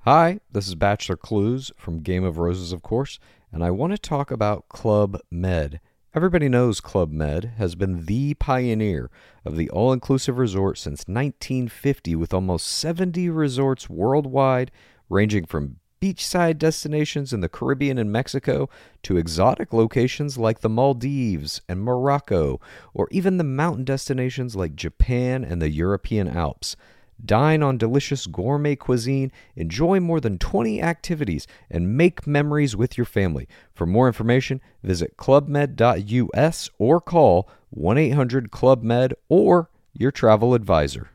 Hi, this is Bachelor Clues from Game of Roses, of course, and I want to talk about Club Med. Everybody knows Club Med has been the pioneer of the all-inclusive resort since 1950, with almost 70 resorts worldwide, ranging from beachside destinations in the Caribbean and Mexico to exotic locations like the Maldives and Morocco, or even the mountain destinations like Japan and the European Alps. Dine on delicious gourmet cuisine, enjoy more than 20 activities, and make memories with your family. For more information, visit clubmed.us or call 1-800-CLUB-MED or your travel advisor.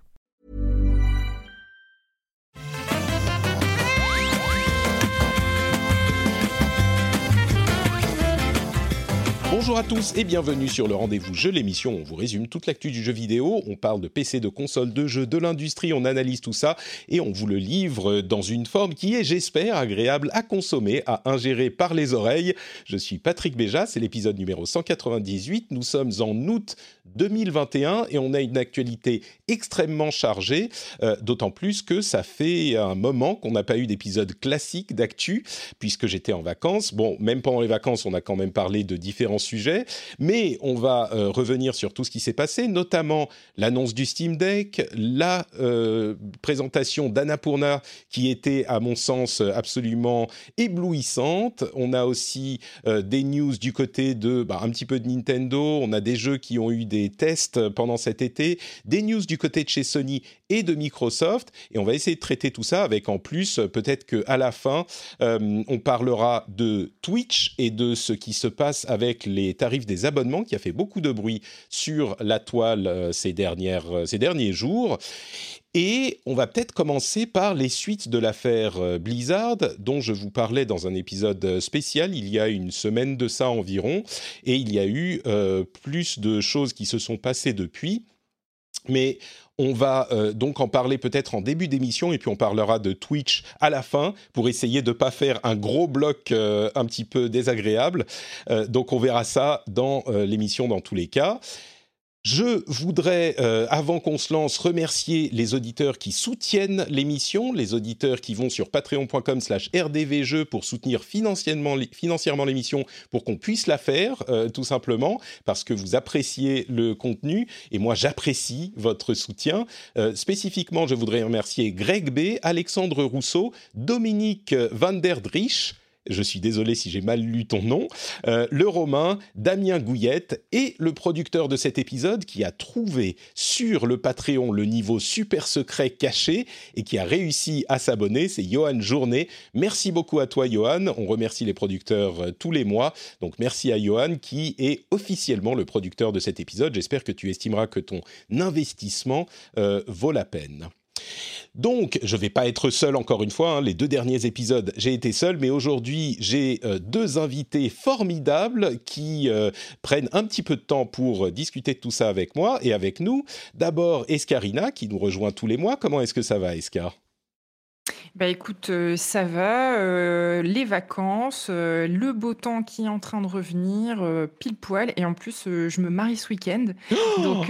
Bonjour à tous et bienvenue sur le Rendez-vous Jeu, l'émission où on vous résume toute l'actu du jeu vidéo. On parle de PC, de consoles, de jeux, de l'industrie, on analyse tout ça et on vous le livre dans une forme qui est, j'espère, agréable à consommer, à ingérer par les oreilles. Je suis Patrick Béja, c'est l'épisode numéro 198. Nous sommes en août 2021 et on a une actualité extrêmement chargée, d'autant plus que ça fait un moment qu'on n'a pas eu d'épisode classique d'actu puisque j'étais en vacances. Bon, même pendant les vacances, on a quand même parlé de différents sujets, mais on va revenir sur tout ce qui s'est passé, notamment l'annonce du Steam Deck, la présentation d'Annapurna qui était, à mon sens, absolument éblouissante. On a aussi des news du côté de un petit peu de Nintendo. On a des jeux qui ont eu des tests pendant cet été, des news du côté de chez Sony et de Microsoft, et on va essayer de traiter tout ça avec, en plus, peut-être qu'à la fin, on parlera de Twitch et de ce qui se passe avec les tarifs des abonnements, qui a fait beaucoup de bruit sur la toile ces derniers jours. Et on va peut-être commencer par les suites de l'affaire Blizzard, dont je vous parlais dans un épisode spécial il y a une semaine de ça environ, et il y a eu plus de choses qui se sont passées depuis. Mais on va donc en parler peut-être en début d'émission et puis on parlera de Twitch à la fin pour essayer de ne pas faire un gros bloc un petit peu désagréable. Donc on verra ça dans l'émission dans tous les cas. Je voudrais, avant qu'on se lance, remercier les auditeurs qui soutiennent l'émission, les auditeurs qui vont sur patreon.com/rdvjeux pour soutenir financièrement l'émission pour qu'on puisse la faire, tout simplement, parce que vous appréciez le contenu et moi j'apprécie votre soutien. Spécifiquement, je voudrais remercier Greg B, Alexandre Rousseau, Dominique Van der Drich, je suis désolé si j'ai mal lu ton nom, le Romain, Damien Gouillette et le producteur de cet épisode qui a trouvé sur le Patreon le niveau super secret caché et qui a réussi à s'abonner, c'est Johan Journet. Merci beaucoup à toi Johan, on remercie les producteurs tous les mois, donc merci à Johan qui est officiellement le producteur de cet épisode. J'espère que tu estimeras que ton investissement vaut la peine. Donc, je ne vais pas être seul encore une fois, les 2 derniers épisodes, j'ai été seul, mais aujourd'hui, j'ai 2 invités formidables qui prennent un petit peu de temps pour discuter de tout ça avec moi et avec nous. D'abord, Escarina, qui nous rejoint tous les mois. Comment est-ce que ça va, Escar ? Bah écoute, ça va, les vacances, le beau temps qui est en train de revenir, pile poil et en plus, je me marie ce week-end donc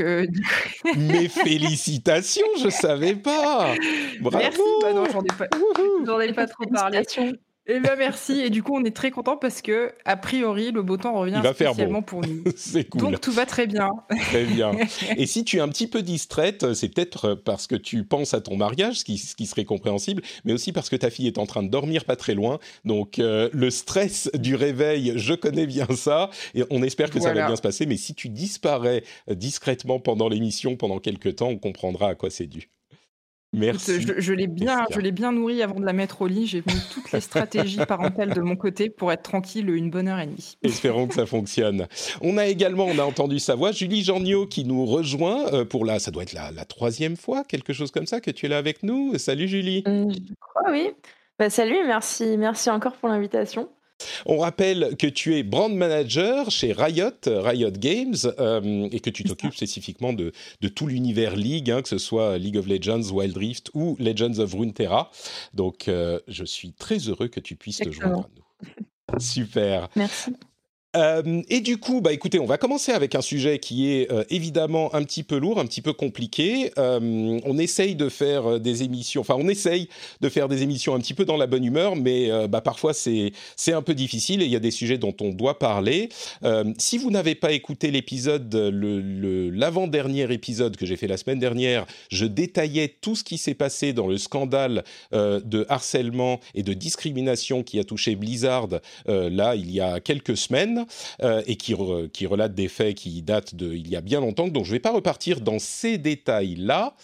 Mes félicitations, je savais pas! Bravo! Merci, bah non, j'en ai pas trop parlé. Félicitations. Et bah merci et du coup, on est très contents parce qu'a priori, le beau temps revient Il va faire spécialement beau. pour nous. C'est cool. Donc tout va très bien. Très bien. Et si tu es un petit peu distraite, c'est peut-être parce que tu penses à ton mariage, ce qui serait compréhensible, mais aussi parce que ta fille est en train de dormir pas très loin. Donc le stress du réveil, je connais bien ça, et on espère que ça va bien se passer. Mais si tu disparais discrètement pendant l'émission, pendant quelques temps, on comprendra à quoi c'est dû. Merci. Écoute, je l'ai bien nourrie avant de la mettre au lit. J'ai mis toutes les stratégies parentales de mon côté pour être tranquille 1h30. Espérons que ça fonctionne. On a entendu sa voix, Julie Janniot qui nous rejoint ça doit être la 3e fois, quelque chose comme ça, que tu es là avec nous. Salut Julie. Je crois, oui. Salut, merci encore pour l'invitation. On rappelle que tu es brand manager chez Riot Games, et que tu t'occupes spécifiquement de tout l'univers League, que ce soit League of Legends, Wild Rift ou Legends of Runeterra. Donc, je suis très heureux que tu puisses te joindre à nous. Super. Merci. Et du coup, écoutez, on va commencer avec un sujet qui est évidemment un petit peu lourd, un petit peu compliqué. On essaye de faire des émissions, enfin on essaye de faire des émissions un petit peu dans la bonne humeur, mais parfois c'est un peu difficile et il y a des sujets dont on doit parler. Si vous n'avez pas écouté l'épisode, l'avant-dernier épisode que j'ai fait la semaine dernière, je détaillais tout ce qui s'est passé dans le scandale de harcèlement et de discrimination qui a touché Blizzard là il y a quelques semaines. Et qui relate des faits qui datent d'il y a bien longtemps. Donc, je ne vais pas repartir dans ces détails-là,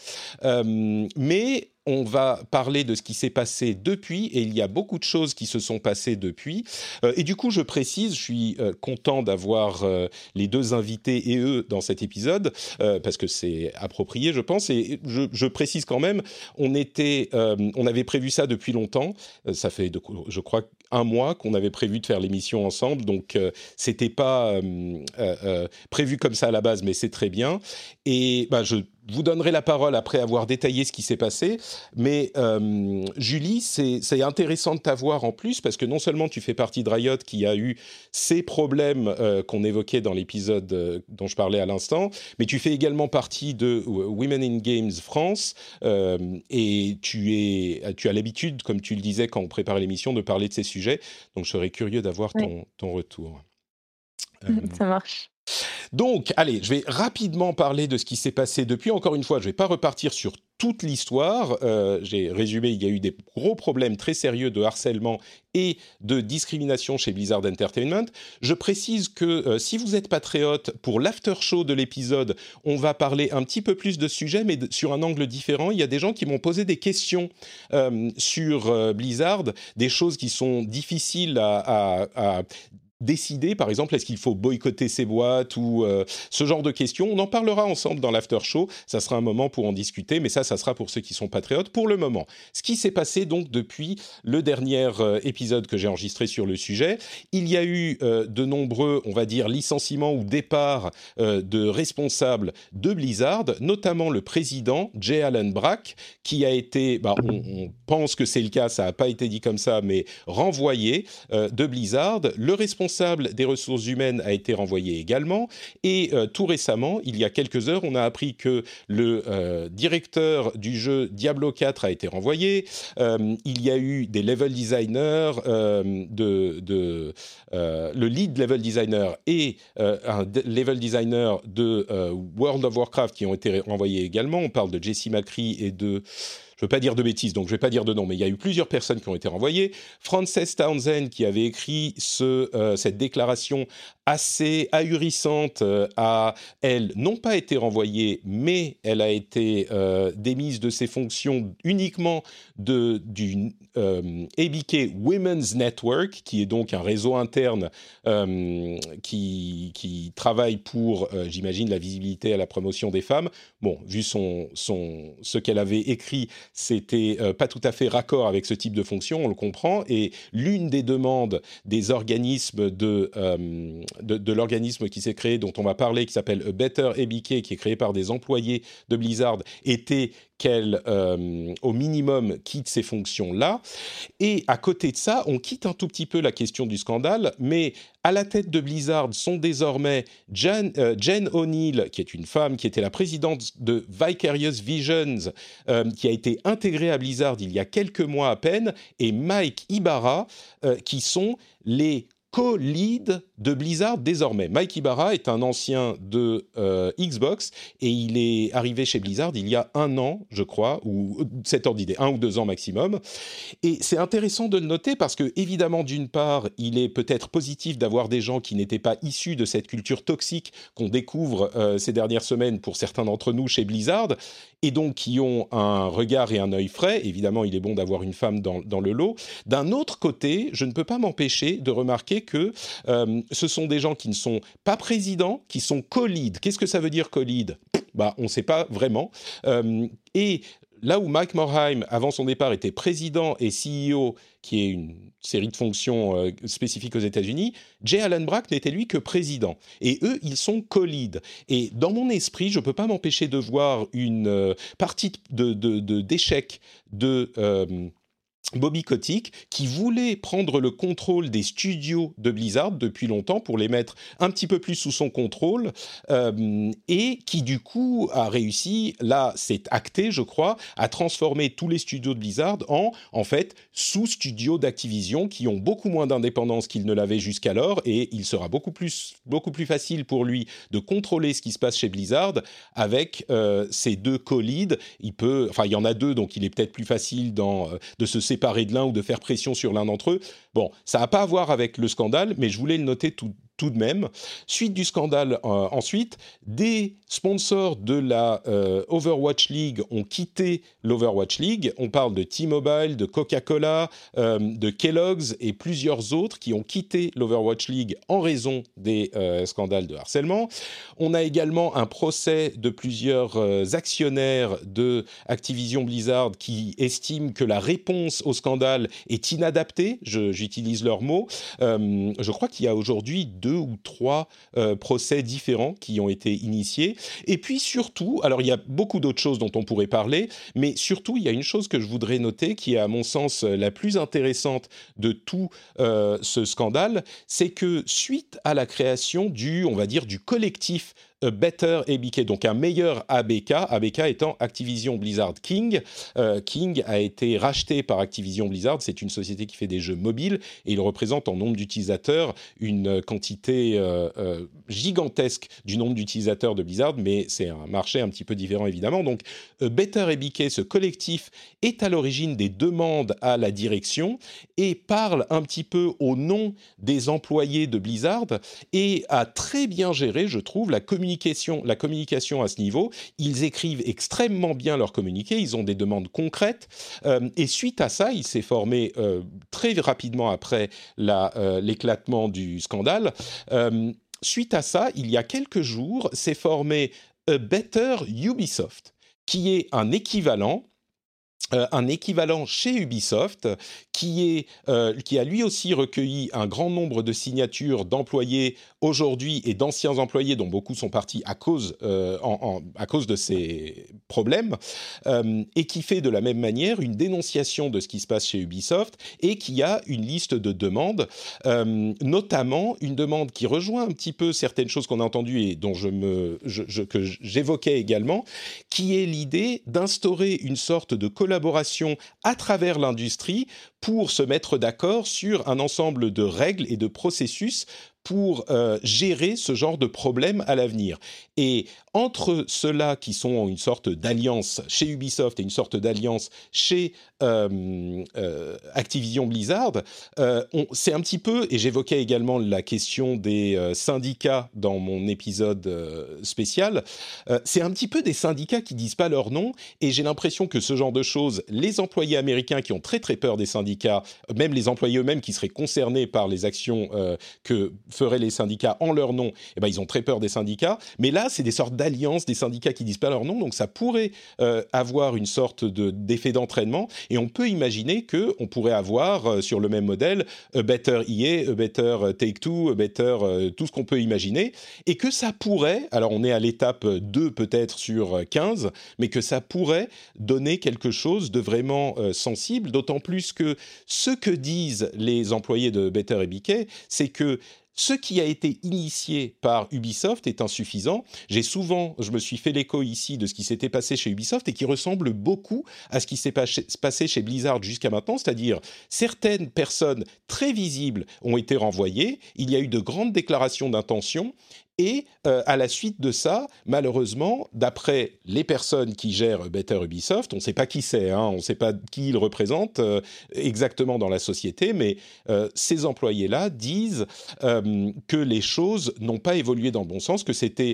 mais on va parler de ce qui s'est passé depuis, et il y a beaucoup de choses qui se sont passées depuis. Et du coup, je précise, je suis content d'avoir les deux invités et eux dans cet épisode, parce que c'est approprié, je pense. Et je précise quand même, on avait prévu ça depuis longtemps. Ça fait, je crois, un mois qu'on avait prévu de faire l'émission ensemble, donc c'était pas prévu comme ça à la base, mais c'est très bien. Et je vous donnerai la parole après avoir détaillé ce qui s'est passé. Mais Julie, c'est intéressant de t'avoir en plus, parce que non seulement tu fais partie de Riot qui a eu ces problèmes qu'on évoquait dans l'épisode dont je parlais à l'instant, mais tu fais également partie de Women in Games France, et tu as l'habitude, comme tu le disais quand on préparait l'émission, de parler de ces sujets. Donc je serais curieux d'avoir ton retour. Ça marche. Donc, allez, je vais rapidement parler de ce qui s'est passé depuis. Encore une fois, je ne vais pas repartir sur toute l'histoire. J'ai résumé, il y a eu des gros problèmes très sérieux de harcèlement et de discrimination chez Blizzard Entertainment. Je précise que si vous êtes patriote, pour l'after-show de l'épisode, on va parler un petit peu plus de sujets, mais sur un angle différent. Il y a des gens qui m'ont posé des questions sur Blizzard, des choses qui sont difficiles à décider, par exemple, est-ce qu'il faut boycotter ces boîtes ou ce genre de questions. On en parlera ensemble dans l'after show. Ça sera un moment pour en discuter, mais ça sera pour ceux qui sont patriotes. Pour le moment, ce qui s'est passé donc depuis le dernier épisode que j'ai enregistré sur le sujet, il y a eu de nombreux, on va dire, licenciements ou départs de responsables de Blizzard, notamment le président, Jay Allen Brack, qui a été, on pense que c'est le cas, ça n'a pas été dit comme ça, mais renvoyé de Blizzard. Le responsable des ressources humaines a été renvoyé également. Et tout récemment, il y a quelques heures, on a appris que le directeur du jeu Diablo 4 a été renvoyé. Il y a eu des level designers, le lead level designer et un level designer de World of Warcraft qui ont été renvoyés également. On parle de Jesse McCree et de... Je ne veux pas dire de bêtises, donc je ne vais pas dire de nom, mais il y a eu plusieurs personnes qui ont été renvoyées. Frances Townsend, qui avait écrit cette déclaration assez ahurissante, a, elle, non pas été renvoyée, mais elle a été démise de ses fonctions uniquement du ABK Women's Network, qui est donc un réseau interne qui travaille pour, j'imagine, la visibilité et la promotion des femmes. Bon, vu ce qu'elle avait écrit, c'était pas tout à fait raccord avec ce type de fonction, on le comprend. Et l'une des demandes des organismes de l'organisme qui s'est créé, dont on va parler, qui s'appelle A Better ABK, qui est créé par des employés de Blizzard, était qu'elle, au minimum, quitte ces fonctions-là. Et à côté de ça, on quitte un tout petit peu la question du scandale, mais à la tête de Blizzard sont désormais Jen O'Neill, qui est une femme, qui était la présidente de Vicarious Visions, qui a été intégrée à Blizzard il y a quelques mois à peine, et Mike Ibarra, qui sont les co-lead de Blizzard désormais. Mike Ibarra est un ancien de Xbox et il est arrivé chez Blizzard il y a 1 an, je crois, ou 7 ans d'idée, 1 ou 2 ans maximum. Et c'est intéressant de le noter parce que, évidemment, d'une part, il est peut-être positif d'avoir des gens qui n'étaient pas issus de cette culture toxique qu'on découvre ces dernières semaines pour certains d'entre nous chez Blizzard, et donc qui ont un regard et un œil frais. Évidemment, il est bon d'avoir une femme dans le lot. D'un autre côté, je ne peux pas m'empêcher de remarquer que ce sont des gens qui ne sont pas présidents, qui sont co-lead. Qu'est-ce que ça veut dire co-lead ? On ne sait pas vraiment. Et là où Mike Morhaime, avant son départ, était président et CEO, qui est une série de fonctions spécifiques aux États-Unis, Jay Allen Brack n'était lui que président. Et eux, ils sont co-lead. Et dans mon esprit, je ne peux pas m'empêcher de voir une partie d'échec de Bobby Kotick, qui voulait prendre le contrôle des studios de Blizzard depuis longtemps pour les mettre un petit peu plus sous son contrôle, et qui du coup a réussi, là c'est acté je crois, à transformer tous les studios de Blizzard en fait sous-studios d'Activision qui ont beaucoup moins d'indépendance qu'ils ne l'avaient jusqu'alors, et il sera beaucoup plus facile pour lui de contrôler ce qui se passe chez Blizzard avec ces deux co-leads. Il y en a deux, donc il est peut-être plus facile de se séparer de l'un ou de faire pression sur l'un d'entre eux. Bon, ça n'a pas à voir avec le scandale, mais je voulais le noter tout de même. Suite du scandale, ensuite, des sponsors de la Overwatch League ont quitté l'Overwatch League. On parle de T-Mobile, de Coca-Cola, de Kellogg's et plusieurs autres qui ont quitté l'Overwatch League en raison des scandales de harcèlement. On a également un procès de plusieurs actionnaires de Activision Blizzard qui estiment que la réponse au scandale est inadaptée. J'utilise leurs mots. Je crois qu'il y a aujourd'hui 2 ou 3 procès différents qui ont été initiés. Et puis surtout, alors il y a beaucoup d'autres choses dont on pourrait parler, mais surtout il y a une chose que je voudrais noter qui est à mon sens la plus intéressante de tout ce scandale, c'est que suite à la création du collectif Better ABK, donc un meilleur ABK, ABK étant Activision Blizzard King. King a été racheté par Activision Blizzard, c'est une société qui fait des jeux mobiles et il représente en nombre d'utilisateurs une quantité gigantesque du nombre d'utilisateurs de Blizzard, mais c'est un marché un petit peu différent évidemment. Donc Better ABK, ce collectif, est à l'origine des demandes à la direction et parle un petit peu au nom des employés de Blizzard et a très bien géré, je trouve, la communication à ce niveau. Ils écrivent extrêmement bien leur communiqué, ils ont des demandes concrètes, et suite à ça, il s'est formé très rapidement après l'éclatement du scandale. Suite à ça, il y a quelques jours, s'est formé A Better Ubisoft, qui est un équivalent chez Ubisoft, qui a lui aussi recueilli un grand nombre de signatures d'employés aujourd'hui et d'anciens employés dont beaucoup sont partis à cause de ces problèmes, et qui fait de la même manière une dénonciation de ce qui se passe chez Ubisoft et qui a une liste de demandes, notamment une demande qui rejoint un petit peu certaines choses qu'on a entendues et dont que j'évoquais également, qui est l'idée d'instaurer une sorte de collaboration à travers l'industrie pour se mettre d'accord sur un ensemble de règles et de processus pour gérer ce genre de problème à l'avenir. Et entre ceux-là qui sont une sorte d'alliance chez Ubisoft et une sorte d'alliance chez Activision Blizzard, c'est un petit peu, et j'évoquais également la question des syndicats dans mon épisode spécial, c'est un petit peu des syndicats qui disent pas leur nom, et j'ai l'impression que ce genre de choses, les employés américains qui ont très très peur des syndicats, même les employés eux-mêmes qui seraient concernés par les actions que feraient les syndicats en leur nom, eh ben, ils ont très peur des syndicats. Mais là, c'est des sortes d'alliances, des syndicats qui disent pas leur nom, donc ça pourrait avoir une sorte d'effet d'entraînement. Et on peut imaginer qu'on pourrait avoir, sur le même modèle, A Better EA, A Better Take-Two, A Better tout ce qu'on peut imaginer. Et que ça pourrait, alors on est à l'étape 2 peut-être sur 15, mais que ça pourrait donner quelque chose de vraiment sensible, d'autant plus que ce que disent les employés de Better ABK, c'est que ce qui a été initié par Ubisoft est insuffisant. Je me suis fait l'écho ici de ce qui s'était passé chez Ubisoft et qui ressemble beaucoup à ce qui s'est passé chez Blizzard jusqu'à maintenant, c'est-à-dire certaines personnes très visibles ont été renvoyées, il y a eu de grandes déclarations d'intention. Et à la suite de ça, malheureusement, d'après les personnes qui gèrent Better Ubisoft, on ne sait pas qui c'est, on ne sait pas qui ils représentent exactement dans la société, mais ces employés-là disent que les choses n'ont pas évolué dans le bon sens, que c'était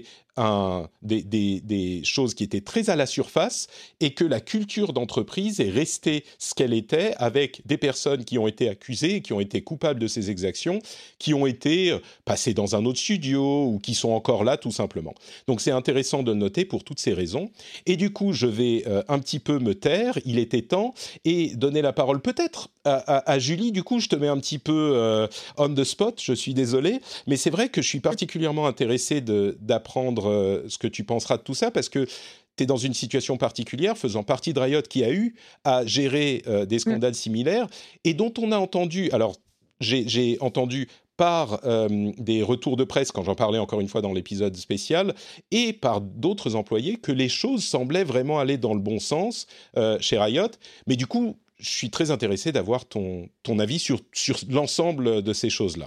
des choses qui étaient très à la surface et que la culture d'entreprise est restée ce qu'elle était, avec des personnes qui ont été accusées, qui ont été coupables de ces exactions, qui ont été passées dans un autre studio ou qui sont encore là tout simplement. Donc c'est intéressant de le noter pour toutes ces raisons. Et du coup, je vais un petit peu me taire, il était temps, et donner la parole peut-être à Julie. Du coup, je te mets un petit peu on the spot, je suis désolé, mais c'est vrai que je suis particulièrement intéressé d'apprendre ce que tu penseras de tout ça, parce que tu es dans une situation particulière, faisant partie de Riot, qui a eu à gérer des scandales similaires, et dont on a entendu, alors j'ai entendu par des retours de presse, quand j'en parlais encore une fois dans l'épisode spécial, et par d'autres employés, que les choses semblaient vraiment aller dans le bon sens chez Riot. Mais du coup, je suis très intéressé d'avoir ton avis sur l'ensemble de ces choses-là.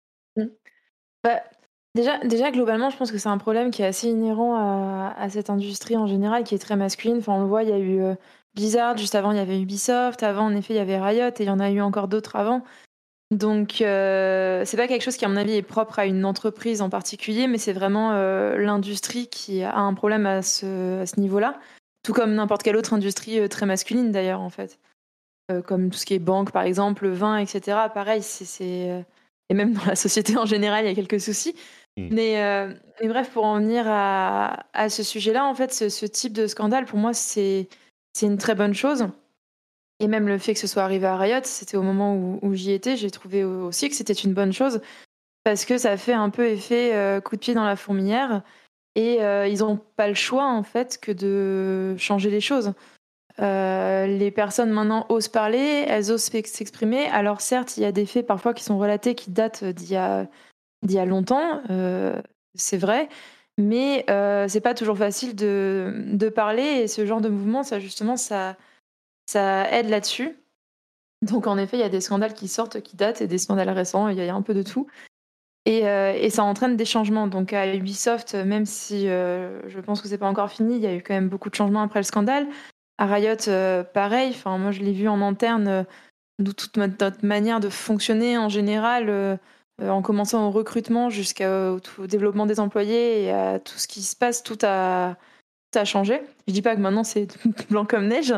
Bah, déjà, globalement, je pense que c'est un problème qui est assez inhérent à cette industrie en général, qui est très masculine. Enfin, on le voit, il y a eu Blizzard, juste avant, il y avait Ubisoft, avant, en effet, il y avait Riot, et il y en a eu encore d'autres avant. Donc, c'est pas quelque chose qui, à mon avis, est propre à une entreprise en particulier, mais c'est vraiment l'industrie qui a un problème à ce niveau-là, tout comme n'importe quelle autre industrie très masculine, d'ailleurs, en fait. Comme tout ce qui est banque, par exemple, le vin, etc. Pareil, et même dans la société en général, il y a quelques soucis. Mais bref, pour en venir à ce sujet-là, en fait, ce type de scandale, pour moi, c'est une très bonne chose. Et même le fait que ce soit arrivé à Riot, c'était au moment où j'y étais, j'ai trouvé aussi que c'était une bonne chose, parce que ça fait un peu effet coup de pied dans la fourmilière, et ils n'ont pas le choix, en fait, que de changer les choses. Les personnes maintenant osent parler, elles osent s'exprimer. Alors certes, il y a des faits parfois qui sont relatés qui datent d'il y a longtemps, c'est vrai, mais c'est pas toujours facile de parler, et ce genre de mouvement, ça justement, ça aide là-dessus. Donc en effet, il y a des scandales qui sortent, qui datent, et des scandales récents, il y a un peu de tout. Et ça entraîne des changements. Donc à Ubisoft, même si je pense que c'est pas encore fini, il y a eu quand même beaucoup de changements après le scandale. À Riot, pareil. Enfin, moi, je l'ai vu en interne, de toute notre manière de fonctionner en général, en commençant au recrutement jusqu'au développement des employés et à tout ce qui se passe, tout a changé. Je dis pas que maintenant c'est blanc comme neige,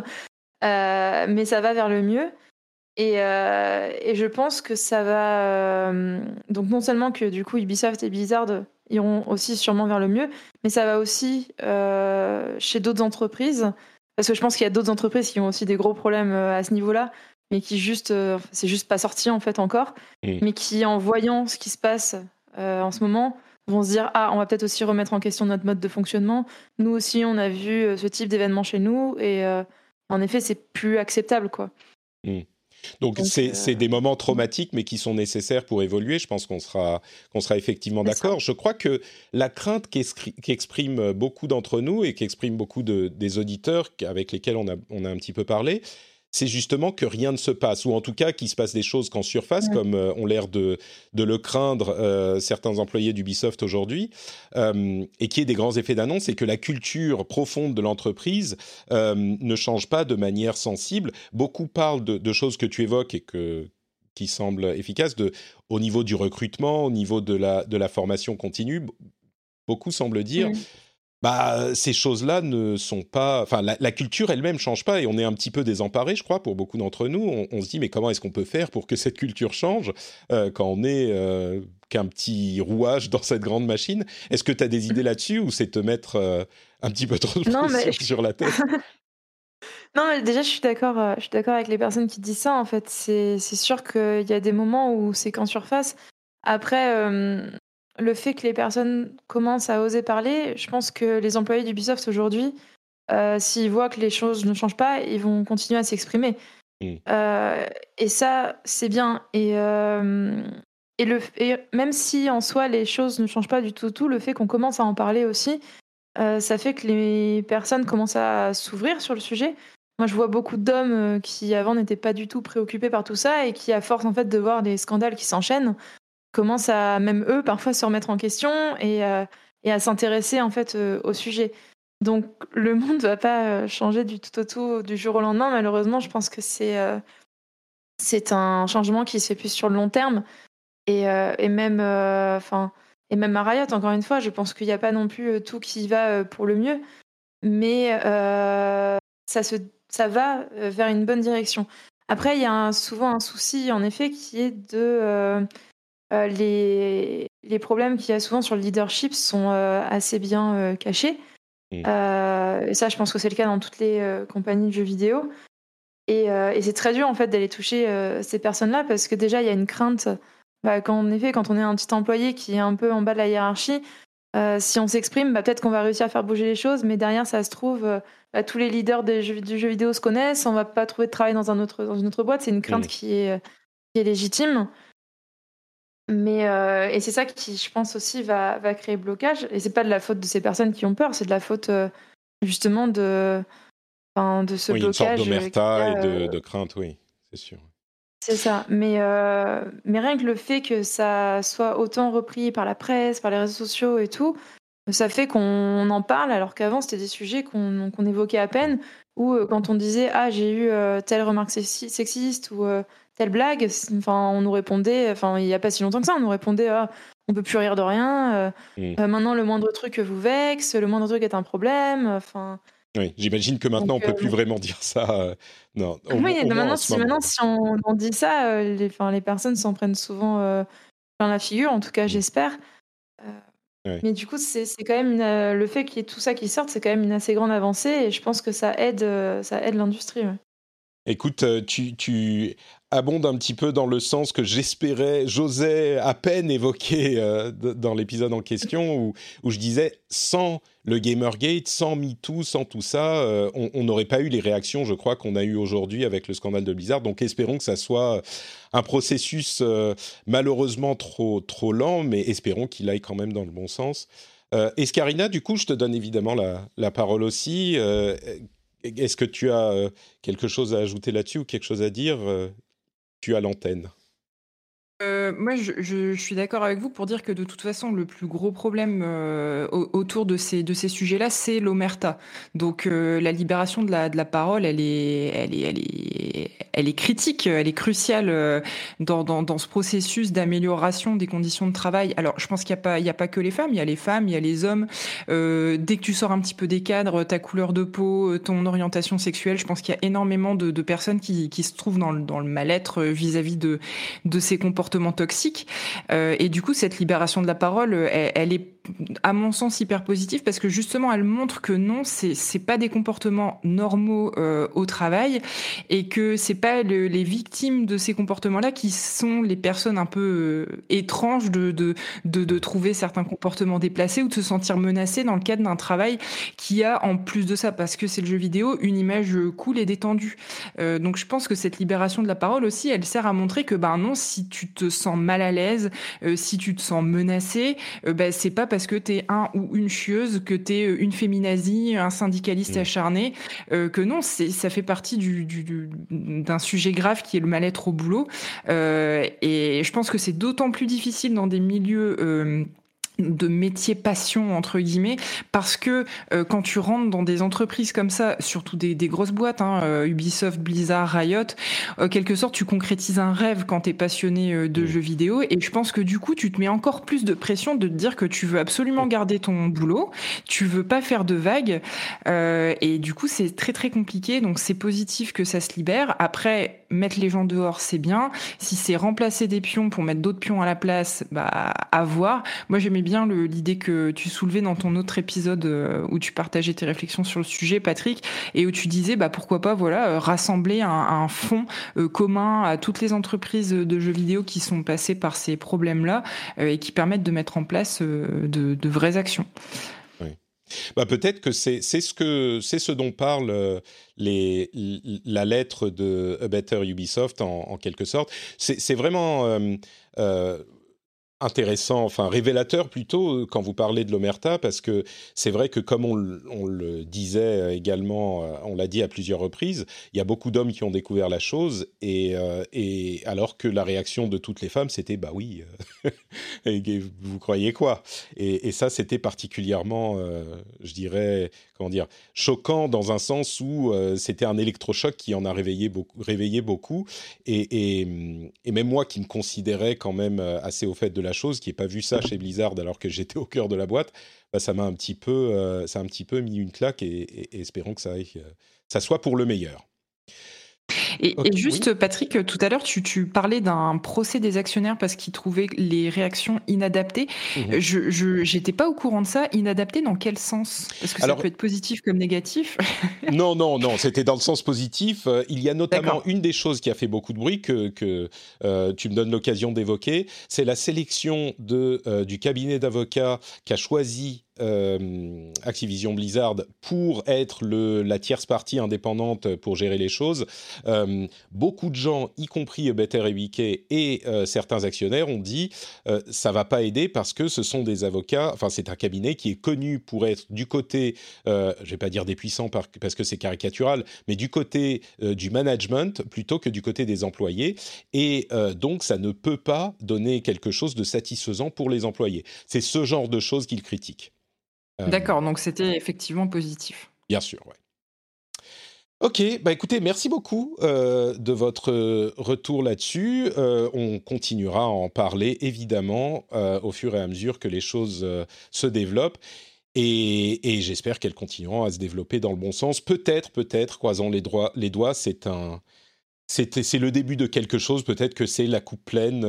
mais ça va vers le mieux. Et je pense que ça va. Donc, non seulement que du coup, Ubisoft et Blizzard iront aussi sûrement vers le mieux, mais ça va aussi chez d'autres entreprises. Parce que je pense qu'il y a d'autres entreprises qui ont aussi des gros problèmes à ce niveau-là, mais qui c'est juste pas sorti en fait encore, mais qui, en voyant ce qui se passe en ce moment, vont se dire: ah, on va peut-être aussi remettre en question notre mode de fonctionnement. Nous aussi, on a vu ce type d'événement chez nous, et en effet, c'est plus acceptable, quoi. Donc c'est des moments traumatiques, mais qui sont nécessaires pour évoluer. Je pense qu'on sera effectivement d'accord. Je crois que la crainte qu'expriment beaucoup d'entre nous et qu'expriment beaucoup des auditeurs avec lesquels on a un petit peu parlé, c'est justement que rien ne se passe, ou en tout cas qu'il se passe des choses qu'en surface, comme ont l'air de le craindre certains employés d'Ubisoft aujourd'hui, et qu'il y ait des grands effets d'annonce, et que la culture profonde de l'entreprise ne change pas de manière sensible. Beaucoup parlent de choses que tu évoques et qui semblent efficaces, au niveau du recrutement, au niveau de la formation continue. Beaucoup semblent dire... ces choses-là ne sont pas... Enfin, la culture elle-même ne change pas, et on est un petit peu désemparés, je crois, pour beaucoup d'entre nous. On se dit, mais comment est-ce qu'on peut faire pour que cette culture change quand on est qu'un petit rouage dans cette grande machine? Est-ce que tu as des idées là-dessus, ou c'est te mettre un petit peu trop de pression sur la tête? Non, mais déjà, je suis d'accord avec les personnes qui disent ça, en fait. C'est sûr qu'il y a des moments où c'est qu'en surface. Après... le fait que les personnes commencent à oser parler, je pense que les employés d'Ubisoft aujourd'hui, s'ils voient que les choses ne changent pas, ils vont continuer à s'exprimer. Et ça, c'est bien. Et même si en soi les choses ne changent pas du tout, le fait qu'on commence à en parler aussi, ça fait que les personnes commencent à s'ouvrir sur le sujet. Moi, je vois beaucoup d'hommes qui avant n'étaient pas du tout préoccupés par tout ça, et qui, à force en fait de voir des scandales qui s'enchaînent, commencent à, même eux, parfois se remettre en question, et à s'intéresser en fait au sujet. Donc le monde ne va pas changer du tout au tout du jour au lendemain, malheureusement. Je pense que c'est un changement qui se fait plus sur le long terme, et même et même à Riot, encore une fois, je pense qu'il n'y a pas non plus tout qui va pour le mieux, mais ça va vers une bonne direction. Après, il y a souvent un souci, en effet, qui est de les problèmes qu'il y a souvent sur le leadership sont assez bien cachés. Et ça, je pense que c'est le cas dans toutes les compagnies de jeux vidéo. Et c'est très dur en fait d'aller toucher ces personnes-là, parce que déjà il y a une crainte. En effet, quand on est un petit employé qui est un peu en bas de la hiérarchie, Si on s'exprime, peut-être qu'on va réussir à faire bouger les choses, mais derrière, ça se trouve, tous les leaders du jeu vidéo se connaissent, on va pas trouver de travail dans une autre boîte. C'est une crainte qui est légitime. Mais et c'est ça qui, je pense aussi, va créer blocage. Et c'est pas de la faute de ces personnes qui ont peur, c'est de la faute justement de ce Oui, une sorte blocage d'omerta et de crainte, oui, c'est sûr. c'est ça. Mais rien que le fait que ça soit autant repris par la presse, par les réseaux sociaux et tout, ça fait qu'on en parle, alors qu'avant c'était des sujets qu'on évoquait à peine, ou quand on disait ah j'ai eu telle remarque sexiste ou telle blague, on nous répondait, il y a pas si longtemps que ça, on nous répondait ah on peut plus rire de rien, maintenant le moindre truc vous vexe, le moindre truc est un problème, Oui, j'imagine que maintenant, on peut plus vraiment dire ça. Non, au oui, moins maintenant en ce moment. si on dit ça, les personnes s'en prennent souvent plein la figure, en tout cas j'espère. Ouais. Mais du coup, c'est quand même le fait qu'il y ait tout ça qui sorte, c'est quand même une assez grande avancée et je pense que ça aide l'industrie, ouais. Écoute, tu abondes un petit peu dans le sens que j'osais à peine évoquer dans l'épisode en question, où je disais, sans le Gamergate, sans MeToo, sans tout ça, on n'aurait pas eu les réactions, je crois, qu'on a eues aujourd'hui avec le scandale de Blizzard. Donc espérons que ça soit un processus malheureusement trop lent, mais espérons qu'il aille quand même dans le bon sens. Escarina, du coup, je te donne évidemment la parole aussi. Est-ce que tu as quelque chose à ajouter là-dessus ou quelque chose à dire? Tu as l'antenne. Moi, je suis d'accord avec vous pour dire que de toute façon, le plus gros problème autour de ces sujets-là, c'est l'omerta. Donc, la libération de la parole, elle est critique, elle est cruciale dans ce processus d'amélioration des conditions de travail. Alors, je pense qu'il y a pas que les femmes, il y a les femmes, il y a les hommes. Dès que tu sors un petit peu des cadres, ta couleur de peau, ton orientation sexuelle, je pense qu'il y a énormément de personnes qui se trouvent dans le mal-être vis-à-vis de ces comportements toxiques. Et du coup, cette libération de la parole, elle est, à mon sens, hyper positive parce que justement, elle montre que non, c'est pas des comportements normaux au travail et que c'est pas les victimes de ces comportements-là qui sont les personnes un peu étranges de trouver certains comportements déplacés ou de se sentir menacées dans le cadre d'un travail qui a, en plus de ça, parce que c'est le jeu vidéo, une image cool et détendue. Donc je pense que cette libération de la parole aussi, elle sert à montrer que non, si tu te sens mal à l'aise, si tu te sens menacé, c'est pas parce que t'es un ou une chieuse, que t'es une féminazie, un syndicaliste acharné, que non, ça fait partie d'un sujet grave qui est le mal-être au boulot. Et je pense que c'est d'autant plus difficile dans des milieux de métier passion entre guillemets parce que quand tu rentres dans des entreprises comme ça, surtout des grosses boîtes, Ubisoft, Blizzard, Riot, quelque sorte tu concrétises un rêve quand t'es passionné de jeux vidéo et je pense que du coup tu te mets encore plus de pression de te dire que tu veux absolument garder ton boulot, tu veux pas faire de vagues et du coup c'est très très compliqué, donc c'est positif que ça se libère. Après, mettre les gens dehors c'est bien, si c'est remplacer des pions pour mettre d'autres pions à la place, à voir. Moi j'aimais bien l'idée que tu soulevais dans ton autre épisode où tu partageais tes réflexions sur le sujet, Patrick, et où tu disais pourquoi pas rassembler un fonds commun à toutes les entreprises de jeux vidéo qui sont passées par ces problèmes-là et qui permettent de mettre en place de vraies actions. Oui. Peut-être que c'est ce dont parle la lettre de A Better Ubisoft en quelque sorte. C'est vraiment intéressant, enfin révélateur plutôt, quand vous parlez de l'omerta, parce que c'est vrai que comme on le disait également, on l'a dit à plusieurs reprises, il y a beaucoup d'hommes qui ont découvert la chose, et alors que la réaction de toutes les femmes, c'était « bah oui, et vous croyez quoi ?» Et ça, c'était particulièrement, je dirais, comment dire, choquant dans un sens où c'était un électrochoc qui en a réveillé beaucoup, et même moi qui me considérais quand même assez au fait de la chose, qui n'ai pas vu ça chez Blizzard alors que j'étais au cœur de la boîte, ça m'a un petit peu mis une claque et espérons que ça soit pour le meilleur. Et Ok, oui. juste, Patrick, tout à l'heure, tu parlais d'un procès des actionnaires parce qu'ils trouvaient les réactions inadaptées. Mhm. J'étais pas au courant de ça. Inadapté dans quel sens? Parce que ça Alors, peut être positif comme négatif. non, non, non, c'était dans le sens positif. Il y a notamment D'accord. une des choses qui a fait beaucoup de bruit que tu me donnes l'occasion d'évoquer, c'est la sélection du cabinet d'avocats qui a choisi Activision Blizzard pour être la tierce partie indépendante pour gérer les choses. Beaucoup de gens, y compris Better et Wiki et certains actionnaires, ont dit ça va pas aider parce que ce sont des avocats. Enfin, c'est un cabinet qui est connu pour être du côté, je vais pas dire des puissants parce que c'est caricatural, mais du côté du management plutôt que du côté des employés. Et donc, ça ne peut pas donner quelque chose de satisfaisant pour les employés. C'est ce genre de choses qu'ils critiquent. D'accord, donc c'était effectivement positif. Bien sûr, ouais. Ok, bah écoutez, merci beaucoup de votre retour là-dessus. On continuera à en parler évidemment au fur et à mesure que les choses se développent et j'espère qu'elles continueront à se développer dans le bon sens. Peut-être, croisons les doigts, c'est le début de quelque chose. Peut-être que c'est la coupe pleine,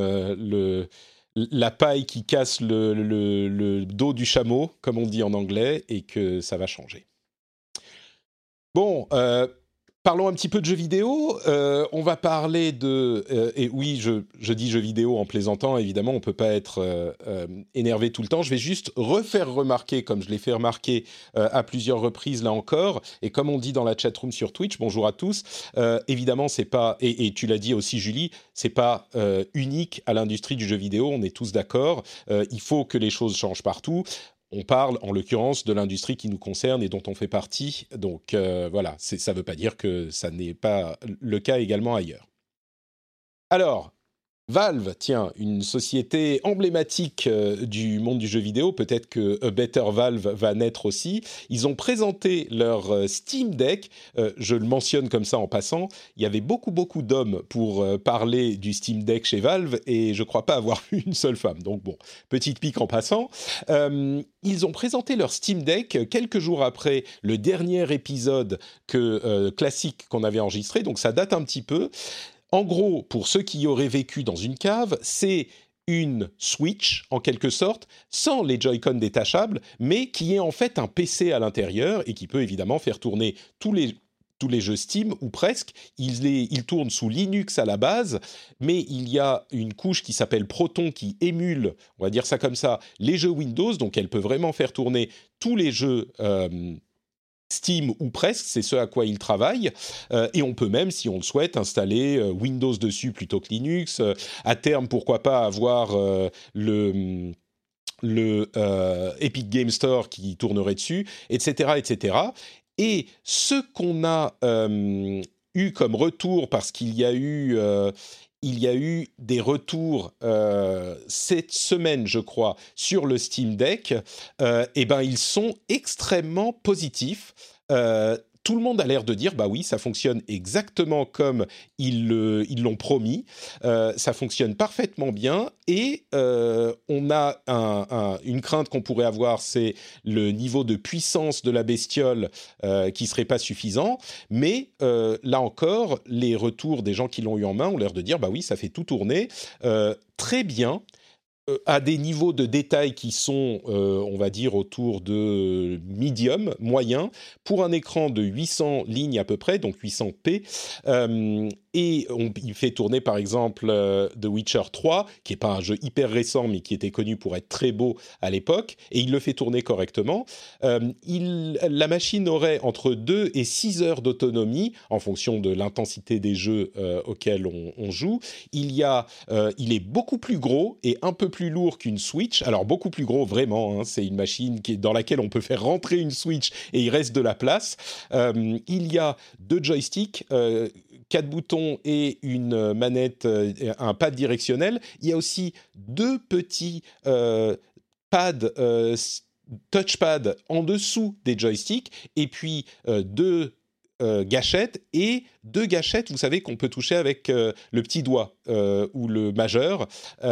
la paille qui casse le dos du chameau, comme on dit en anglais, et que ça va changer. Bon, parlons un petit peu de jeux vidéo. On va parler de... et oui, je dis jeux vidéo en plaisantant, évidemment, on ne peut pas être énervé tout le temps. Je vais juste refaire remarquer, comme je l'ai fait remarquer à plusieurs reprises là encore, et comme on dit dans la chatroom sur Twitch, bonjour à tous, évidemment, c'est pas... Et tu l'as dit aussi, Julie, c'est pas unique à l'industrie du jeu vidéo, on est tous d'accord. Il faut que les choses changent partout. On parle, en l'occurrence, de l'industrie qui nous concerne et dont on fait partie. Donc voilà, ça ne veut pas dire que ça n'est pas le cas également ailleurs. Alors, Valve, tiens, une société emblématique du monde du jeu vidéo, peut-être que A Better Valve va naître aussi. Ils ont présenté leur Steam Deck, je le mentionne comme ça en passant, il y avait beaucoup d'hommes pour parler du Steam Deck chez Valve et je ne crois pas avoir vu une seule femme. Donc bon, petite pique en passant. Ils ont présenté leur Steam Deck quelques jours après le dernier épisode classique qu'on avait enregistré, donc ça date un petit peu. En gros, pour ceux qui auraient vécu dans une cave, c'est une Switch, en quelque sorte, sans les Joy-Con détachables, mais qui est en fait un PC à l'intérieur et qui peut évidemment faire tourner tous les jeux Steam, ou presque. Il tourne sous Linux à la base, mais il y a une couche qui s'appelle Proton qui émule, on va dire ça comme ça, les jeux Windows, donc elle peut vraiment faire tourner tous les jeux Steam ou presque, c'est ce à quoi ils travaillent, et on peut même, si on le souhaite, installer Windows dessus plutôt que Linux. À terme, pourquoi pas avoir le Epic Game Store qui tournerait dessus, etc., etc. Et ce qu'on a eu comme retour, parce il y a eu des retours cette semaine, je crois, sur le Steam Deck, et ben ils sont extrêmement positifs. Tout le monde a l'air de dire, bah oui, ça fonctionne exactement comme ils l'ont promis, ça fonctionne parfaitement bien, et on a une crainte qu'on pourrait avoir, c'est le niveau de puissance de la bestiole qui serait pas suffisant, mais là encore, les retours des gens qui l'ont eu en main ont l'air de dire, bah oui, ça fait tout tourner très bien, à des niveaux de détail qui sont, on va dire, autour de medium, moyen, pour un écran de 800 lignes à peu près, donc 800p, et il fait tourner par exemple The Witcher 3, qui n'est pas un jeu hyper récent, mais qui était connu pour être très beau à l'époque, et il le fait tourner correctement. La machine aurait entre 2 et 6 heures d'autonomie, en fonction de l'intensité des jeux auxquels on joue. Il est beaucoup plus gros et un peu plus lourd qu'une Switch. Alors beaucoup plus gros vraiment, hein, c'est une machine dans laquelle on peut faire rentrer une Switch et il reste de la place. Il y a 2 joysticks, 4 boutons et une manette, un pad directionnel. Il y a aussi 2 petits pads touchpad en dessous des joysticks et puis 2 gâchettes et 2 gâchettes, vous savez, qu'on peut toucher avec le petit doigt ou le majeur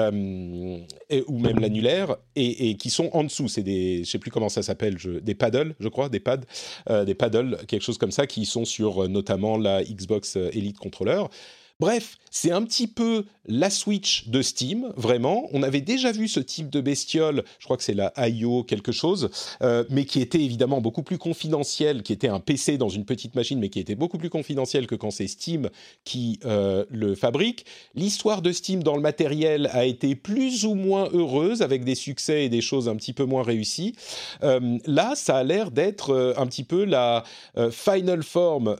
ou même l'annulaire et qui sont en dessous. C'est des, je sais plus comment ça s'appelle, des paddles, je crois, des paddles, quelque chose comme ça, qui sont sur notamment la Xbox Elite Controller. Bref, c'est un petit peu la Switch de Steam, vraiment. On avait déjà vu ce type de bestiole, je crois que c'est la IO quelque chose, mais qui était évidemment beaucoup plus confidentiel, qui était un PC dans une petite machine, mais qui était beaucoup plus confidentiel que quand c'est Steam qui le fabrique. L'histoire de Steam dans le matériel a été plus ou moins heureuse, avec des succès et des choses un petit peu moins réussies. Là, ça a l'air d'être un petit peu la final form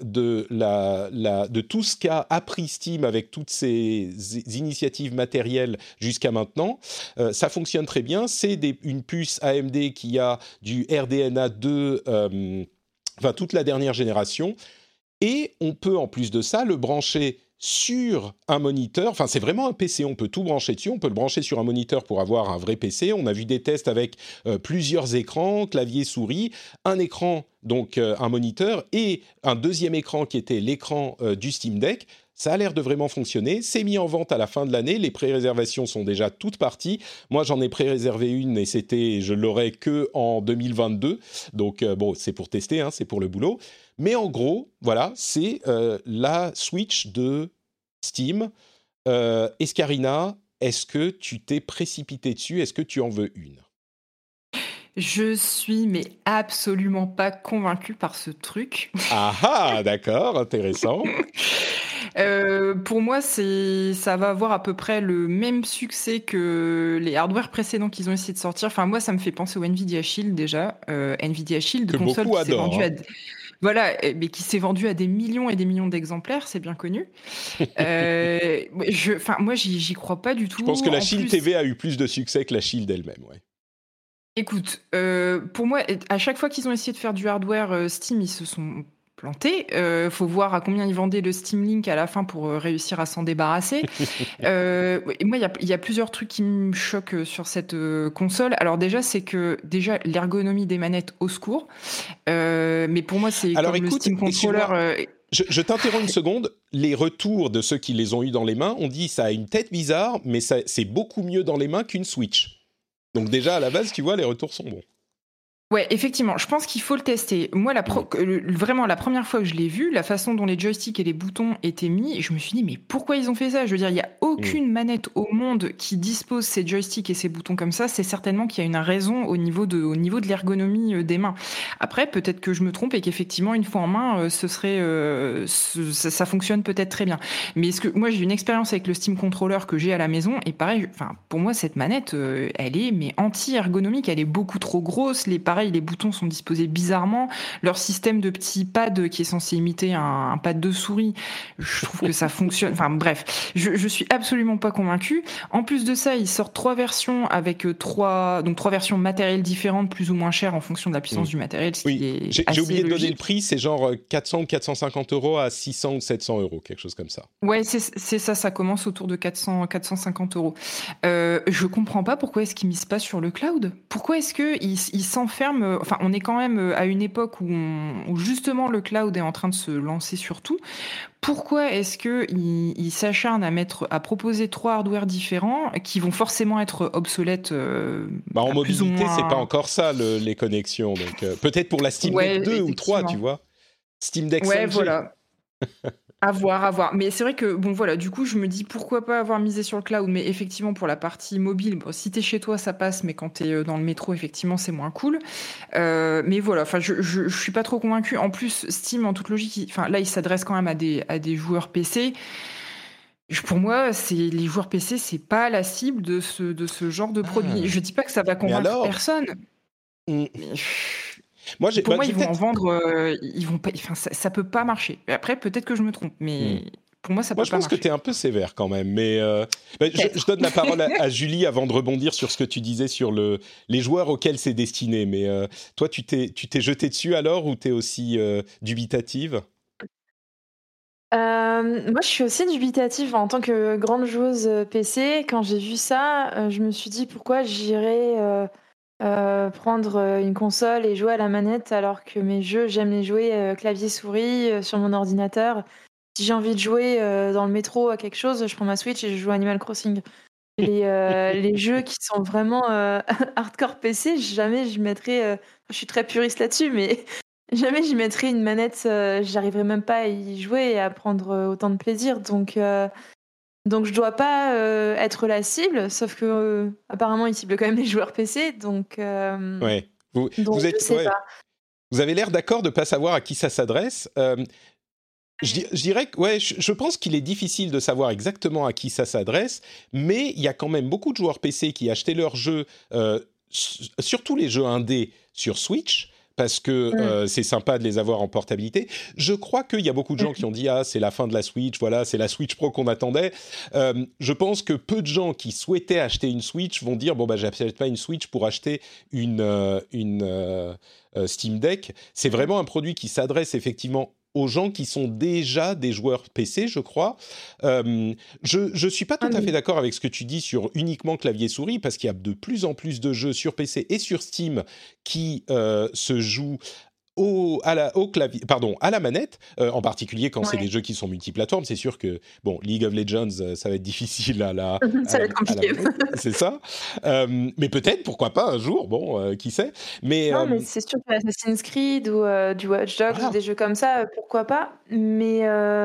de tout ce qu'a appris Steam avec toutes ces initiatives matérielles jusqu'à maintenant. Ça fonctionne très bien. C'est une puce AMD qui a du RDNA 2, enfin toute la dernière génération. Et on peut en plus de ça le brancher sur un moniteur. Enfin, c'est vraiment un PC. On peut tout brancher dessus. On peut le brancher sur un moniteur pour avoir un vrai PC. On a vu des tests avec plusieurs écrans, clavier, souris, un écran, donc un moniteur, et un deuxième écran qui était l'écran du Steam Deck. Ça a l'air de vraiment fonctionner. C'est mis en vente à la fin de l'année. Les pré-réservations sont déjà toutes parties. Moi, j'en ai pré-réservé une et je l'aurai que en 2022. Donc, bon, c'est pour tester, hein, c'est pour le boulot. Mais en gros, voilà, c'est la Switch de Steam. Escarina, est-ce que tu t'es précipité dessus ? Est-ce que tu en veux une ? Je suis mais absolument pas convaincue par ce truc. Ah, d'accord, intéressant. Pour moi, ça va avoir à peu près le même succès que les hardware précédents qu'ils ont essayé de sortir. Enfin, moi, ça me fait penser au Nvidia Shield déjà. Nvidia Shield, que console beaucoup qui s'est adorent. vendue voilà, mais qui s'est vendu à des millions et des millions d'exemplaires, c'est bien connu. Moi, j'y crois pas du tout. Je pense que la En Shield plus, TV a eu plus de succès que la Shield elle-même, ouais. écoute, pour moi, à chaque fois qu'ils ont essayé de faire du hardware Steam, ils se sont plantés. Faut voir à combien ils vendaient le Steam Link à la fin pour réussir à s'en débarrasser. Et moi, il y a plusieurs trucs qui me choquent sur cette console. Alors déjà, c'est que l'ergonomie des manettes, au secours. Mais pour moi, c'est Alors, comme écoute, le Steam Controller. Je t'interromps une seconde. Les retours de ceux qui les ont eu dans les mains ont dit ça a une tête bizarre, mais c'est beaucoup mieux dans les mains qu'une Switch. Donc déjà, à la base, tu vois, les retours sont bons. Ouais, effectivement, je pense qu'il faut le tester. Moi, vraiment, la première fois que je l'ai vu, la façon dont les joysticks et les boutons étaient mis, je me suis dit, mais pourquoi ils ont fait ça ? Je veux dire, il n'y a aucune manette au monde qui dispose ces joysticks et ces boutons comme ça. C'est certainement qu'il y a une raison au niveau de l'ergonomie des mains. Après, peut-être que je me trompe et qu'effectivement, une fois en main, ça fonctionne peut-être très bien. Mais moi, j'ai une expérience avec le Steam Controller que j'ai à la maison et pareil, pour moi, cette manette, elle est anti-ergonomique. Elle est beaucoup trop grosse. Les boutons sont disposés bizarrement. Leur système de petits pads qui est censé imiter un pad de souris, je trouve que ça fonctionne. Enfin bref, je suis absolument pas convaincue. En plus de ça, ils sortent 3 versions avec 3 versions matérielles différentes, plus ou moins chères en fonction de la puissance du matériel. Oui, j'ai oublié de donner le prix. C'est genre 400 ou 450 € à 600 ou 700 €, quelque chose comme ça. Ouais, c'est ça. Ça commence autour de 450 €. Je comprends pas pourquoi est-ce qu'ils misent pas sur le cloud. Pourquoi est-ce qu'ils s'enferment. Enfin, on est quand même à une époque où justement le cloud est en train de se lancer sur tout. Pourquoi est-ce qu'ils s'acharnent à proposer 3 hardware différents qui vont forcément être obsolètes en plus ou mobilité, moins... c'est pas encore ça les connexions. Donc peut-être pour la Steam Deck 2 ou 3, tu vois. Steam Deck 5G. Ouais, voilà. À voir. Mais c'est vrai que, bon, voilà, du coup, je me dis pourquoi pas avoir misé sur le cloud, mais effectivement, pour la partie mobile, bon, si t'es chez toi, ça passe, mais quand t'es dans le métro, effectivement, c'est moins cool. Mais voilà, je suis pas trop convaincue. En plus, Steam, en toute logique, là, il s'adresse quand même à des joueurs PC. Pour moi, les joueurs PC, c'est pas la cible de ce genre de produit. Je dis pas que ça va convaincre personne. Mais... Pour moi, ils vont en vendre. Ils vont pas. Ça peut pas marcher. Après, peut-être que je me trompe, mais pour moi, ça peut pas marcher. Moi, je pense que tu es un peu sévère quand même. Mais je donne la parole à Julie avant de rebondir sur ce que tu disais sur les joueurs auxquels c'est destiné. Mais toi, tu t'es jeté dessus alors ou tu es aussi dubitative ? Moi, je suis aussi dubitative en tant que grande joueuse PC. Quand j'ai vu ça, je me suis dit pourquoi j'irais prendre une console et jouer à la manette, alors que mes jeux, j'aime les jouer clavier-souris sur mon ordinateur. Si j'ai envie de jouer dans le métro à quelque chose, je prends ma Switch et je joue à Animal Crossing. Les jeux qui sont vraiment hardcore PC, jamais je mettrais. Je suis très puriste là-dessus, mais jamais j'y mettrais une manette. J'arriverais même pas à y jouer et à prendre autant de plaisir. Donc je dois pas être la cible, sauf que apparemment ils ciblent quand même les joueurs PC. Ouais. Vous Je êtes, sais ouais. pas. Vous avez l'air d'accord de ne pas savoir à qui ça s'adresse. Je dirais que ouais, je pense qu'il est difficile de savoir exactement à qui ça s'adresse, mais il y a quand même beaucoup de joueurs PC qui achetaient leurs jeux, surtout les jeux indés sur Switch, parce que c'est sympa de les avoir en portabilité. Je crois qu'il y a beaucoup de gens qui ont dit « Ah, c'est la fin de la Switch, voilà, c'est la Switch Pro qu'on attendait ». Je pense que peu de gens qui souhaitaient acheter une Switch vont dire « Bon, bah, j'achète pas une Switch pour acheter une Steam Deck ». C'est vraiment un produit qui s'adresse effectivement aux gens qui sont déjà des joueurs PC, je crois. Je suis pas tout à fait d'accord avec ce que tu dis sur uniquement clavier-souris, parce qu'il y a de plus en plus de jeux sur PC et sur Steam qui se jouent à la manette, en particulier quand c'est des jeux qui sont multiplateformes. C'est sûr que, bon, League of Legends, ça va être difficile à la compliqué. manette, c'est ça. Mais peut-être, pourquoi pas un jour, bon, qui sait. Mais c'est sûr que Assassin's Creed ou du Watch Dogs ou des jeux comme ça, pourquoi pas. Mais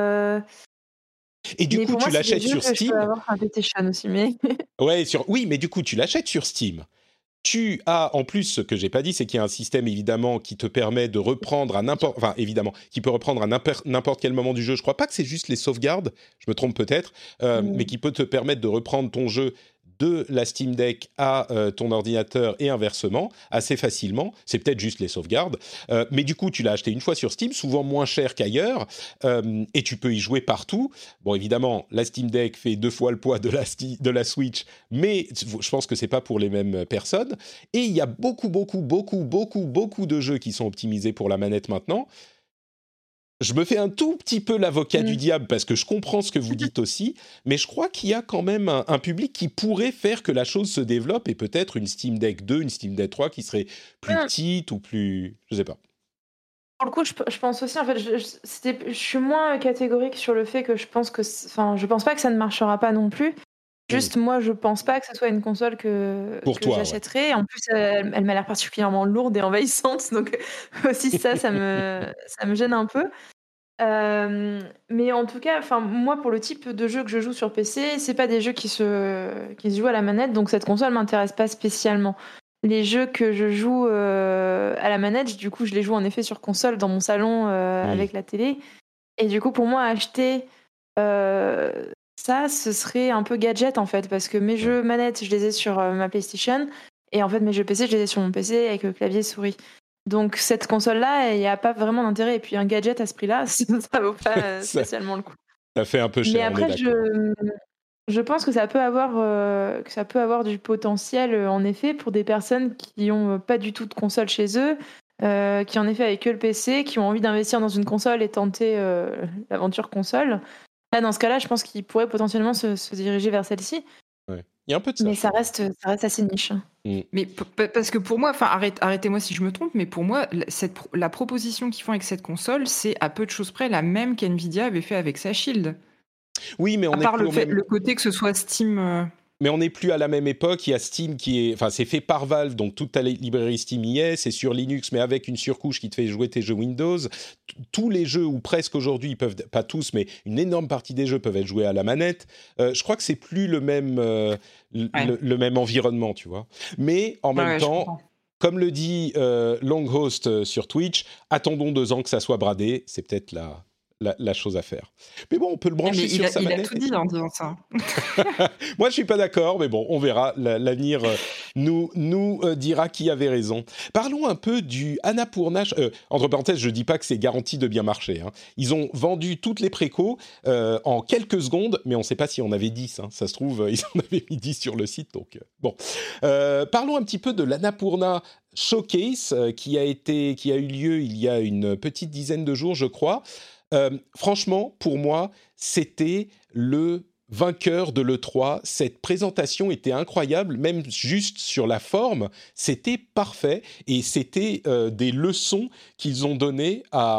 et du coup, tu l'achètes sur je Steam. peux avoir un PlayStation aussi, mais Oui, mais du coup, tu l'achètes sur Steam. Tu as, en plus, ce que j'ai pas dit, c'est qu'il y a un système, évidemment, qui te permet de reprendre qui peut reprendre à n'importe quel moment du jeu. Je crois pas que c'est juste les sauvegardes, je me trompe peut-être, mais qui peut te permettre de reprendre ton jeu de la Steam Deck à ton ordinateur et inversement, assez facilement. C'est peut-être juste les sauvegardes. Mais du coup, tu l'as acheté une fois sur Steam, souvent moins cher qu'ailleurs, et tu peux y jouer partout. Bon, évidemment, la Steam Deck fait 2 fois le poids de la Switch, mais je pense que c'est pas pour les mêmes personnes. Et il y a beaucoup de jeux qui sont optimisés pour la manette maintenant. Je me fais un tout petit peu l'avocat du diable parce que je comprends ce que vous dites aussi, mais je crois qu'il y a quand même un public qui pourrait faire que la chose se développe et peut-être une Steam Deck 2, une Steam Deck 3 qui serait plus petite ou plus... Je sais pas. pour le coup, je pense aussi, en fait, je suis moins catégorique sur le fait que je pense pas que ça ne marchera pas non plus. Juste, moi, je pense pas que ce soit une console que j'achèterais. Ouais. En plus, elle m'a l'air particulièrement lourde et envahissante, donc aussi ça me gêne un peu. Mais en tout cas, moi, pour le type de jeu que je joue sur PC, c'est pas des jeux qui se jouent à la manette, donc cette console m'intéresse pas spécialement. Les jeux que je joue à la manette, du coup, je les joue en effet sur console dans mon salon avec la télé. Et du coup, pour moi, acheter ça, ce serait un peu gadget en fait, parce que mes jeux manettes, je les ai sur ma PlayStation, et en fait, mes jeux PC, je les ai sur mon PC avec le clavier souris. Donc cette console-là, il n'y a pas vraiment d'intérêt. Et puis un gadget à ce prix-là, ça vaut pas spécialement le coup. Ça fait un peu cher. Mais après, je pense que ça peut avoir du potentiel, en effet, pour des personnes qui n'ont pas du tout de console chez eux, qui en effet avec que le PC, qui ont envie d'investir dans une console et tenter l'aventure console. Là, dans ce cas-là, je pense qu'ils pourraient potentiellement se diriger vers celle-ci. Ouais. Il y a un peu de ça. Mais ça reste assez niche. Mais parce que pour moi, arrêtez-moi si je me trompe, mais pour moi, la proposition qu'ils font avec cette console, c'est à peu de choses près la même qu'NVIDIA avait fait avec sa Shield. Oui, mais on à part le côté que ce soit Steam. Mais on n'est plus à la même époque. Il y a Steam c'est fait par Valve, donc toute ta librairie Steam y est. C'est sur Linux, mais avec une surcouche qui te fait jouer tes jeux Windows. Tous les jeux, ou presque aujourd'hui, pas tous, mais une énorme partie des jeux peuvent être joués à la manette. Je crois que c'est plus le même, le même environnement, tu vois. Mais en même temps, comme le dit Longhost sur Twitch, attendons 2 ans que ça soit bradé. C'est peut-être la chose à faire. Mais bon, on peut le brancher sur sa manette. Il a tout dit en disant ça. Moi, je suis pas d'accord, mais bon, on verra. L'avenir nous dira qui avait raison. Parlons un peu du Annapurna. Entre parenthèses, je dis pas que c'est garanti de bien marcher. Hein. Ils ont vendu toutes les précos en quelques secondes, mais on sait pas si on avait 10. Hein. Ça se trouve, ils en avaient mis 10 sur le site. Donc, bon. Parlons un petit peu de l'Annapurna Showcase qui a eu lieu il y a une petite dizaine de jours, je crois. Franchement, pour moi, c'était le vainqueur de l'E3. Cette présentation était incroyable, même juste sur la forme, c'était parfait. Et c'était des leçons qu'ils ont données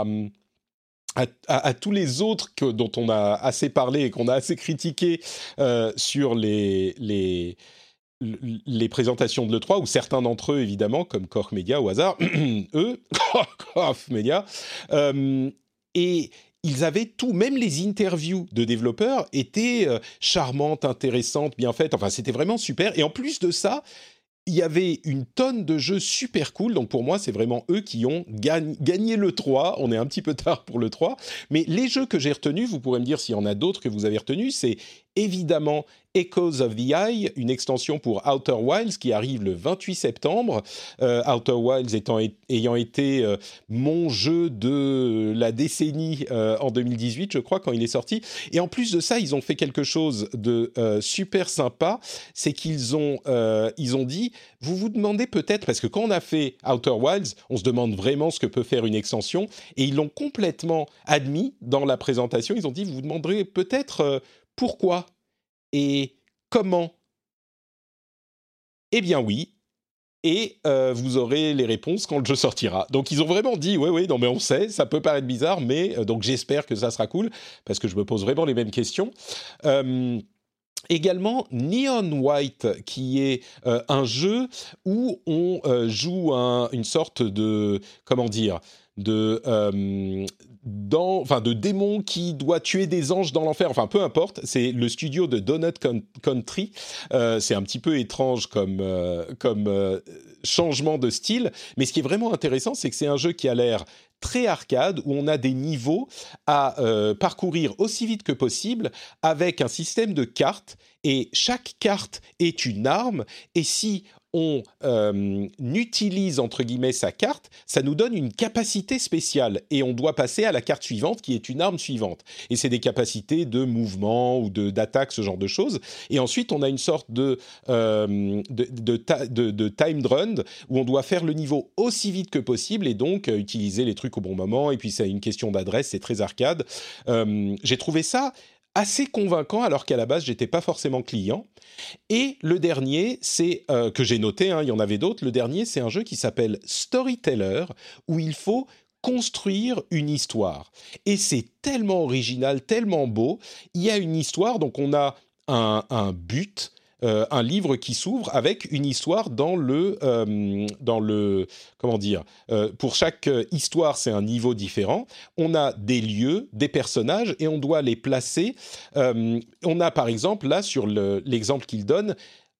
à tous les autres dont on a assez parlé et qu'on a assez critiqué sur les présentations de l'E3, ou certains d'entre eux, évidemment, comme Koch Media au hasard, eux, Koch Media, et ils avaient tout, même les interviews de développeurs étaient charmantes, intéressantes, bien faites, enfin c'était vraiment super, et en plus de ça, il y avait une tonne de jeux super cool, donc pour moi, c'est vraiment eux qui ont gagné le 3. On est un petit peu tard pour le 3, mais les jeux que j'ai retenus, vous pourrez me dire s'il y en a d'autres que vous avez retenus, c'est évidemment Echoes of the Eye, une extension pour Outer Wilds qui arrive le 28 septembre. Outer Wilds ayant été mon jeu de la décennie en 2018, je crois, quand il est sorti. Et en plus de ça, ils ont fait quelque chose de super sympa, c'est qu'ils ont dit, vous vous demandez peut-être, parce que quand on a fait Outer Wilds, on se demande vraiment ce que peut faire une extension, et ils l'ont complètement admis dans la présentation. Ils ont dit, vous vous demanderez peut-être pourquoi et comment. Eh bien oui, et vous aurez les réponses quand le jeu sortira. Donc ils ont vraiment dit, oui, non mais on sait, ça peut paraître bizarre, mais donc j'espère que ça sera cool, parce que je me pose vraiment les mêmes questions. Également Neon White, qui est un jeu où on joue une sorte de, comment dire, de démon qui doit tuer des anges dans l'enfer, enfin peu importe, c'est le studio de Donut Country, c'est un petit peu étrange comme changement de style, mais ce qui est vraiment intéressant, c'est que c'est un jeu qui a l'air très arcade, où on a des niveaux à parcourir aussi vite que possible, avec un système de cartes, et chaque carte est une arme, et si on utilise entre guillemets sa carte, ça nous donne une capacité spéciale et on doit passer à la carte suivante qui est une arme suivante. Et c'est des capacités de mouvement ou d'attaque, ce genre de choses. Et ensuite, on a une sorte de timed run où on doit faire le niveau aussi vite que possible et donc utiliser les trucs au bon moment. Et puis, c'est une question d'adresse, c'est très arcade. J'ai trouvé ça assez convaincant alors qu'à la base, j'étais pas forcément client. Et le dernier, c'est que j'ai noté, il y en avait d'autres. Le dernier, c'est un jeu qui s'appelle Storyteller, où il faut construire une histoire. Et c'est tellement original, tellement beau. Il y a une histoire, donc on a un but, un livre qui s'ouvre avec une histoire dans le comment dire, pour chaque histoire, c'est un niveau différent. On a des lieux, des personnages, et on doit les placer. On a par exemple, là, sur l'exemple qu'il donne,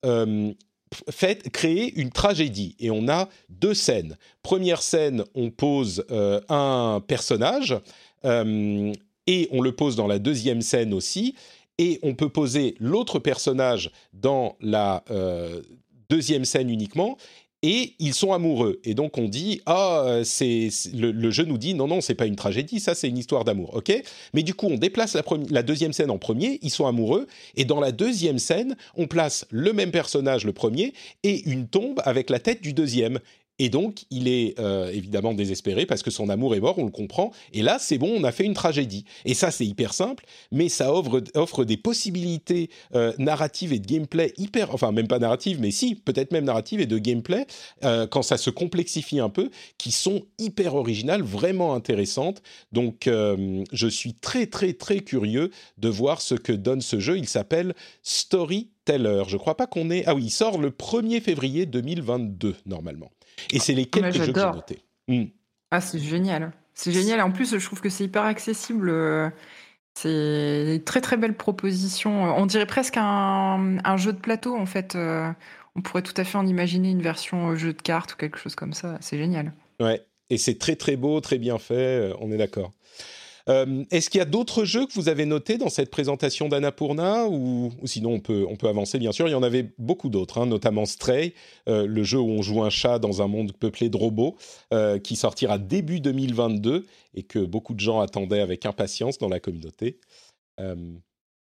créer une tragédie. Et on a 2 scènes. Première scène, on pose un personnage, et on le pose dans la deuxième scène aussi. Et on peut poser l'autre personnage dans la deuxième scène uniquement, et ils sont amoureux. Et donc on dit, le jeu nous dit, non, c'est pas une tragédie, ça c'est une histoire d'amour, ok ? Mais du coup, on déplace la deuxième scène en premier, ils sont amoureux, et dans la deuxième scène, on place le même personnage, le premier, et une tombe avec la tête du deuxième. Et donc, il est évidemment désespéré parce que son amour est mort, on le comprend. Et là, c'est bon, on a fait une tragédie. Et ça, c'est hyper simple, mais ça offre des possibilités narratives et de gameplay enfin, même pas narratives, mais si, peut-être même narratives et de gameplay, quand ça se complexifie un peu, qui sont hyper originales, vraiment intéressantes. Donc, je suis très, très, très curieux de voir ce que donne ce jeu. Il s'appelle Storyteller. Je crois pas qu'on est... Ah oui, il sort le 1er février 2022, normalement. Et c'est les quelques jeux que j'ai notés. Ah, c'est génial. C'est génial. En plus, je trouve que c'est hyper accessible. C'est une très, très belle proposition. On dirait presque un jeu de plateau, en fait. On pourrait tout à fait en imaginer une version jeu de cartes ou quelque chose comme ça. C'est génial. Ouais, et c'est très, très beau, très bien fait. On est d'accord. Est-ce qu'il y a d'autres jeux que vous avez notés dans cette présentation d'Annapurna ou sinon on peut avancer, bien sûr. Il y en avait beaucoup d'autres, notamment Stray, le jeu où on joue un chat dans un monde peuplé de robots, qui sortira début 2022 et que beaucoup de gens attendaient avec impatience dans la communauté.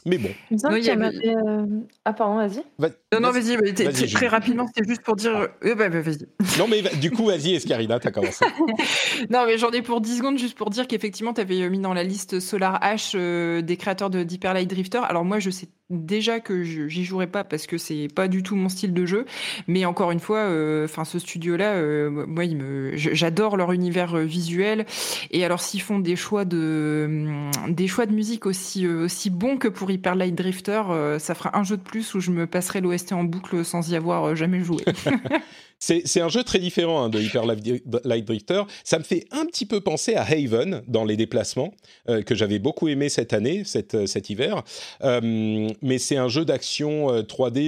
Mais bon. Il me semble Non, il y qu'il y en avait... avait. Ah, pardon, vas-y. Non, vas-y, Vas-y, très Julie. rapidement, c'était juste pour dire... vas-y. Non, mais du coup, vas-y, Escarina, t'as commencé. Non, mais j'en ai pour 10 secondes, juste pour dire qu'effectivement, tu avais mis dans la liste Solar Ash des créateurs de Hyper Light Drifter. Alors moi, je sais déjà que j'y jouerai pas parce que c'est pas du tout mon style de jeu. Mais encore une fois, ce studio-là, moi, j'adore leur univers visuel. Et alors, s'ils font des choix de musique aussi bons que pour Hyper Light Drifter, ça fera un jeu de plus où je me passerai l'OST en boucle sans y avoir jamais joué. C'est un jeu très différent de Hyper Light Drifter. Ça me fait un petit peu penser à Haven dans les déplacements, que j'avais beaucoup aimé cette année, cet hiver. Mais c'est un jeu d'action 3D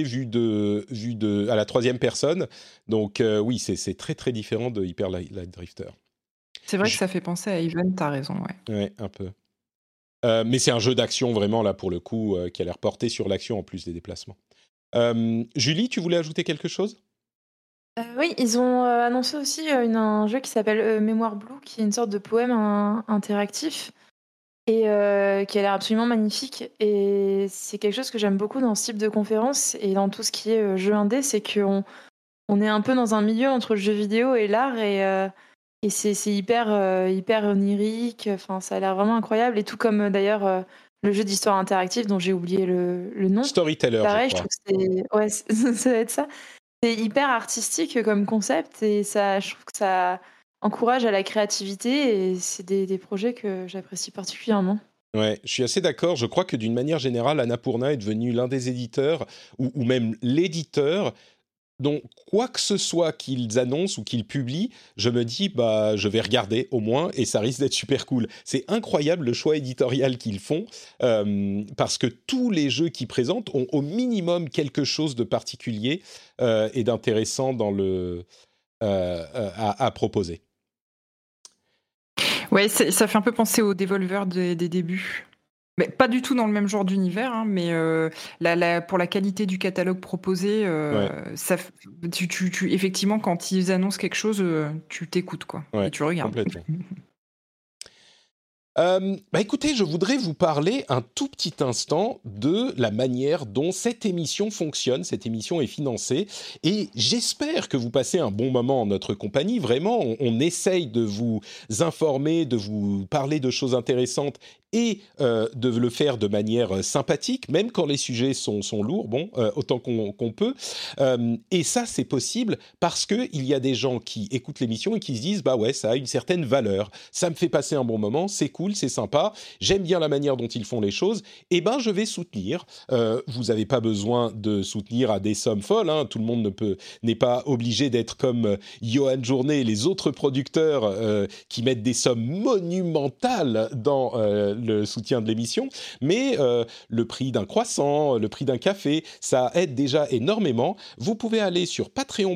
vu à la troisième personne. Donc oui, c'est très très différent de Hyper Light Drifter. C'est vrai que ça fait penser à Haven, t'as raison, ouais. Ouais, un peu. Mais c'est un jeu d'action vraiment là pour le coup qui a l'air porté sur l'action en plus des déplacements. Julie, tu voulais ajouter quelque chose ? Oui, ils ont annoncé aussi un jeu qui s'appelle Mémoire Blue, qui est une sorte de poème interactif et qui a l'air absolument magnifique. Et c'est quelque chose que j'aime beaucoup dans ce type de conférence et dans tout ce qui est jeu indé, c'est qu'on est un peu dans un milieu entre le jeu vidéo et l'art et c'est hyper onirique. Enfin, ça a l'air vraiment incroyable. Et tout comme d'ailleurs le jeu d'histoire interactive dont j'ai oublié le nom. Storyteller, Pareil, je je crois. trouve que ça va être ça. C'est hyper artistique comme concept et je trouve que ça encourage à la créativité et c'est des projets que j'apprécie particulièrement. Ouais, je suis assez d'accord. Je crois que d'une manière générale, Annapurna est devenu l'un des éditeurs ou même l'éditeur dont quoi que ce soit qu'ils annoncent ou qu'ils publient, je me dis je vais regarder au moins et ça risque d'être super cool. C'est incroyable le choix éditorial qu'ils font parce que tous les jeux qu'ils présentent ont au minimum quelque chose de particulier et d'intéressant à proposer. Ouais, ça fait un peu penser aux Devolver des débuts. Mais pas du tout dans le même genre d'univers, hein, mais pour la qualité du catalogue proposé, Ouais. effectivement, quand ils annoncent quelque chose, tu t'écoutes, quoi, Ouais, et tu regardes. complètement. Écoutez, je voudrais vous parler un tout petit instant de la manière dont cette émission fonctionne. Cette émission est financée et j'espère que vous passez un bon moment en notre compagnie. Vraiment, on essaye de vous informer, de vous parler de choses intéressantes et de le faire de manière sympathique, même quand les sujets sont lourds, autant qu'on peut. Et ça, c'est possible parce qu'il y a des gens qui écoutent l'émission et qui se disent « Bah ouais, ça a une certaine valeur, ça me fait passer un bon moment, c'est cool, c'est sympa, j'aime bien la manière dont ils font les choses, et ben je vais soutenir. » Vous n'avez pas besoin de soutenir à des sommes folles, hein. Tout le monde n'est pas obligé d'être comme Johan Journet et les autres producteurs qui mettent des sommes monumentales dans le soutien de l'émission, mais le prix d'un croissant, le prix d'un café, ça aide déjà énormément. Vous pouvez aller sur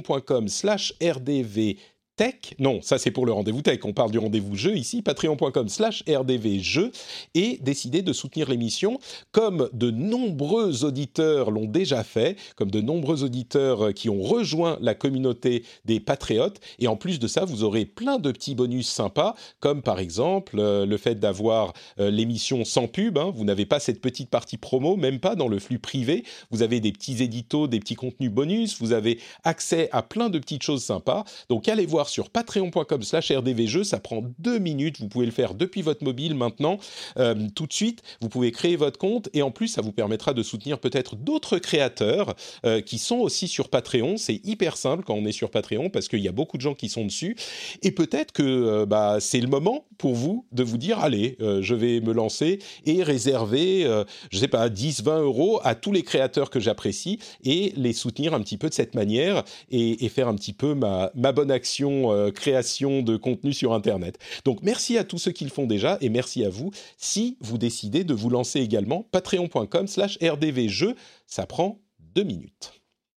patreon.com/rdvtech. Non, ça c'est pour le rendez-vous tech, on parle du rendez-vous jeu ici, patreon.com/rdvjeux, et décider de soutenir l'émission comme de nombreux auditeurs l'ont déjà fait, comme de nombreux auditeurs qui ont rejoint la communauté des patriotes, et en plus de ça, vous aurez plein de petits bonus sympas, comme par exemple le fait d'avoir l'émission sans pub, hein. Vous n'avez pas cette petite partie promo, même pas dans le flux privé, vous avez des petits éditos, des petits contenus bonus, vous avez accès à plein de petites choses sympas, donc allez voir sur patreon.com/rdvjeux, ça prend 2 minutes, vous pouvez le faire depuis votre mobile maintenant, tout de suite, vous pouvez créer votre compte et en plus ça vous permettra de soutenir peut-être d'autres créateurs qui sont aussi sur Patreon. C'est hyper simple quand on est sur Patreon parce qu'il y a beaucoup de gens qui sont dessus et peut-être que c'est le moment pour vous de vous dire allez, je vais me lancer et réserver, je sais pas, 10-20 € à tous les créateurs que j'apprécie et les soutenir un petit peu de cette manière et faire un petit peu ma bonne action création de contenu sur Internet. Donc merci à tous ceux qui le font déjà et merci à vous si vous décidez de vous lancer également. Patreon.com/rdvjeux, ça prend 2 minutes.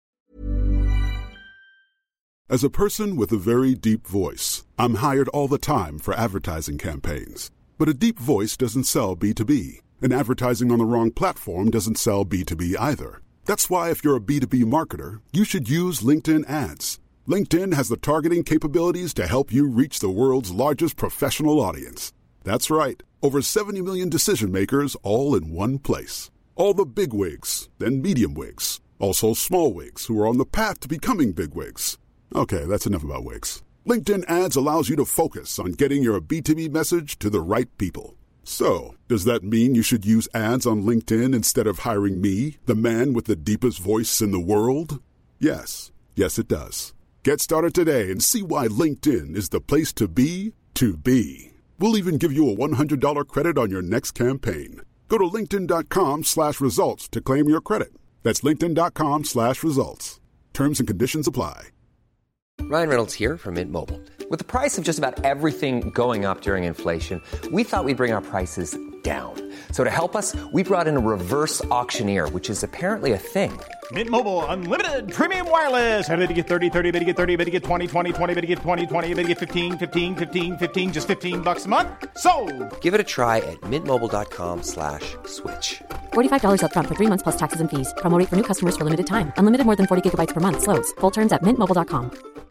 As a person with a very deep voice, I'm hired all the time for advertising campaigns. But a deep voice doesn't sell B2B, and advertising on the wrong platform doesn't sell B2B either. That's why if you're a B2B marketer, you should use LinkedIn ads. LinkedIn has the targeting capabilities to help you reach the world's largest professional audience. That's right, over 70 million decision makers all in one place. All the big wigs, then medium wigs, also small wigs who are on the path to becoming big wigs. Okay, that's enough about wigs. LinkedIn Ads allows you to focus on getting your B2B message to the right people. So, does that mean you should use ads on LinkedIn instead of hiring me, the man with the deepest voice in the world? Yes. Yes, it does. Get started today and see why LinkedIn is the place to be to be. We'll even give you a $100 credit on your next campaign. Go to linkedin.com/results to claim your credit. That's linkedin.com/results. Terms and conditions apply. Ryan Reynolds here from Mint Mobile. With the price of just about everything going up during inflation, we thought we'd bring our prices down. So to help us, we brought in a reverse auctioneer, which is apparently a thing. Mint Mobile Unlimited Premium Wireless. How to get 30, 30, bit to get 30, bit to get 20, 20, 20, bit to get 20, 20, bit to get 15, 15, 15, 15, just $15 a month? Sold! Give it a try at mintmobile.com/switch. $45 up front for 3 months plus taxes and fees. Promo rate for new customers for limited time. Unlimited more than 40 gigabytes per month. Slows full terms at mintmobile.com.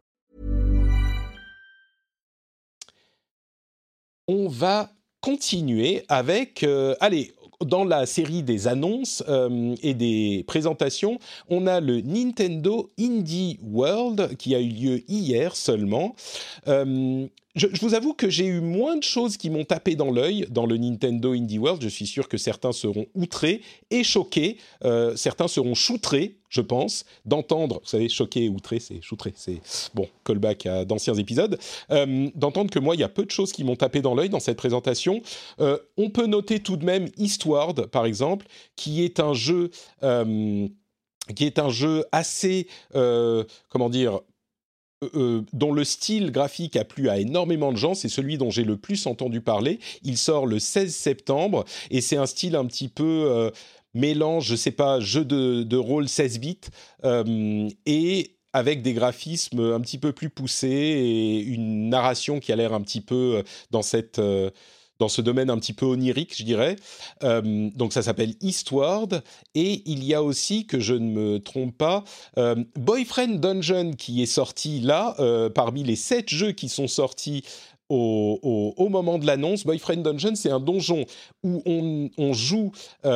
On va continuer avec... dans la série des annonces et des présentations, on a le Nintendo Indie World qui a eu lieu hier seulement. Je vous avoue que j'ai eu moins de choses qui m'ont tapé dans l'œil dans le Nintendo Indie World. Je suis sûr que certains seront outrés et choqués. Certains seront choutrés, je pense, d'entendre... Vous savez, choqué et outré, c'est choutré. C'est, bon, callback à d'anciens épisodes. D'entendre que moi, il y a peu de choses qui m'ont tapé dans l'œil dans cette présentation. On peut noter tout de même Eastward, par exemple, qui est un jeu assez... comment dire... dont le style graphique a plu à énormément de gens, c'est celui dont j'ai le plus entendu parler. Il sort le 16 septembre et c'est un style un petit peu mélange, je sais pas, jeu de rôle 16 bits et avec des graphismes un petit peu plus poussés et une narration qui a l'air un petit peu dans ce domaine un petit peu onirique, je dirais. Donc ça s'appelle Eastward. Et il y a aussi, que je ne me trompe pas, Boyfriend Dungeon qui est sorti là, parmi les 7 jeux qui sont sortis au moment de l'annonce. Boyfriend Dungeon, c'est un donjon où on joue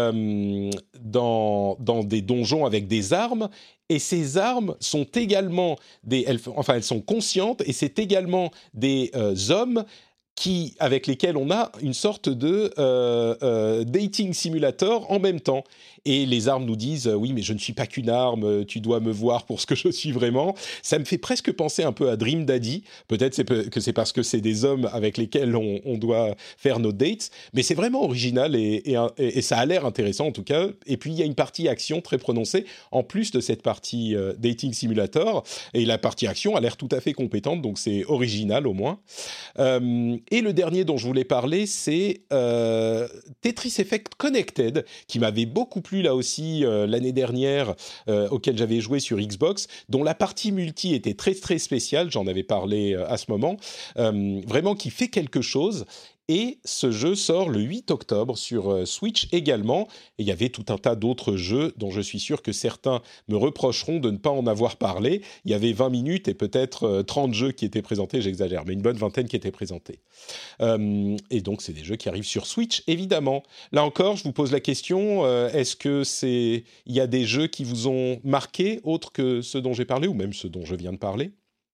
dans des donjons avec des armes. Et ces armes sont également elles sont conscientes et c'est également des hommes avec lesquels on a une sorte de dating simulator en même temps. Et les armes nous disent oui, mais je ne suis pas qu'une arme, tu dois me voir pour ce que je suis vraiment. Ça me fait presque penser un peu à Dream Daddy. Peut-être que c'est parce que c'est des hommes avec lesquels on doit faire nos dates, mais c'est vraiment original et ça a l'air intéressant en tout cas. Et puis il y a une partie action très prononcée en plus de cette partie dating simulator. Et la partie action a l'air tout à fait compétente, donc c'est original au moins. Et le dernier dont je voulais parler, c'est Tetris Effect Connected, qui m'avait beaucoup plu là aussi l'année dernière, auquel j'avais joué sur Xbox, dont la partie multi était très très spéciale, j'en avais parlé à ce moment, vraiment qui fait quelque chose. Et ce jeu sort le 8 octobre sur Switch également. Et il y avait tout un tas d'autres jeux dont je suis sûr que certains me reprocheront de ne pas en avoir parlé. Il y avait 20 minutes et peut-être 30 jeux qui étaient présentés, j'exagère, mais une bonne vingtaine qui étaient présentés. Et donc, c'est des jeux qui arrivent sur Switch, évidemment. Là encore, je vous pose la question, est-ce qu'il y a des jeux qui vous ont marqué, autres que ceux dont j'ai parlé, ou même ceux dont je viens de parler ?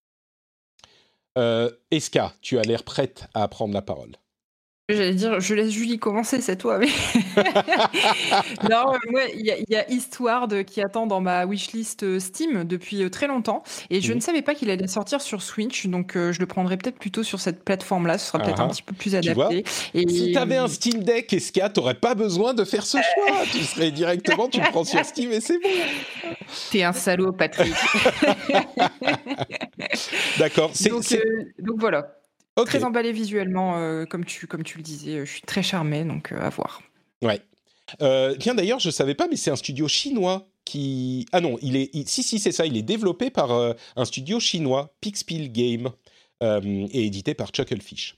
Eska, tu as l'air prête à prendre la parole. J'allais dire, je laisse Julie commencer, c'est toi. Mais... non, moi, il y a Eastward qui attend dans ma wishlist Steam depuis très longtemps. Et je ne savais pas qu'il allait sortir sur Switch. Donc, je le prendrais peut-être plutôt sur cette plateforme-là. Ce sera peut-être un petit peu plus adapté. Et... Si tu avais un Steam Deck, Eska, tu n'aurais pas besoin de faire ce choix. Tu serais directement, tu le prends sur Steam et c'est bon. T'es un salaud, Patrick. D'accord. Donc voilà. Okay. Très emballé visuellement, comme tu le disais. Je suis très charmé, donc à voir. Ouais. Tiens, d'ailleurs, je ne savais pas, mais c'est un studio chinois qui... Ah non, si, c'est ça. Il est développé par un studio chinois, Pixpil Game, et édité par Chucklefish.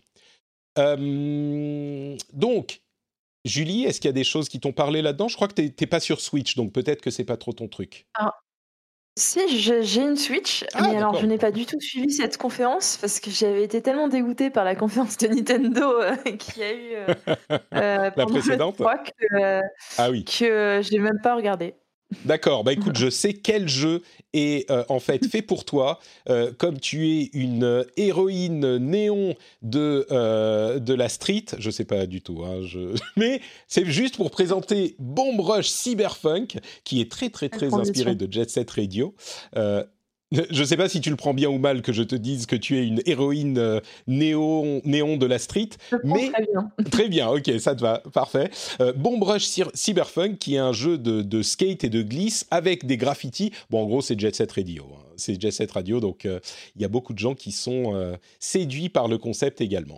Donc, Julie, est-ce qu'il y a des choses qui t'ont parlé là-dedans ? Je crois que tu n'es pas sur Switch, donc peut-être que ce n'est pas trop ton truc. Alors, Si, j'ai une Switch, Ah, mais alors d'accord. je n'ai pas du tout suivi cette conférence parce que j'avais été tellement dégoûtée par la conférence de Nintendo qu'il y a eu La pendant le précédente? 3 Ah oui. que j'ai même pas regardé. D'accord, bah écoute, je sais quel jeu est en fait fait pour toi. Comme tu es une héroïne néon de la street, je sais pas du tout, hein, mais c'est juste pour présenter Bomb Rush Cyberpunk, qui est très très très inspiré Transition. de Jet Set Radio. Euh, je sais pas si tu le prends bien ou mal que je te dise que tu es une héroïne néon de la street, Je prends mais très bien. très bien, ok, ça te va, parfait. Bomb Rush Cyberpunk, qui est un jeu de skate et de glisse avec des graffitis. Bon, en gros, c'est Jet Set Radio. Hein. C'est Jet Set Radio, donc il y a beaucoup de gens qui sont séduits par le concept également.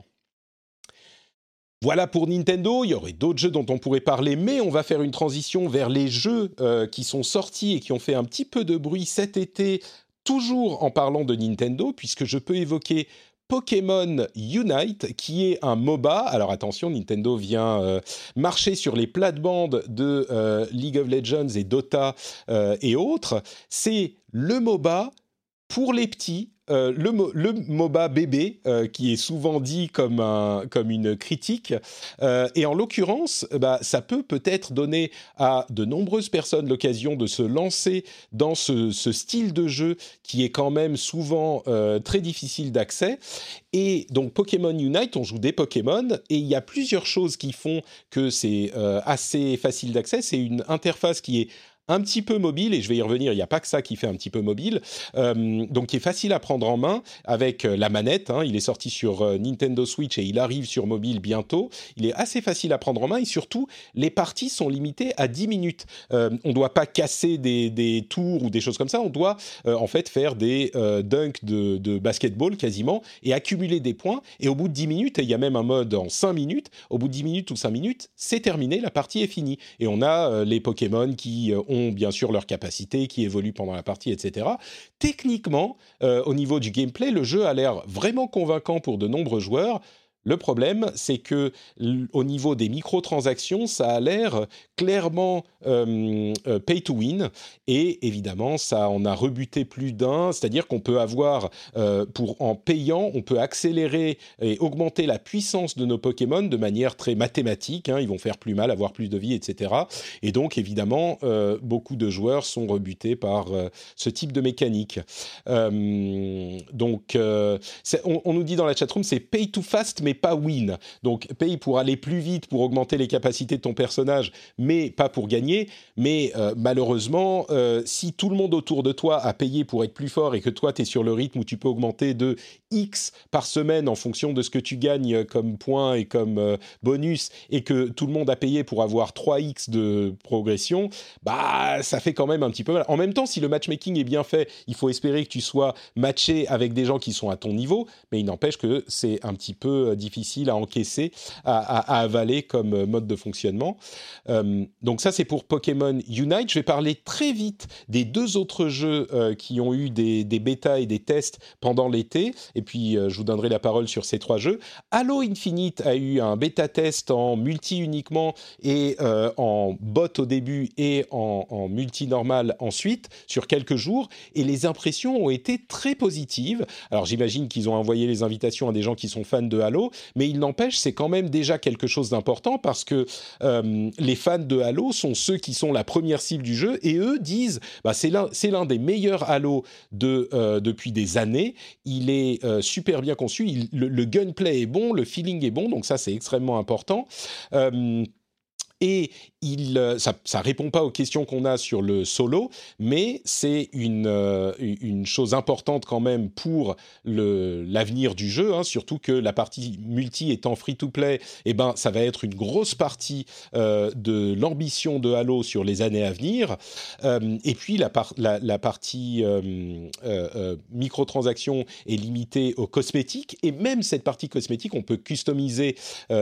Voilà pour Nintendo, il y aurait d'autres jeux dont on pourrait parler, mais on va faire une transition vers les jeux qui sont sortis et qui ont fait un petit peu de bruit cet été, toujours en parlant de Nintendo, puisque je peux évoquer Pokémon Unite, qui est un MOBA. Alors attention, Nintendo vient marcher sur les plates-bandes de League of Legends et Dota et autres. C'est le MOBA pour les petits, le MOBA bébé, qui est souvent dit comme une critique. Et en l'occurrence, ça peut-être donner à de nombreuses personnes l'occasion de se lancer dans ce style de jeu qui est quand même souvent très difficile d'accès. Et donc Pokémon Unite, on joue des Pokémon, et il y a plusieurs choses qui font que c'est assez facile d'accès. C'est une interface qui est un petit peu mobile, et je vais y revenir, il n'y a pas que ça qui fait un petit peu mobile, donc qui est facile à prendre en main avec la manette, hein, il est sorti sur Nintendo Switch et il arrive sur mobile bientôt, il est assez facile à prendre en main, et surtout, les parties sont limitées à 10 minutes. On ne doit pas casser des tours ou des choses comme ça, on doit en fait faire des dunks de basketball quasiment, et accumuler des points, et au bout de 10 minutes, et il y a même un mode en 5 minutes, au bout de 10 minutes ou 5 minutes, c'est terminé, la partie est finie. Et on a les Pokémon qui ont bien sûr leur capacité, qui évoluent pendant la partie, etc. Techniquement, au niveau du gameplay, le jeu a l'air vraiment convaincant pour de nombreux joueurs. Le problème, c'est que au niveau des microtransactions, ça a l'air clairement pay to win, et évidemment, ça en a rebuté plus d'un. C'est-à-dire qu'on peut avoir, en payant, on peut accélérer et augmenter la puissance de nos Pokémon de manière très mathématique. Hein, ils vont faire plus mal, avoir plus de vie, etc. Et donc, évidemment, beaucoup de joueurs sont rebutés par ce type de mécanique. Donc, on nous dit dans la chatroom, c'est pay to fast, mais pas win. Donc, paye pour aller plus vite, pour augmenter les capacités de ton personnage, mais pas pour gagner. Mais malheureusement, si tout le monde autour de toi a payé pour être plus fort et que toi, tu es sur le rythme où tu peux augmenter de X par semaine en fonction de ce que tu gagnes comme points et comme bonus, et que tout le monde a payé pour avoir 3X de progression, ça fait quand même un petit peu mal. En même temps, si le matchmaking est bien fait, il faut espérer que tu sois matché avec des gens qui sont à ton niveau, mais il n'empêche que c'est un petit peu difficile à encaisser, à avaler comme mode de fonctionnement. Donc ça, c'est pour Pokémon Unite. Je vais parler très vite des deux autres jeux qui ont eu des bêtas et des tests pendant l'été, et puis je vous donnerai la parole sur ces trois jeux. Halo Infinite a eu un bêta-test en multi uniquement, et en bot au début, et en multi normal ensuite, sur quelques jours, et les impressions ont été très positives. Alors j'imagine qu'ils ont envoyé les invitations à des gens qui sont fans de Halo, mais il n'empêche, c'est quand même déjà quelque chose d'important, parce que les fans de Halo sont ceux qui sont la première cible du jeu, et eux disent c'est l'un des meilleurs Halo depuis des années. Il est super bien conçu, le gunplay est bon, le feeling est bon, donc ça c'est extrêmement important. Et ça répond pas aux questions qu'on a sur le solo, mais c'est une chose importante quand même pour l'avenir du jeu, hein, surtout que la partie multi étant free-to-play, ça va être une grosse partie de l'ambition de Halo sur les années à venir. Et puis la partie microtransaction est limitée aux cosmétiques, et même cette partie cosmétique, on peut customiser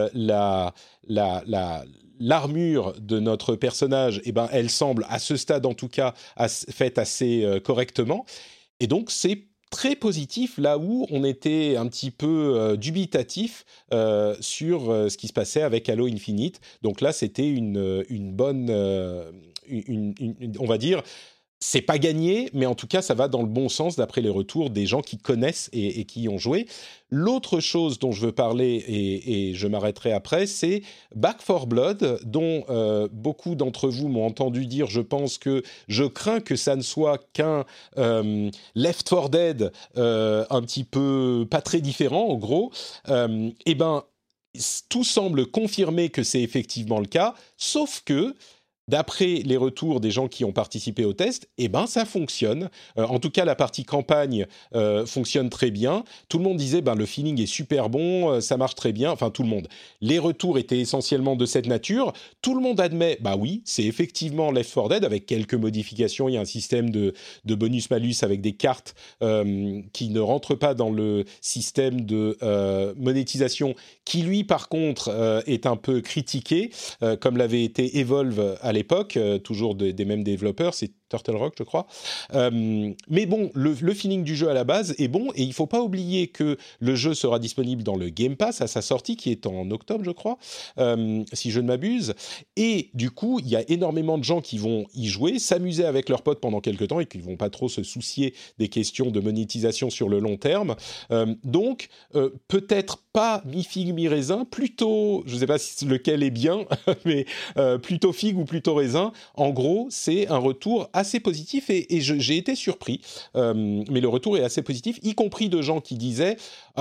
l'armure de notre personnage, elle semble, à ce stade en tout cas, faite assez correctement. Et donc, c'est très positif, là où on était un petit peu dubitatif sur ce qui se passait avec Halo Infinite. Donc là, c'était une bonne... on va dire... c'est pas gagné, mais en tout cas, ça va dans le bon sens d'après les retours des gens qui connaissent et qui y ont joué. L'autre chose dont je veux parler, et je m'arrêterai après, c'est Back 4 Blood, dont beaucoup d'entre vous m'ont entendu dire, je crains que ça ne soit qu'un Left 4 Dead un petit peu pas très différent, en gros. Eh ben, tout semble confirmer que c'est effectivement le cas, sauf que d'après les retours des gens qui ont participé au test, eh ben ça fonctionne. En tout cas, la partie campagne fonctionne très bien. Tout le monde disait, le feeling est super bon, ça marche très bien. Enfin, tout le monde. Les retours étaient essentiellement de cette nature. Tout le monde admet, oui, c'est effectivement Left 4 Dead avec quelques modifications. Il y a un système de bonus-malus avec des cartes qui ne rentrent pas dans le système de monétisation, qui lui, par contre, est un peu critiqué, comme l'avait été Evolve à l'époque, toujours des mêmes développeurs, c'est Turtle Rock, je crois. Mais bon, le feeling du jeu à la base est bon, et il ne faut pas oublier que le jeu sera disponible dans le Game Pass à sa sortie, qui est en octobre, je crois, si je ne m'abuse. Et du coup, il y a énormément de gens qui vont y jouer, s'amuser avec leurs potes pendant quelques temps, et qui ne vont pas trop se soucier des questions de monétisation sur le long terme. Donc, peut-être pas mi-figue, mi-raisin, plutôt, je ne sais pas si lequel est bien, mais plutôt figue ou plutôt raisin. En gros, c'est un retour assez positif et j'ai été surpris, mais le retour est assez positif, y compris de gens qui disaient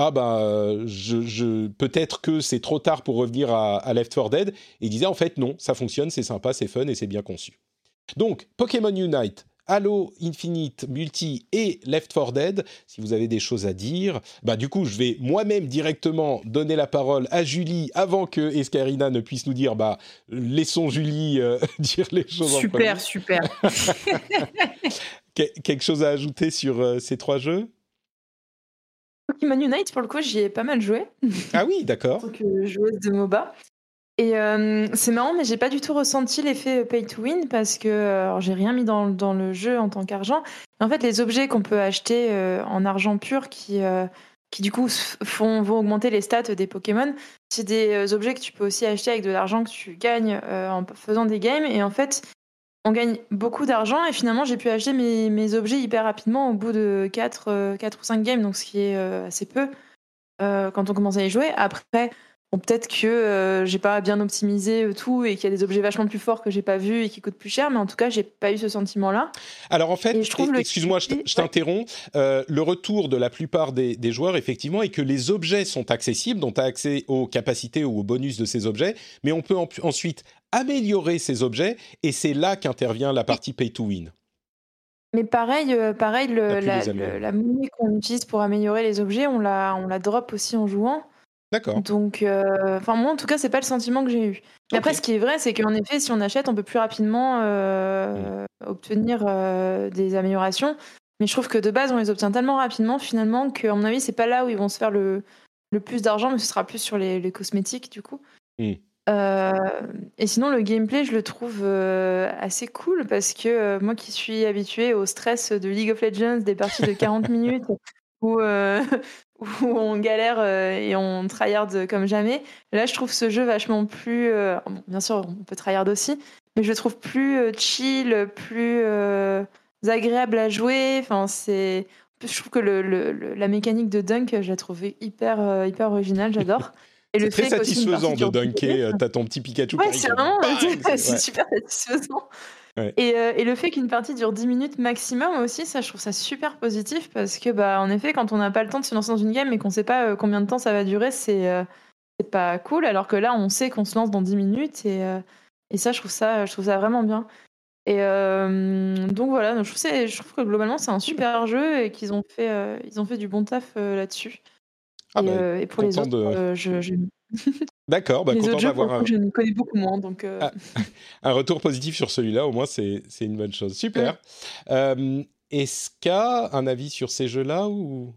peut-être que c'est trop tard pour revenir à Left 4 Dead, et ils disaient en fait non, ça fonctionne, c'est sympa, c'est fun et c'est bien conçu. Donc Pokémon Unite, Halo Infinite Multi et Left 4 Dead, si vous avez des choses à dire, du coup je vais moi-même directement donner la parole à Julie avant que Escarina ne puisse nous dire, laissons Julie dire les choses en premier. Super. Quelque chose à ajouter sur ces trois jeux ? Pokémon Unite, pour le coup, j'y ai pas mal joué. Ah oui, d'accord. En tant que joueuse de MOBA. Et c'est marrant, mais j'ai pas du tout ressenti l'effet pay to win parce que alors, j'ai rien mis dans le jeu en tant qu'argent. En fait, les objets qu'on peut acheter en argent pur qui du coup vont augmenter les stats des Pokémon, c'est des objets que tu peux aussi acheter avec de l'argent que tu gagnes en faisant des games. Et en fait, on gagne beaucoup d'argent et finalement, j'ai pu acheter mes objets hyper rapidement au bout de 4 ou 5 games, donc ce qui est assez peu quand on commence à y jouer. Après, peut-être que j'ai pas bien optimisé tout et qu'il y a des objets vachement plus forts que j'ai pas vus et qui coûtent plus cher, mais en tout cas, j'ai pas eu ce sentiment-là. Alors en fait, excuse-moi, je t'interromps. Le retour de la plupart des joueurs, effectivement, est que les objets sont accessibles, donc tu as accès aux capacités ou aux bonus de ces objets, mais on peut ensuite améliorer ces objets, et c'est là qu'intervient la partie pay to win. Mais pareil, la monnaie qu'on utilise pour améliorer les objets, on la drop aussi en jouant. D'accord. Donc, moi, en tout cas, c'est pas le sentiment que j'ai eu. Mais après, ce qui est vrai, c'est qu'en effet, si on achète, on peut plus rapidement obtenir des améliorations. Mais je trouve que de base, on les obtient tellement rapidement, finalement, qu'à mon avis, c'est pas là où ils vont se faire le plus d'argent, mais ce sera plus sur les cosmétiques, du coup. Et sinon, le gameplay, je le trouve assez cool parce que moi qui suis habituée au stress de League of Legends, des parties de 40 minutes où on galère et on tryhard comme jamais. Là, je trouve ce jeu vachement plus... bien sûr, on peut tryhard aussi, mais je le trouve plus chill, plus agréable à jouer. Enfin, je trouve que la mécanique de dunk, je la trouve hyper originale, j'adore. Et c'est très satisfaisant de dunker, t'as ton petit Pikachu qui arrive. C'est vraiment c'est super satisfaisant. Ouais. Et le fait qu'une partie dure 10 minutes maximum aussi, ça, je trouve ça super positif parce que, en effet, quand on n'a pas le temps de se lancer dans une game et qu'on ne sait pas combien de temps ça va durer, c'est pas cool. Alors que là, on sait qu'on se lance dans 10 minutes et ça, je trouve ça vraiment bien. Et donc voilà, je trouve que globalement, c'est un super jeu et qu'ils ont fait du bon taf là-dessus. Et pour les autres, je... D'accord, les content autres jeux, d'avoir je ne connais beaucoup moins. Donc, un retour positif sur celui-là, au moins c'est une bonne chose. Super. Est-ce qu'il y a un avis sur ces jeux-là ou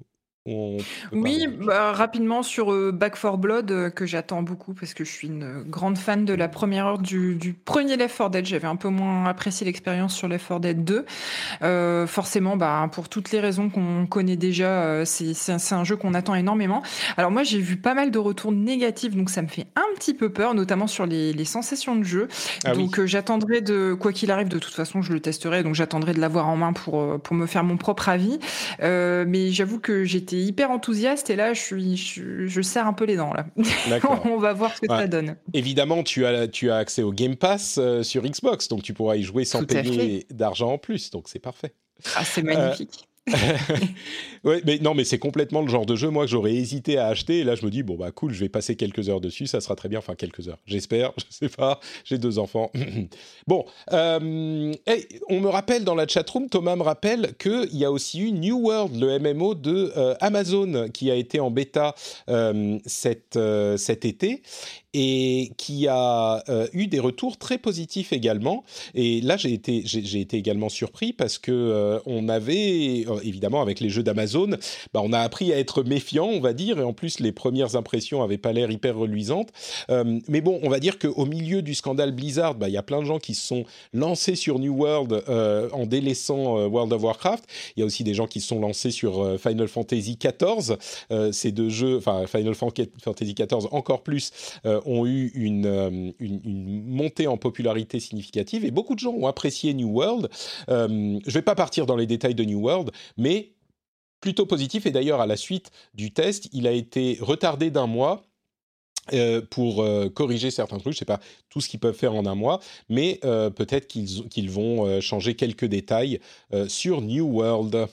On peut Oui, parler. rapidement sur Back 4 Blood, que j'attends beaucoup parce que je suis une grande fan de la première heure du premier Left 4 Dead. J'avais un peu moins apprécié l'expérience sur Left 4 Dead 2. Forcément, pour toutes les raisons qu'on connaît déjà, c'est un jeu qu'on attend énormément. Alors moi, j'ai vu pas mal de retours négatifs, donc ça me fait un petit peu peur, notamment sur les sensations de jeu. Ah oui. Donc j'attendrai quoi qu'il arrive, de toute façon, je le testerai, donc j'attendrai de l'avoir en main pour me faire mon propre avis. Mais j'avoue que j'étais hyper enthousiaste et là, je serre un peu les dents là. D'accord. On va voir ce que Ouais. ça donne. Évidemment, tu as accès au Game Pass sur Xbox, donc tu pourras y jouer sans Tout à payer d'argent en plus, donc c'est parfait. Ah, c'est magnifique. Ouais, mais non, mais c'est complètement le genre de jeu, moi, que j'aurais hésité à acheter. Et là, je me dis, bon, bah, cool, je vais passer quelques heures dessus, ça sera très bien. Enfin, quelques heures, j'espère, je sais pas, j'ai 2 enfants. Bon, on me rappelle dans la chatroom, Thomas me rappelle qu'il y a aussi eu New World, le MMO de Amazon, qui a été en bêta cet été. Et qui a eu des retours très positifs également. Et là, j'ai été également surpris parce que on avait, évidemment, avec les jeux d'Amazon, on a appris à être méfiant, on va dire, et en plus, les premières impressions n'avaient pas l'air hyper reluisantes. Mais bon, on va dire qu'au milieu du scandale Blizzard, il y a plein de gens qui se sont lancés sur New World en délaissant World of Warcraft. Il y a aussi des gens qui se sont lancés sur Final Fantasy XIV. Ces 2 jeux, enfin Final Fantasy XIV encore plus, ont eu une montée en popularité significative et beaucoup de gens ont apprécié New World. Je ne vais pas partir dans les détails de New World, mais plutôt positif. Et d'ailleurs, à la suite du test, il a été retardé d'1 mois pour corriger certains trucs. Je ne sais pas tout ce qu'ils peuvent faire en 1 mois, mais peut-être qu'ils vont changer quelques détails sur New World.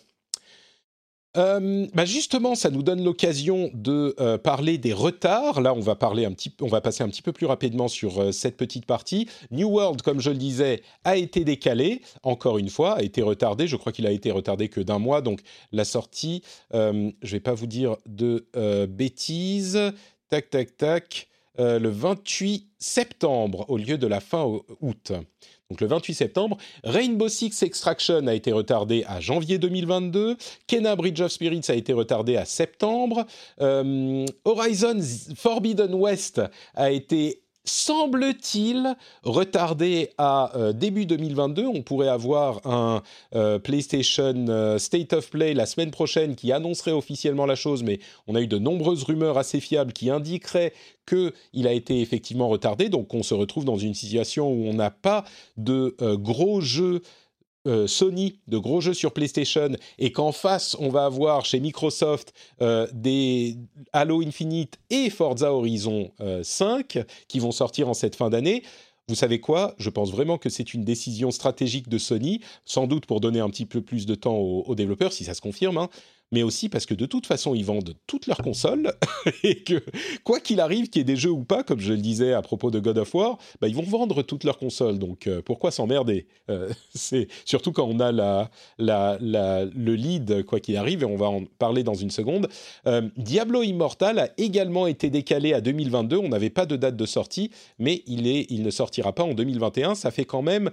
Justement, ça nous donne l'occasion de parler des retards. Là, on va passer un petit peu plus rapidement sur cette petite partie. New World, comme je le disais, a été décalé, encore une fois, a été retardé. Je crois qu'il a été retardé que d'1 mois, donc la sortie, je vais pas vous dire de bêtises. Tac, le 28 septembre au lieu de la fin août. Donc le 28 septembre, Rainbow Six Extraction a été retardé à janvier 2022, Kena Bridge of Spirits a été retardé à septembre, Horizon Forbidden West a été, semble-t-il, retardé à début 2022. On pourrait avoir un PlayStation State of Play la semaine prochaine qui annoncerait officiellement la chose, mais on a eu de nombreuses rumeurs assez fiables qui indiqueraient qu'il a été effectivement retardé. Donc on se retrouve dans une situation où on n'a pas de gros jeux Sony, de gros jeux sur PlayStation, et qu'en face, on va avoir chez Microsoft des Halo Infinite et Forza Horizon 5 qui vont sortir en cette fin d'année. Vous savez quoi ? Je pense vraiment que c'est une décision stratégique de Sony, sans doute pour donner un petit peu plus de temps aux développeurs, si ça se confirme, hein, mais aussi parce que de toute façon, ils vendent toutes leurs consoles et que, quoi qu'il arrive, qu'il y ait des jeux ou pas, comme je le disais à propos de God of War, ils vont vendre toutes leurs consoles. Donc, pourquoi s'emmerder ? C'est surtout quand on a le lead, quoi qu'il arrive, et on va en parler dans une seconde. Diablo Immortal a également été décalé à 2022. On n'avait pas de date de sortie, mais il ne sortira pas en 2021. Ça fait quand même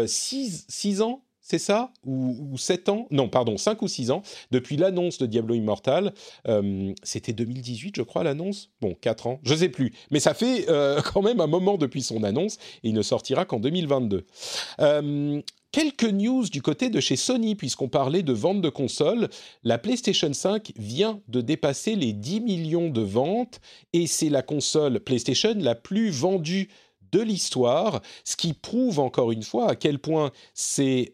6 ans. C'est ça ? Ou 7 ans ? Non, pardon, 5 ou 6 ans, depuis l'annonce de Diablo Immortal. C'était 2018, je crois, l'annonce ? Bon, 4 ans, je ne sais plus. Mais ça fait quand même un moment depuis son annonce, et il ne sortira qu'en 2022. Quelques news du côté de chez Sony, puisqu'on parlait de vente de consoles. La PlayStation 5 vient de dépasser les 10 millions de ventes, et c'est la console PlayStation la plus vendue de l'histoire, ce qui prouve encore une fois à quel point ces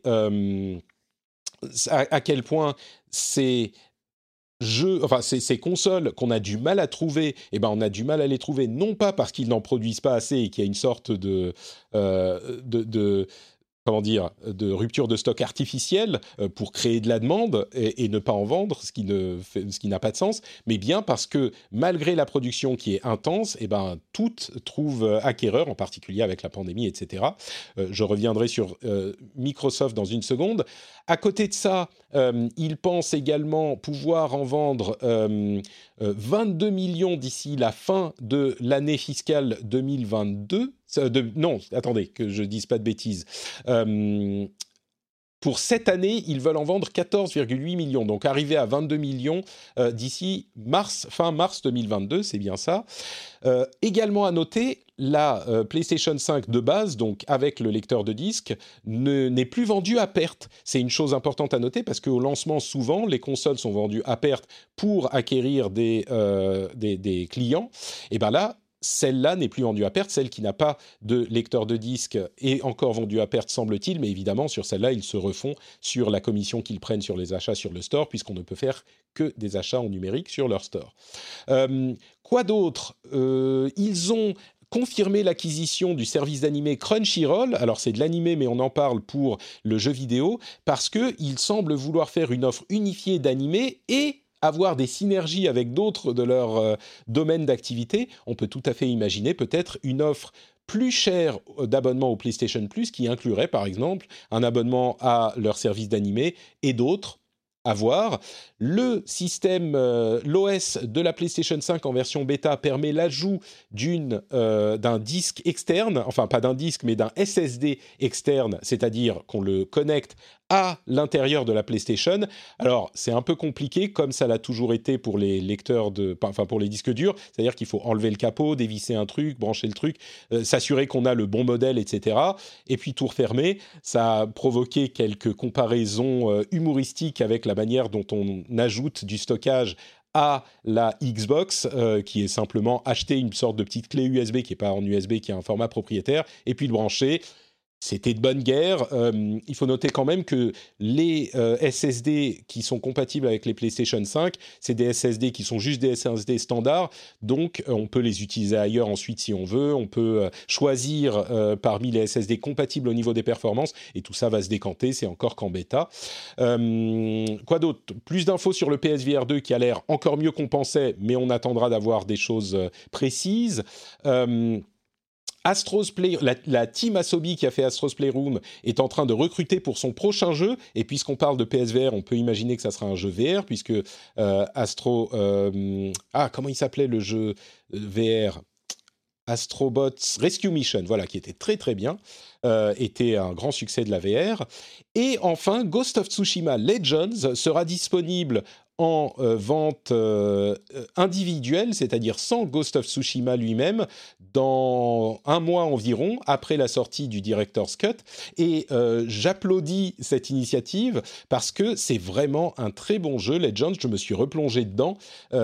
consoles qu'on a du mal à trouver, on a du mal à les trouver, non pas parce qu'ils n'en produisent pas assez et qu'il y a une sorte de rupture de stock artificielle pour créer de la demande et ne pas en vendre, ce qui n'a pas de sens, mais bien parce que malgré la production qui est intense, toutes trouvent acquéreur, en particulier avec la pandémie, etc. Je reviendrai sur Microsoft dans une seconde. À côté de ça, ils pensent également pouvoir en vendre 22 millions d'ici la fin de l'année fiscale 2022. Non, attendez, que je dise pas de bêtises. pour cette année, ils veulent en vendre 14,8 millions, donc arriver à 22 millions d'ici fin mars 2022, c'est bien ça. Également à noter, la PlayStation 5 de base, donc avec le lecteur de disque, n'est plus vendue à perte. C'est une chose importante à noter parce qu'au lancement, souvent, les consoles sont vendues à perte pour acquérir des clients. Et bien là, celle-là n'est plus vendue à perte. Celle qui n'a pas de lecteur de disque est encore vendue à perte, semble-t-il. Mais évidemment, sur celle-là, ils se refont sur la commission qu'ils prennent sur les achats sur le store, puisqu'on ne peut faire que des achats en numérique sur leur store. Quoi d'autre ? Ils ont confirmé l'acquisition du service d'animé Crunchyroll. Alors, c'est de l'animé, mais on en parle pour le jeu vidéo, parce qu'ils semblent vouloir faire une offre unifiée d'animé et avoir des synergies avec d'autres de leurs domaines d'activité. On peut tout à fait imaginer peut-être une offre plus chère d'abonnement au PlayStation Plus qui inclurait par exemple un abonnement à leur service d'animé et d'autres à voir. Le système, l'OS de la PlayStation 5 en version bêta permet l'ajout d'un disque externe, enfin pas d'un disque mais d'un SSD externe, c'est-à-dire qu'on le connecte à l'intérieur de la PlayStation. Alors, c'est un peu compliqué, comme ça l'a toujours été pour les lecteurs pour les disques durs, c'est-à-dire qu'il faut enlever le capot, dévisser un truc, brancher le truc, s'assurer qu'on a le bon modèle, etc. Et puis tout refermer. Ça a provoqué quelques comparaisons humoristiques avec la manière dont on ajoute du stockage à la Xbox, qui est simplement acheter une sorte de petite clé USB qui n'est pas en USB, qui a un format propriétaire, et puis le brancher. C'était de bonne guerre. Il faut noter quand même que les SSD qui sont compatibles avec les PlayStation 5, c'est des SSD qui sont juste des SSD standards, donc on peut les utiliser ailleurs ensuite si on veut. On peut choisir parmi les SSD compatibles au niveau des performances, et tout ça va se décanter, c'est encore qu'en bêta. Quoi d'autre ? Plus d'infos sur le PSVR 2 qui a l'air encore mieux qu'on pensait, mais on attendra d'avoir des choses précises. Astro's Play, la team Asobi qui a fait Astro's Playroom est en train de recruter pour son prochain jeu. Et puisqu'on parle de PSVR, on peut imaginer que ça sera un jeu VR, puisque Astro... comment il s'appelait le jeu VR ? Astrobots Rescue Mission, voilà, qui était très très bien, était un grand succès de la VR. Et enfin, Ghost of Tsushima Legends sera disponible en vente individuelle, c'est-à-dire sans Ghost of Tsushima lui-même, dans un mois environ, après la sortie du Director's Cut. Et j'applaudis cette initiative parce que c'est vraiment un très bon jeu, Legends. Je me suis replongé dedans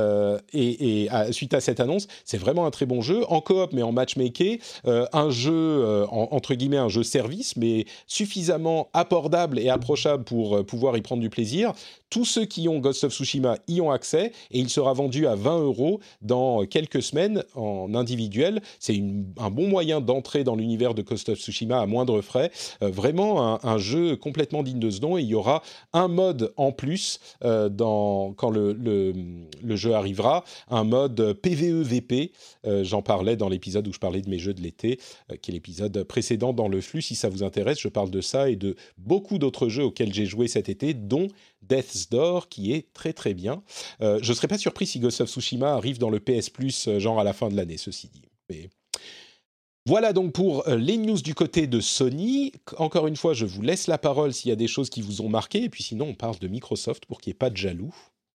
suite à cette annonce, c'est vraiment un très bon jeu, en coop mais en matchmaker, un jeu, entre guillemets, un jeu service, mais suffisamment abordable et approchable pour pouvoir y prendre du plaisir. Tous ceux qui ont Ghost of Tsushima y ont accès et il sera vendu à 20 € dans quelques semaines en individuel. C'est un bon moyen d'entrer dans l'univers de Ghost of Tsushima à moindre frais. Vraiment un jeu complètement digne de ce nom. Et il y aura un mode en plus quand le jeu arrivera, un mode PvE-VP. J'en parlais dans l'épisode où je parlais de mes jeux de l'été, qui est l'épisode précédent dans le flux. Si ça vous intéresse, je parle de ça et de beaucoup d'autres jeux auxquels j'ai joué cet été, dont Death's Door, qui est très très bien. Je ne serais pas surpris si Ghost of Tsushima arrive dans le PS Plus, genre à la fin de l'année, ceci dit. Mais voilà donc pour les news du côté de Sony. Encore une fois, je vous laisse la parole s'il y a des choses qui vous ont marqué, et puis sinon on parle de Microsoft pour qu'il n'y ait pas de jaloux.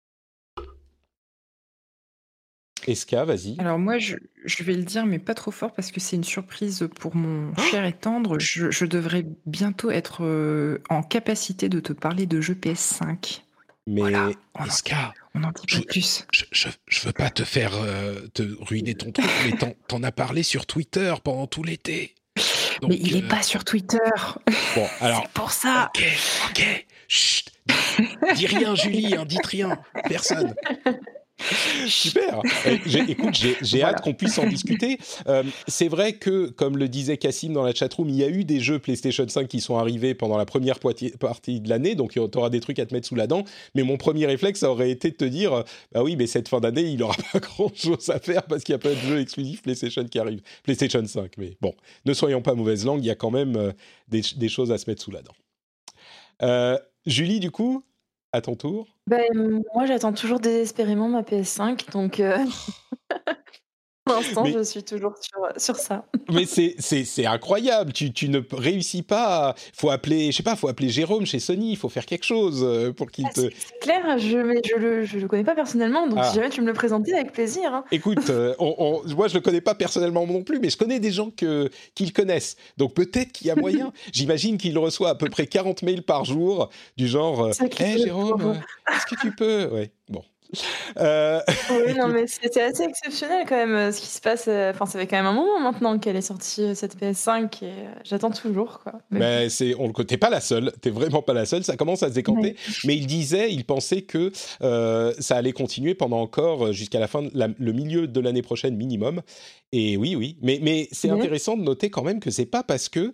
Eska, vas-y. Alors moi, je vais le dire, mais pas trop fort, parce que c'est une surprise pour mon cher et tendre. Je devrais bientôt être en capacité de te parler de jeux PS5. Mais voilà, Eska, on n'en dit pas plus. Je veux pas te faire te ruiner ton truc, mais t'en as parlé sur Twitter pendant tout l'été. Donc, mais il est pas sur Twitter. Bon, alors. C'est pour ça. Ok. Chut. Dis rien, Julie, hein, dites rien. Personne. Super. Écoute, j'ai hâte qu'on puisse en discuter. C'est vrai que, comme le disait Cassim dans la chatroom, il y a eu des jeux PlayStation 5 qui sont arrivés pendant la première partie de l'année, donc tu auras des trucs à te mettre sous la dent. Mais mon premier réflexe, ça aurait été de te dire, bah oui, mais cette fin d'année, il n'aura pas grand-chose à faire parce qu'il n'y a pas de jeux exclusifs PlayStation qui arrivent. PlayStation 5, mais bon, ne soyons pas mauvaise langue, il y a quand même des choses à se mettre sous la dent. Julie, du coup, à ton tour. Moi, j'attends toujours désespérément ma PS5, donc Pour l'instant, Mais je suis toujours sur ça. Mais c'est incroyable. Tu ne réussis pas. Faut appeler, je sais pas, faut appeler Jérôme chez Sony. Il faut faire quelque chose pour qu'il te. C'est clair, mais je le connais pas personnellement, donc si jamais tu me le présentais, avec plaisir. Hein. Écoute, moi je le connais pas personnellement non plus, mais je connais des gens qui le connaissent. Donc peut-être qu'il y a moyen. J'imagine qu'il reçoit à peu près 40 mails par jour du genre Hey Jérôme, est-ce que tu peux. Ouais, bon. Oui, non, mais c'était assez exceptionnel quand même ce qui se passe. Enfin, ça fait quand même un moment maintenant qu'elle est sortie cette PS5 et j'attends toujours quoi. Mais t'es pas la seule, t'es vraiment pas la seule. Ça commence à se décanter. Ouais. Mais il pensait que ça allait continuer pendant encore jusqu'à la fin, le milieu de l'année prochaine minimum. Et oui. Mais c'est intéressant de noter quand même que c'est pas parce qu'ils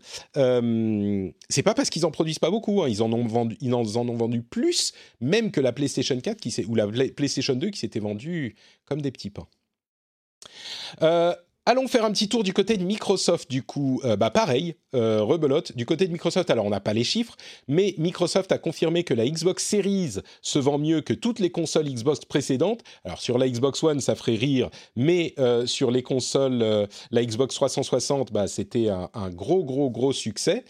en produisent pas beaucoup. Hein. Ils en ont vendu plus, même que la PlayStation 4 ou la PlayStation 2 qui s'était vendue comme des petits pains. Allons faire un petit tour du côté de Microsoft, du coup. Pareil, rebelote. Du côté de Microsoft, alors on n'a pas les chiffres, mais Microsoft a confirmé que la Xbox Series se vend mieux que toutes les consoles Xbox précédentes. Alors sur la Xbox One, ça ferait rire, mais sur les consoles, la Xbox 360, c'était un gros succès.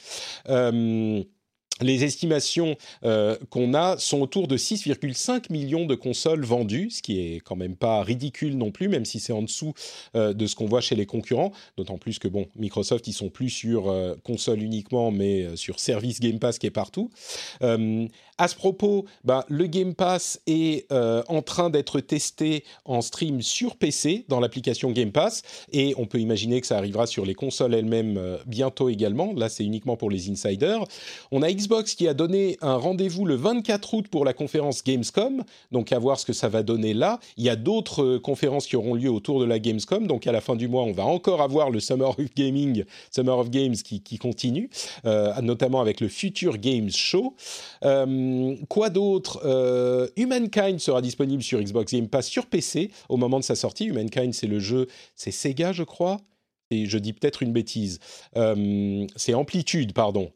Les estimations qu'on a sont autour de 6,5 millions de consoles vendues, ce qui est quand même pas ridicule non plus, même si c'est en dessous de ce qu'on voit chez les concurrents. D'autant plus que, Microsoft, ils sont plus sur console uniquement, mais sur service Game Pass qui est partout. À ce propos, le Game Pass est en train d'être testé en stream sur PC dans l'application Game Pass, et on peut imaginer que ça arrivera sur les consoles elles-mêmes bientôt également. Là, c'est uniquement pour les insiders. On a Xbox qui a donné un rendez-vous le 24 août pour la conférence Gamescom, donc à voir ce que ça va donner là. Il y a d'autres conférences qui auront lieu autour de la Gamescom, donc à la fin du mois, on va encore avoir le Summer of Games qui continue, notamment avec le Future Games Show. Quoi d'autre? Humankind sera disponible sur Xbox Game Pass sur PC au moment de sa sortie. Humankind, c'est le jeu, c'est Sega, je crois, et je dis peut-être une bêtise. C'est Amplitude, pardon.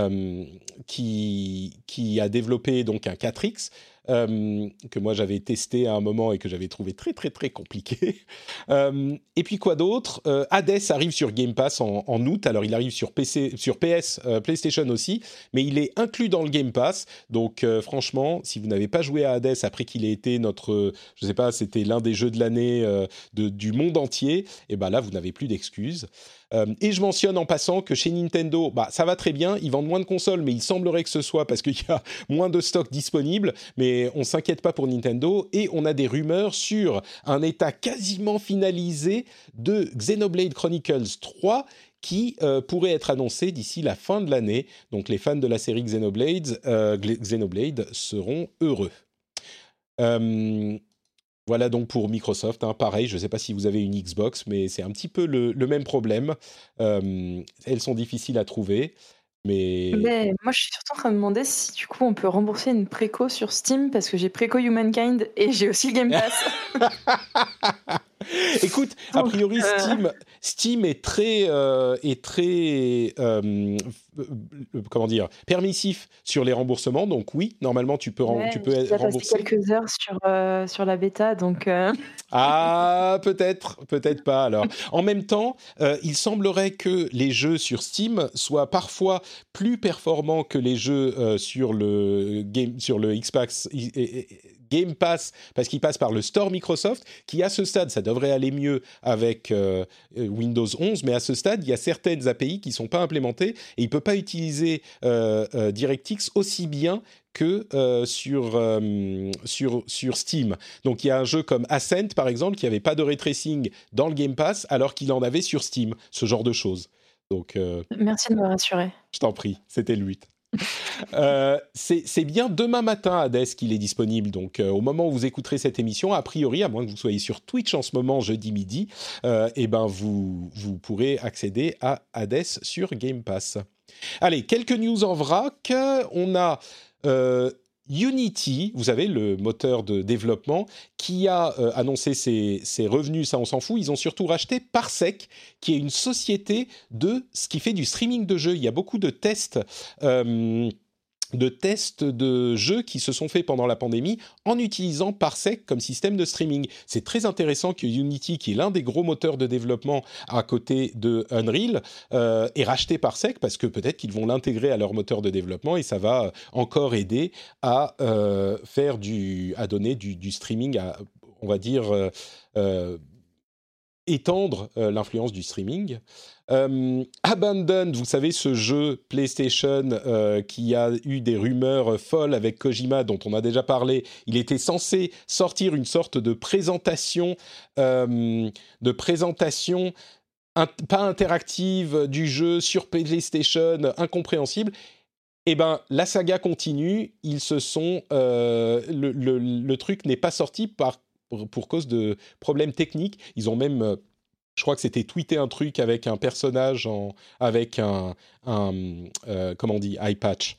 Qui a développé donc un 4X que moi j'avais testé à un moment et que j'avais trouvé très compliqué. Et puis quoi d'autre? Hades arrive sur Game Pass en août. Alors il arrive sur PC, sur PS, PlayStation aussi, mais il est inclus dans le Game Pass. Donc franchement, si vous n'avez pas joué à Hades après qu'il ait été je sais pas, c'était l'un des jeux de l'année du monde entier, et là vous n'avez plus d'excuses. Et je mentionne en passant que chez Nintendo, ça va très bien, ils vendent moins de consoles, mais il semblerait que ce soit parce qu'il y a moins de stock disponible, mais on ne s'inquiète pas pour Nintendo, et on a des rumeurs sur un état quasiment finalisé de Xenoblade Chronicles 3, qui pourrait être annoncé d'ici la fin de l'année. Donc les fans de la série Xenoblade seront heureux. Voilà donc pour Microsoft, pareil, je ne sais pas si vous avez une Xbox, mais c'est un petit peu le même problème. Elles sont difficiles à trouver, mais moi je suis surtout en train de me demander si du coup on peut rembourser une préco sur Steam, parce que j'ai préco Humankind et j'ai aussi le Game Pass. Écoute, a priori Steam est très comment dire, permissif sur les remboursements, donc oui, normalement tu peux rembourser. J'ai passé quelques heures sur la bêta, donc Ah, peut-être pas alors. En même temps, il semblerait que les jeux sur Steam soient parfois plus performants que les jeux sur le Xbox Game Pass, parce qu'ils passent par le store Microsoft, qui à ce stade, ça devrait aller mieux avec Windows 11, mais à ce stade, il y a certaines API qui ne sont pas implémentées, et il ne peut pas utiliser DirectX aussi bien que sur Steam. Donc il y a un jeu comme Ascent, par exemple, qui n'avait pas de ray tracing dans le Game Pass, alors qu'il en avait sur Steam, ce genre de choses. Donc, merci de me rassurer. Je t'en prie, c'était le 8. C'est bien demain matin à Hades qu'il est disponible, donc au moment où vous écouterez cette émission, a priori, à moins que vous soyez sur Twitch en ce moment jeudi midi, vous pourrez accéder à Hades sur Game Pass. Allez, quelques news en vrac. On a Unity, vous savez, le moteur de développement, qui a annoncé ses revenus, ça on s'en fout. Ils ont surtout racheté Parsec, qui est une société qui fait du streaming de jeux. Il y a beaucoup de tests de tests de jeux qui se sont faits pendant la pandémie en utilisant Parsec comme système de streaming. C'est très intéressant que Unity, qui est l'un des gros moteurs de développement à côté de Unreal, ait racheté Parsec, parce que peut-être qu'ils vont l'intégrer à leur moteur de développement et ça va encore aider à donner du streaming, on va dire, étendre l'influence du streaming. Abandoned, vous savez, ce jeu PlayStation qui a eu des rumeurs folles avec Kojima, dont on a déjà parlé. Il était censé sortir une sorte de présentation pas interactive du jeu sur PlayStation, incompréhensible. Eh ben, la saga continue. Ils se sont le truc n'est pas sorti pour cause de problèmes techniques. Ils ont même, je crois que c'était tweeté un truc avec un personnage avec un comment on dit, eye patch.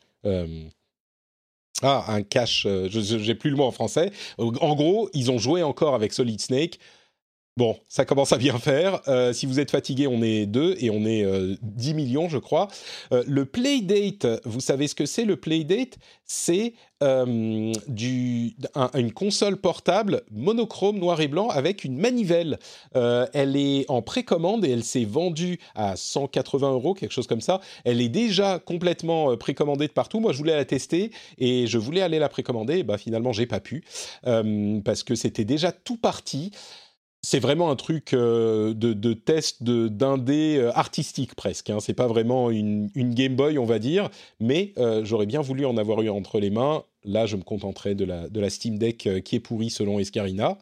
Un cache. J'ai plus le mot en français. En gros, ils ont joué encore avec Solid Snake. Bon, ça commence à bien faire. Si vous êtes fatigué, on est 2 et on est 10 millions, je crois. Le Playdate, vous savez ce que c'est, le Playdate ? C'est une console portable monochrome noir et blanc avec une manivelle. Elle est en précommande et elle s'est vendue à 180 €, quelque chose comme ça. Elle est déjà complètement précommandée de partout. Moi, je voulais la tester et je voulais aller la précommander. Et finalement, j'ai pas pu parce que c'était déjà tout parti. C'est vraiment un truc de test d'indé artistique presque. Hein. C'est pas vraiment une Game Boy, on va dire, mais j'aurais bien voulu en avoir eu entre les mains. Là, je me contenterai de la Steam Deck qui est pourrie selon Escarina.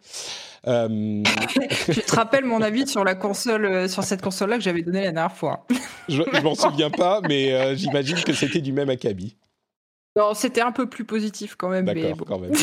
Je te rappelle mon avis sur la console, sur cette console-là que j'avais donnée la dernière fois. Je m'en souviens pas, mais j'imagine que c'était du même acabit. Non, c'était un peu plus positif quand même. D'accord, mais bon. quand même.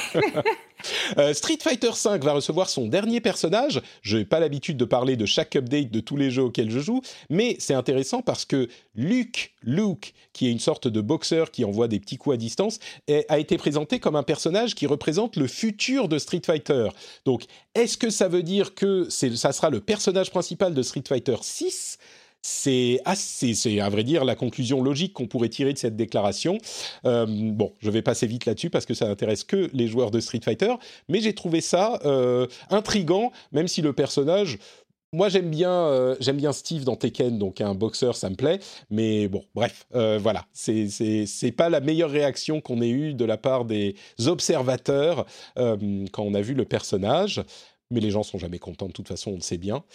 Street Fighter V va recevoir son dernier personnage. Je n'ai pas l'habitude de parler de chaque update de tous les jeux auxquels je joue, mais c'est intéressant parce que Luke, qui est une sorte de boxeur qui envoie des petits coups à distance, a été présenté comme un personnage qui représente le futur de Street Fighter. Donc, est-ce que ça veut dire que ça sera le personnage principal de Street Fighter 6 ? C'est à vrai dire la conclusion logique qu'on pourrait tirer de cette déclaration. Bon, je vais passer vite là-dessus parce que ça n'intéresse que les joueurs de Street Fighter, mais j'ai trouvé ça intriguant, même si le personnage... Moi, j'aime bien Steve dans Tekken, donc un boxeur, ça me plaît. Mais bon, bref, voilà. C'est pas la meilleure réaction qu'on ait eue de la part des observateurs quand on a vu le personnage. Mais les gens sont jamais contents, de toute façon, on le sait bien.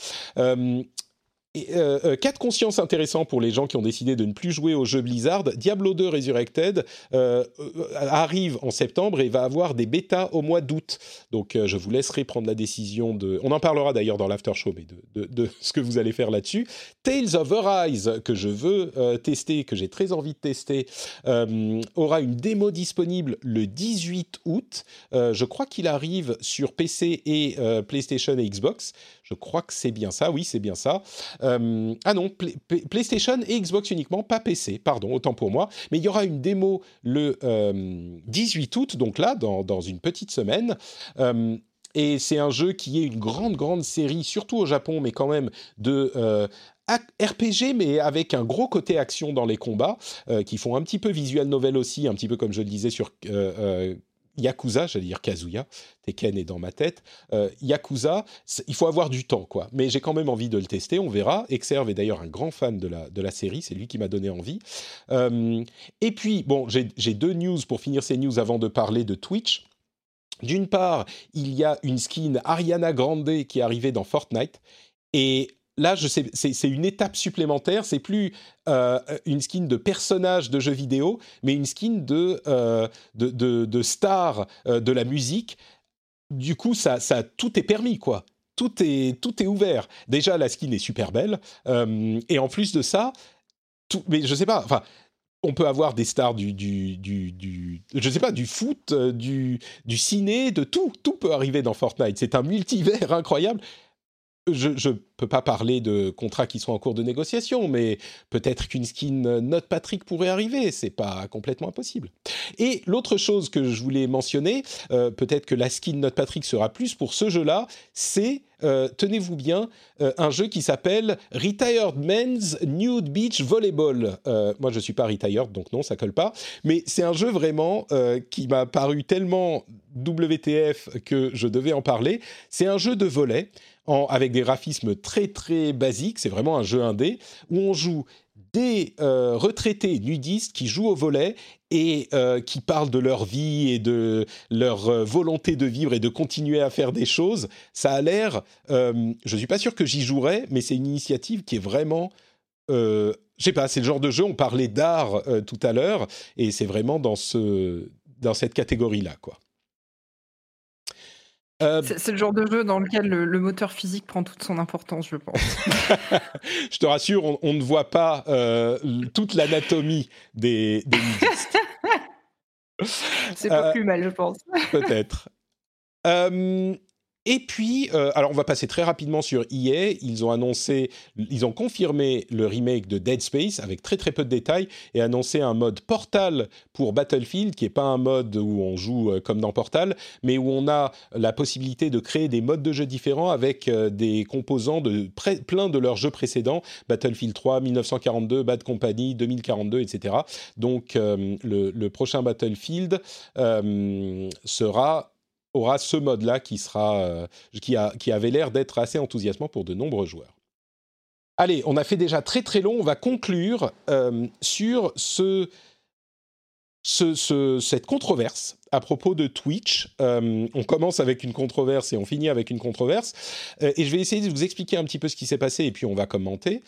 Cas de conscience intéressant pour les gens qui ont décidé de ne plus jouer aux jeux Blizzard. Diablo 2 Resurrected arrive en septembre et va avoir des bêtas au mois d'août. Donc je vous laisserai prendre la décision on en parlera d'ailleurs dans l'after show, mais de ce que vous allez faire là-dessus. Tales of Arise, que je veux tester, que j'ai très envie de tester, aura une démo disponible le 18 août. Je crois qu'il arrive sur PC et PlayStation et Xbox. Je crois que c'est bien ça. Oui, c'est bien ça. Non, PlayStation et Xbox uniquement, pas PC, pardon, autant pour moi. Mais il y aura une démo le 18 août, donc là, dans une petite semaine. Et c'est un jeu qui est une grande série, surtout au Japon, mais quand même de RPG, mais avec un gros côté action dans les combats, qui font un petit peu visual novel aussi, un petit peu comme je le disais sur... Yakuza, j'allais dire Kazuya, Tekken est dans ma tête. Yakuza, il faut avoir du temps, quoi. Mais j'ai quand même envie de le tester, on verra. Exerve est d'ailleurs un grand fan de la série, c'est lui qui m'a donné envie. Et puis, bon, j'ai 2 news pour finir ces news avant de parler de Twitch. D'une part, il y a une skin Ariana Grande qui est arrivée dans Fortnite. Et là, je sais, c'est une étape supplémentaire. C'est plus une skin de personnage de jeu vidéo, mais une skin de star de la musique. Du coup, ça tout est permis, quoi. Tout est ouvert. Déjà, la skin est super belle. Et en plus de ça, mais je sais pas. Enfin, on peut avoir des stars je sais pas, du foot, du ciné, de tout. Tout peut arriver dans Fortnite. C'est un multivers incroyable. je peux pas parler de contrats qui sont en cours de négociation, mais peut-être qu'une skin Note Patrick pourrait arriver, c'est pas complètement impossible. Et l'autre chose que je voulais mentionner, peut-être que la skin Note Patrick sera plus pour ce jeu-là, c'est, tenez-vous bien, un jeu qui s'appelle Retired Men's Nude Beach Volleyball. Moi, je suis pas retired, donc non, ça colle pas, mais c'est un jeu vraiment qui m'a paru tellement WTF que je devais en parler. C'est un jeu de volley, avec des graphismes très très basiques, c'est vraiment un jeu indé, où on joue des retraités nudistes qui jouent au volley et qui parlent de leur vie et de leur volonté de vivre et de continuer à faire des choses. Ça a l'air... je ne suis pas sûr que j'y jouerais, mais c'est une initiative qui est vraiment... je sais pas, c'est le genre de jeu, on parlait d'art tout à l'heure, et c'est vraiment dans cette catégorie-là, quoi. C'est le genre de jeu dans lequel le moteur physique prend toute son importance, je pense. Je te rassure, on ne voit pas toute l'anatomie des nudistes. C'est pas plus mal, je pense. Peut-être. Et puis, alors on va passer très rapidement sur EA. Ils ont confirmé le remake de Dead Space avec très très peu de détails et annoncé un mode Portal pour Battlefield, qui est pas un mode où on joue comme dans Portal, mais où on a la possibilité de créer des modes de jeu différents avec des composants de plein de leurs jeux précédents, Battlefield 3, 1942, Bad Company, 2042, etc. Donc le prochain Battlefield aura ce mode-là qui avait l'air d'être assez enthousiasmant pour de nombreux joueurs. Allez, on a fait déjà très très long, on va conclure sur cette controverse à propos de Twitch. On commence avec une controverse et on finit avec une controverse. Et je vais essayer de vous expliquer un petit peu ce qui s'est passé et puis on va commenter.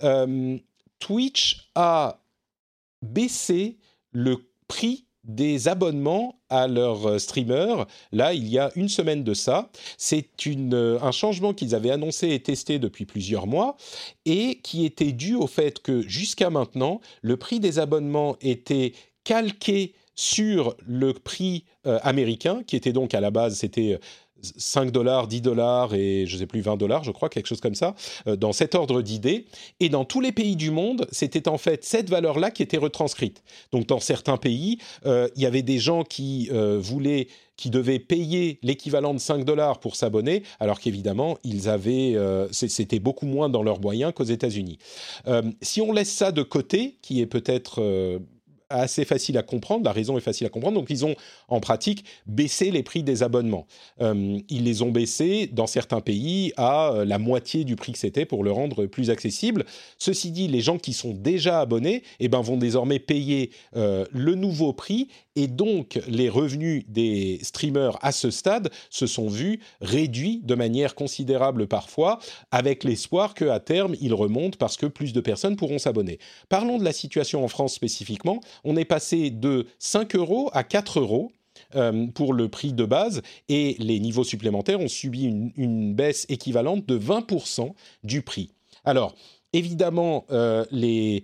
Twitch a baissé le prix des abonnements à leurs streamers, là, il y a une semaine de ça. C'est un changement qu'ils avaient annoncé et testé depuis plusieurs mois et qui était dû au fait que, jusqu'à maintenant, le prix des abonnements était calqué sur le prix américain, qui était donc à la base, c'était $5, $10 et je ne sais plus, $20, je crois, quelque chose comme ça, dans cet ordre d'idées. Et dans tous les pays du monde, c'était en fait cette valeur-là qui était retranscrite. Donc dans certains pays, il y avait des gens qui devaient payer l'équivalent de $5 pour s'abonner, alors qu'évidemment, c'était beaucoup moins dans leurs moyens qu'aux États-Unis. Si on laisse ça de côté, qui est peut-être assez facile à comprendre, la raison est facile à comprendre, donc ils ont en pratique baissé les prix des abonnements. Ils les ont baissés dans certains pays à la moitié du prix que c'était pour le rendre plus accessible. Ceci dit, les gens qui sont déjà abonnés vont désormais payer le nouveau prix et donc les revenus des streamers à ce stade se sont vus réduits de manière considérable parfois, avec l'espoir qu'à terme ils remontent parce que plus de personnes pourront s'abonner. Parlons de la situation en France spécifiquement. On est passé de 5 € à 4 € pour le prix de base et les niveaux supplémentaires ont subi une baisse équivalente de 20% du prix. Alors, évidemment, les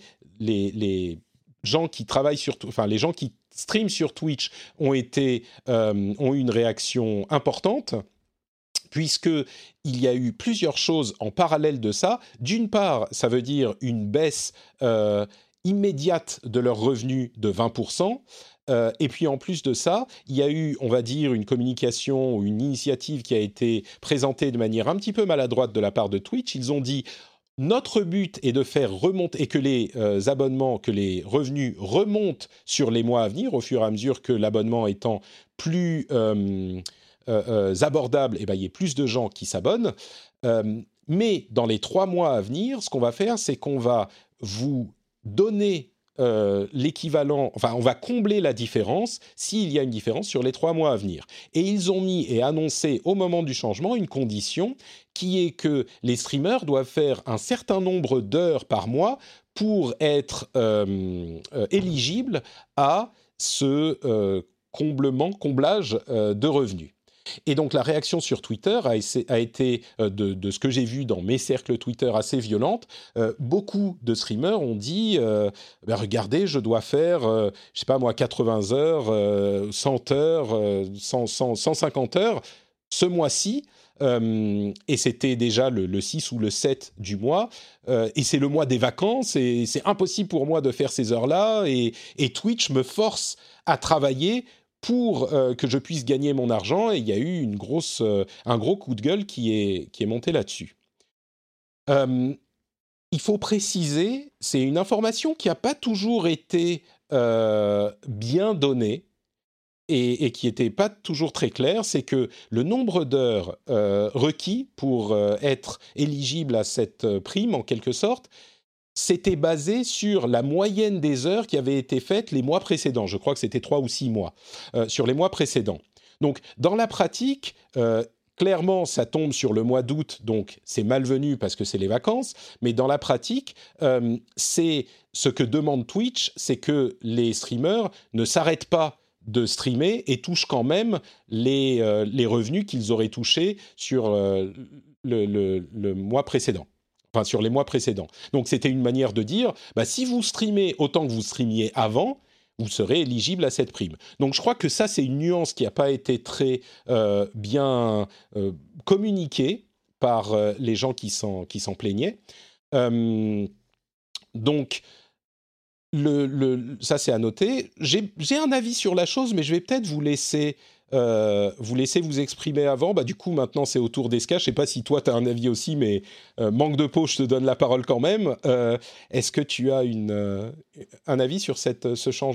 gens qui travaillent les gens qui streament sur Twitch ont eu une réaction importante, puisqu'il y a eu plusieurs choses en parallèle de ça. D'une part, ça veut dire une baisse immédiate de leurs revenus de 20%. Et puis en plus de ça, il y a eu, on va dire, une communication ou une initiative qui a été présentée de manière un petit peu maladroite de la part de Twitch. Ils ont dit: notre but est de faire remonter et que les abonnements, que les revenus remontent sur les mois à venir, au fur et à mesure que l'abonnement étant plus abordable, il y ait plus de gens qui s'abonnent. Mais dans les 3 mois à venir, ce qu'on va faire, c'est qu'on va vous donner l'équivalent, on va combler la différence s'il y a une différence sur les 3 mois à venir. Et ils ont mis et annoncé au moment du changement une condition qui est que les streamers doivent faire un certain nombre d'heures par mois pour être éligibles à ce comblage de revenus. Et donc la réaction sur Twitter a été, de ce que j'ai vu dans mes cercles Twitter, assez violente. Beaucoup de streamers ont dit regardez, je dois faire, 80 heures, 100 heures, 150 heures ce mois-ci et c'était déjà le 6 ou le 7 du mois, et c'est le mois des vacances, et c'est impossible pour moi de faire ces heures-là, et Twitch me force à travailler pour que je puisse gagner mon argent, et il y a eu un gros coup de gueule qui est monté là-dessus. Il faut préciser, c'est une information qui n'a pas toujours été bien donnée, et qui n'était pas toujours très clair, c'est que le nombre d'heures requis pour être éligible à cette prime, en quelque sorte, c'était basé sur la moyenne des heures qui avaient été faites les mois précédents. Je crois que c'était 3 ou 6 mois, sur les mois précédents. Donc, dans la pratique, clairement, ça tombe sur le mois d'août, donc c'est malvenu parce que c'est les vacances, mais dans la pratique, c'est ce que demande Twitch, c'est que les streamers ne s'arrêtent pas de streamer et touchent quand même les revenus qu'ils auraient touchés sur le mois précédent. Enfin, sur les mois précédents. Donc, c'était une manière de dire, si vous streamez autant que vous streamiez avant, vous serez éligible à cette prime. Donc, je crois que ça, c'est une nuance qui n'a pas été très bien communiquée par les gens qui s'en plaignaient. Donc, ça, c'est à noter. J'ai un avis sur la chose, mais je vais peut-être vous laisser vous exprimer avant. Du coup, maintenant, c'est au tour d'Eska. Je ne sais pas si toi, tu as un avis aussi, mais manque de peau, je te donne la parole quand même. Est-ce que tu as un avis sur ce changement ?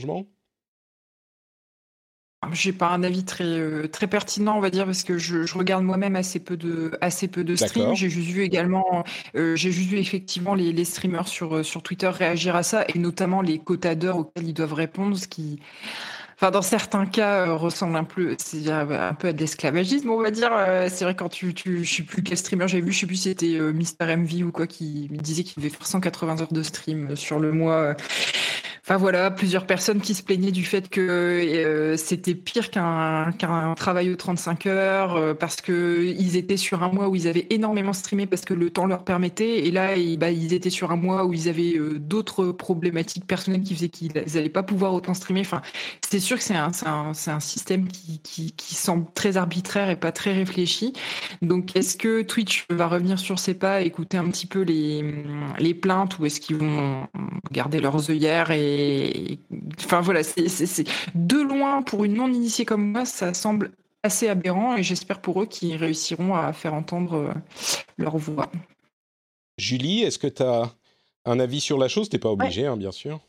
J'ai pas un avis très pertinent, on va dire, parce que je regarde moi-même assez peu de streams. J'ai juste vu également, effectivement les streamers sur Twitter réagir à ça, et notamment les quotas d'heures auxquels ils doivent répondre, ce qui, enfin, dans certains cas, ressemble un peu à de l'esclavagisme, on va dire. C'est vrai, quand je sais plus quel streamer j'ai vu, je sais plus si c'était Mister MV ou quoi, qui me disait qu'il devait faire 180 heures de stream sur le mois. Enfin voilà, plusieurs personnes qui se plaignaient du fait que c'était pire qu'un travail aux 35 heures, parce qu'ils étaient sur un mois où ils avaient énormément streamé parce que le temps leur permettait, et là ils étaient sur un mois où ils avaient d'autres problématiques personnelles qui faisaient qu'ils n'allaient pas pouvoir autant streamer. Enfin, c'est sûr que c'est un système qui semble très arbitraire et pas très réfléchi. Donc, est-ce que Twitch va revenir sur ses pas, écouter un petit peu les plaintes, ou est-ce qu'ils vont garder leurs œillères enfin voilà, c'est de loin, pour une non-initiée comme moi, ça semble assez aberrant, et j'espère pour eux qu'ils réussiront à faire entendre leur voix. Julie, est-ce que tu as un avis sur la chose ? T'es pas obligée, bien sûr.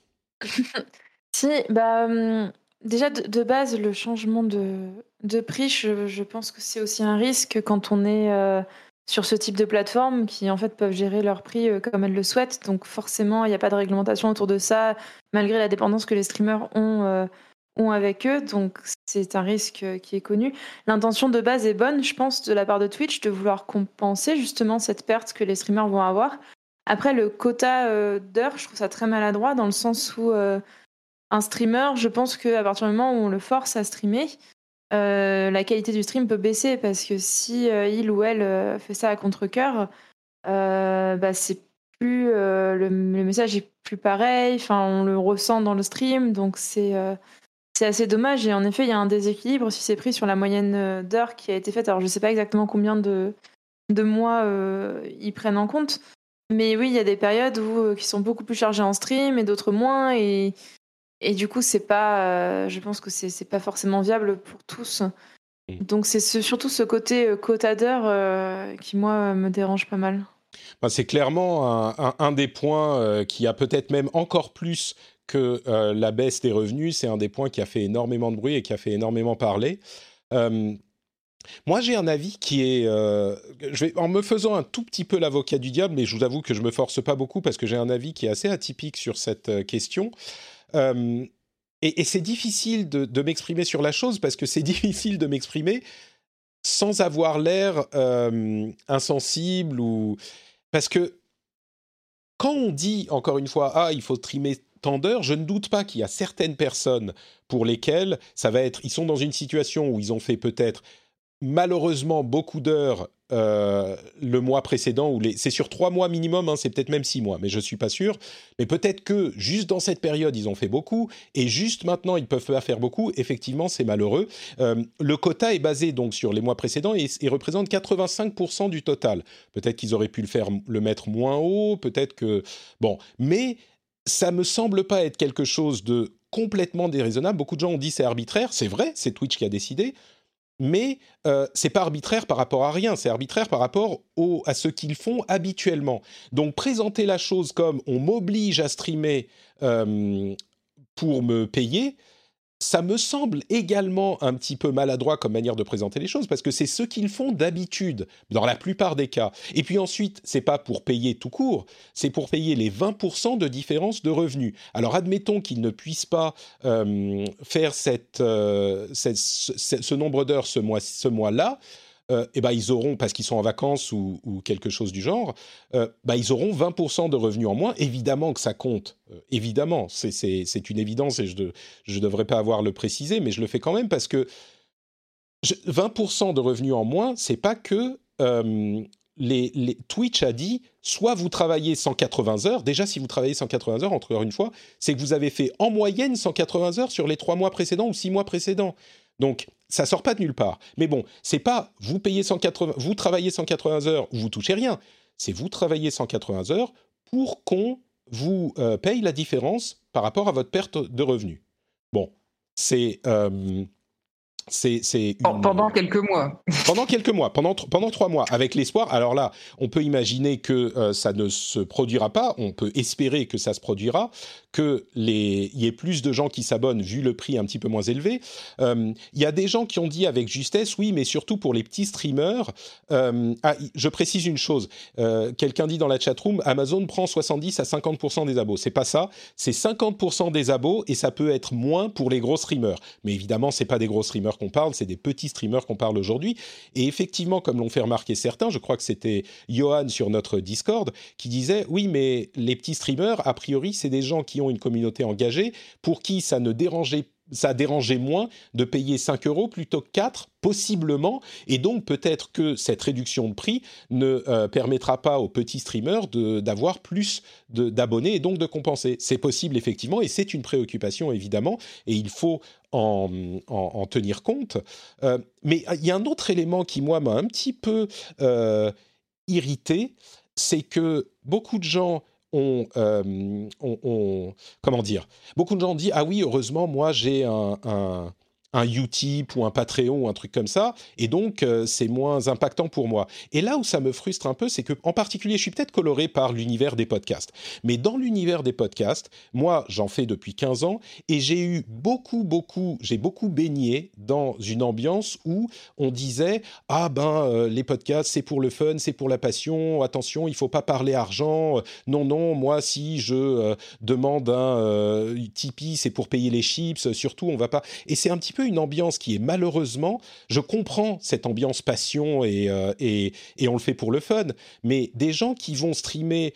Si, déjà de base, le changement de prix, je pense que c'est aussi un risque quand on est sur ce type de plateforme, qui en fait peuvent gérer leur prix comme elles le souhaitent. Donc forcément, il n'y a pas de réglementation autour de ça, malgré la dépendance que les streamers ont avec eux. Donc c'est un risque qui est connu. L'intention de base est bonne, je pense, de la part de Twitch, de vouloir compenser justement cette perte que les streamers vont avoir. Après, le quota d'heures, je trouve ça très maladroit, dans le sens où un streamer, je pense qu'à partir du moment où on le force à streamer, la qualité du stream peut baisser, parce que si il ou elle fait ça à contre-cœur, c'est plus le message est plus pareil, enfin on le ressent dans le stream, donc c'est assez dommage. Et en effet, il y a un déséquilibre si c'est pris sur la moyenne d'heures qui a été faite. Alors je sais pas exactement combien de mois ils prennent en compte, mais oui, il y a des périodes qui sont beaucoup plus chargées en stream et d'autres moins, et du coup, c'est pas, je pense que c'est pas forcément viable pour tous. Donc c'est surtout ce côté quota d'heures qui, moi, me dérange pas mal. C'est clairement un des points qui a peut-être même encore plus que la baisse des revenus. C'est un des points qui a fait énormément de bruit et qui a fait énormément parler. Moi, j'ai un avis qui est... en me faisant un tout petit peu l'avocat du diable, mais je vous avoue que je me force pas beaucoup, parce que j'ai un avis qui est assez atypique sur cette question. Et c'est difficile de m'exprimer sur la chose, parce que c'est difficile de m'exprimer sans avoir l'air insensible, parce que quand on dit, encore une fois, il faut streamer tant d'heures, je ne doute pas qu'il y a certaines personnes pour lesquelles ça va être... Ils sont dans une situation où ils ont fait peut-être malheureusement beaucoup d'heures le mois précédent, c'est sur 3 mois minimum, hein, c'est peut-être même 6 mois, mais je ne suis pas sûr. Mais peut-être que juste dans cette période, ils ont fait beaucoup, et juste maintenant, ils ne peuvent pas faire beaucoup. Effectivement, c'est malheureux. Le quota est basé donc sur les mois précédents et représente 85% du total. Peut-être qu'ils auraient pu le mettre moins haut, peut-être que... Bon, mais ça me semble pas être quelque chose de complètement déraisonnable. Beaucoup de gens ont dit c'est arbitraire. C'est vrai, c'est Twitch qui a décidé. Mais c'est pas arbitraire par rapport à rien, c'est arbitraire par rapport à ce qu'ils font habituellement. Donc présenter la chose comme on m'oblige à streamer pour me payer, ça me semble également un petit peu maladroit comme manière de présenter les choses, parce que c'est ce qu'ils font d'habitude, dans la plupart des cas. Et puis ensuite, c'est pas pour payer tout court, c'est pour payer les 20% de différence de revenus. Alors admettons qu'ils ne puissent pas faire ce nombre d'heures ce mois-là, et ben ils auront, parce qu'ils sont en vacances ou quelque chose du genre, ils auront 20% de revenus en moins. Évidemment que ça compte, évidemment, c'est une évidence et je devrais pas avoir le préciser, mais je le fais quand même parce que 20% de revenus en moins, c'est pas que Twitch a dit soit vous travaillez 180 heures, déjà si vous travaillez 180 heures, encore une fois, c'est que vous avez fait en moyenne 180 heures sur les 3 mois précédents ou 6 mois précédents. Donc, ça sort pas de nulle part. Mais bon, c'est pas vous travaillez 180 heures, vous touchez rien. C'est vous travaillez 180 heures pour qu'on vous paye la différence par rapport à votre perte de revenus. Bon, c'est Pendant quelques mois. Pendant quelques mois, pendant 3 mois, avec l'espoir. Alors là, on peut imaginer que ça ne se produira pas, on peut espérer que ça se produira, qu'il y ait plus de gens qui s'abonnent vu le prix un petit peu moins élevé. Il y a des gens qui ont dit avec justesse, oui, mais surtout pour les petits streamers. Je précise une chose, quelqu'un dit dans la chatroom, Amazon prend 70 à 50% des abos. C'est pas ça, c'est 50% des abos et ça peut être moins pour les gros streamers. Mais évidemment, c'est pas des gros streamers qu'on parle, c'est des petits streamers qu'on parle aujourd'hui. Et effectivement, comme l'ont fait remarquer certains, je crois que c'était Johan sur notre Discord, qui disait « Oui, mais les petits streamers, a priori, c'est des gens qui ont une communauté engagée, pour qui ça dérangeait moins de payer 5 € plutôt que 4, possiblement, et donc peut-être que cette réduction de prix ne permettra pas aux petits streamers d'avoir plus d'abonnés et donc de compenser. C'est possible effectivement, et c'est une préoccupation évidemment, et il faut en tenir compte. Mais il y a un autre élément qui, moi, m'a un petit peu irrité, c'est que beaucoup de gens comment dire, beaucoup de gens disent ah oui, heureusement moi j'ai un Utip ou un Patreon ou un truc comme ça, et donc c'est moins impactant pour moi. Et là où ça me frustre un peu, c'est que, en particulier, je suis peut-être coloré par l'univers des podcasts, mais dans l'univers des podcasts, moi j'en fais depuis 15 ans, et j'ai beaucoup baigné dans une ambiance où on disait ah les podcasts c'est pour le fun, c'est pour la passion, attention, il faut pas parler argent, non, moi si je demande un Tipeee, c'est pour payer les chips, surtout on va pas... Et c'est un petit peu une ambiance qui est malheureusement, je comprends cette ambiance passion et on le fait pour le fun, mais des gens qui vont streamer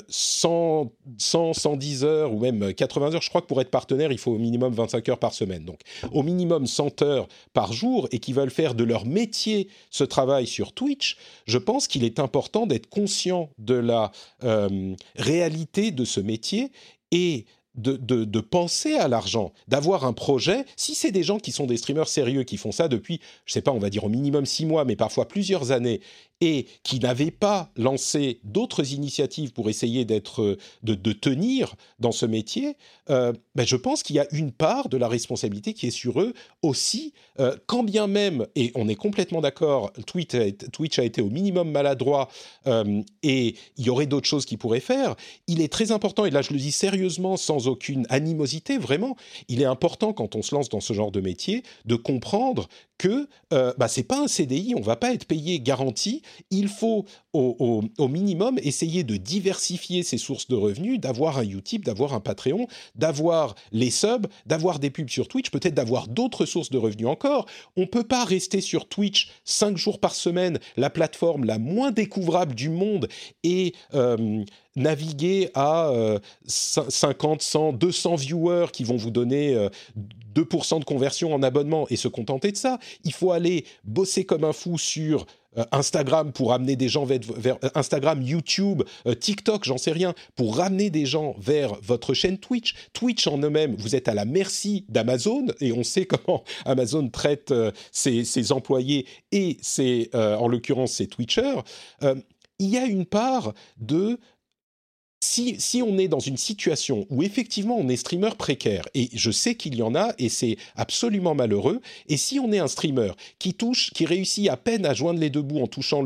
110 heures ou même 80 heures, je crois que pour être partenaire, il faut au minimum 25 heures par semaine, donc au minimum 100 heures par jour, et qui veulent faire de leur métier ce travail sur Twitch, je pense qu'il est important d'être conscient de la réalité de ce métier et de penser à l'argent, d'avoir un projet. Si c'est des gens qui sont des streamers sérieux, qui font ça depuis, je sais pas, on va dire au minimum 6 mois, mais parfois plusieurs années, et qui n'avaient pas lancé d'autres initiatives pour essayer de tenir dans ce métier, je pense qu'il y a une part de la responsabilité qui est sur eux aussi, quand bien même, et on est complètement d'accord, Twitch a été au minimum maladroit, et il y aurait d'autres choses qu'ils pourraient faire. Il est très important, et là je le dis sérieusement, sans aucune animosité, vraiment, il est important quand on se lance dans ce genre de métier, de comprendre que c'est pas un CDI, on va pas être payé garanti. Il faut au minimum essayer de diversifier ses sources de revenus, d'avoir un Utip, d'avoir un Patreon, d'avoir les subs, d'avoir des pubs sur Twitch, peut-être d'avoir d'autres sources de revenus encore. On peut pas rester sur Twitch 5 jours par semaine, la plateforme la moins découvrable du monde, et naviguer à 50, 100, 200 viewers qui vont vous donner 2% de conversion en abonnement et se contenter de ça. Il faut aller bosser comme un fou sur Instagram pour amener des gens vers Instagram, YouTube, TikTok, j'en sais rien, pour ramener des gens vers votre chaîne Twitch. Twitch en eux-mêmes, vous êtes à la merci d'Amazon et on sait comment Amazon traite ses employés et en l'occurrence ses Twitchers. Il y a une part de... Si on est dans une situation où effectivement on est streamer précaire, et je sais qu'il y en a, et c'est absolument malheureux, et si on est un streamer qui réussit à peine à joindre les deux bouts en touchant